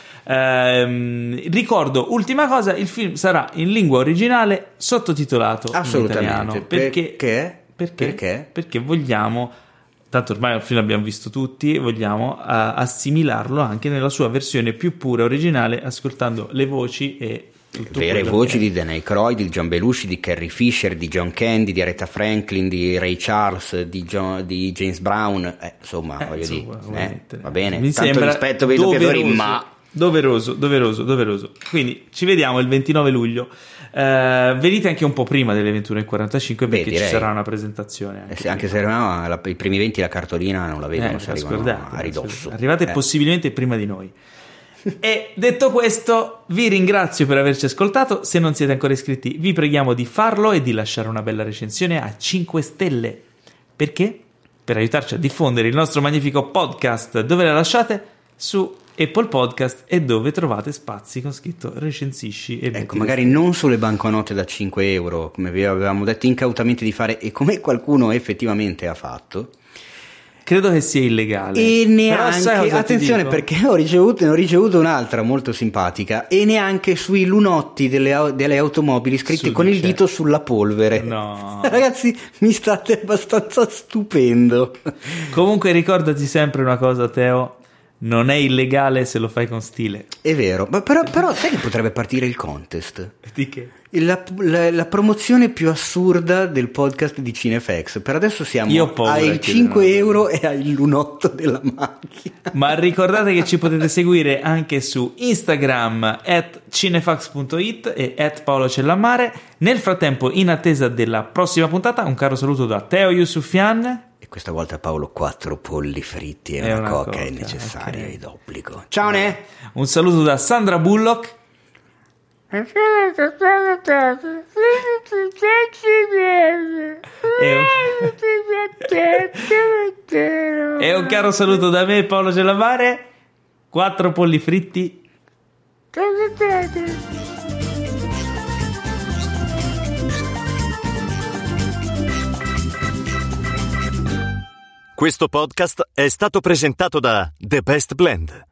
Ricordo, ultima cosa, il film sarà in lingua originale sottotitolato in italiano. Perché vogliamo, tanto ormai il film l'abbiamo visto tutti, vogliamo assimilarlo anche nella sua versione più pura, originale, ascoltando le voci e vere voci di Dan Aykroyd, di John Belushi, di Carrie Fisher, di John Candy, di Aretha Franklin, di Ray Charles, di James Brown, insomma, voglio dire, va bene, mi tanto sembra rispetto per i doppiatori, ma doveroso. Quindi ci vediamo il 29 luglio. Venite anche un po' prima delle 21:45 perché ci sarà una presentazione anche se no, i primi 20 la cartolina non la vedono, se arrivano a ridosso. Arrivate possibilmente prima di noi. E detto questo, vi ringrazio per averci ascoltato. Se non siete ancora iscritti, vi preghiamo di farlo e di lasciare una bella recensione a 5 stelle. Perché? Per aiutarci a diffondere il nostro magnifico podcast. Dove la lasciate? Su Apple Podcast, e dove trovate spazi con scritto recensisci e magari non sulle banconote da 5 euro come vi avevamo detto incautamente di fare e come qualcuno effettivamente ha fatto. Credo che sia illegale. E neanche, attenzione, perché ne ho ricevuto un'altra molto simpatica, e neanche sui lunotti delle automobili scritti con il dito sulla polvere. No. Ragazzi, mi state abbastanza stupendo. Comunque ricordati sempre una cosa, Teo: non è illegale se lo fai con stile. È vero, ma però sai che potrebbe partire il contest? Di che? La promozione più assurda del podcast di Cinefax. Per adesso siamo ai 5 euro e ai lunotto della macchina. Ma ricordate che ci potete seguire anche su Instagram @cinefax.it e @paolocellammare. Nel frattempo, in attesa della prossima puntata, un caro saluto da Teo Yusufian. E questa volta Paolo 4 polli fritti e una coca è necessaria, okay. È d'obbligo. Ciao Ne! Un saluto da Sandra Bullock. E un caro saluto da me, Paolo Cellamare. 4 polli fritti. Questo podcast è stato presentato da The Best Blend,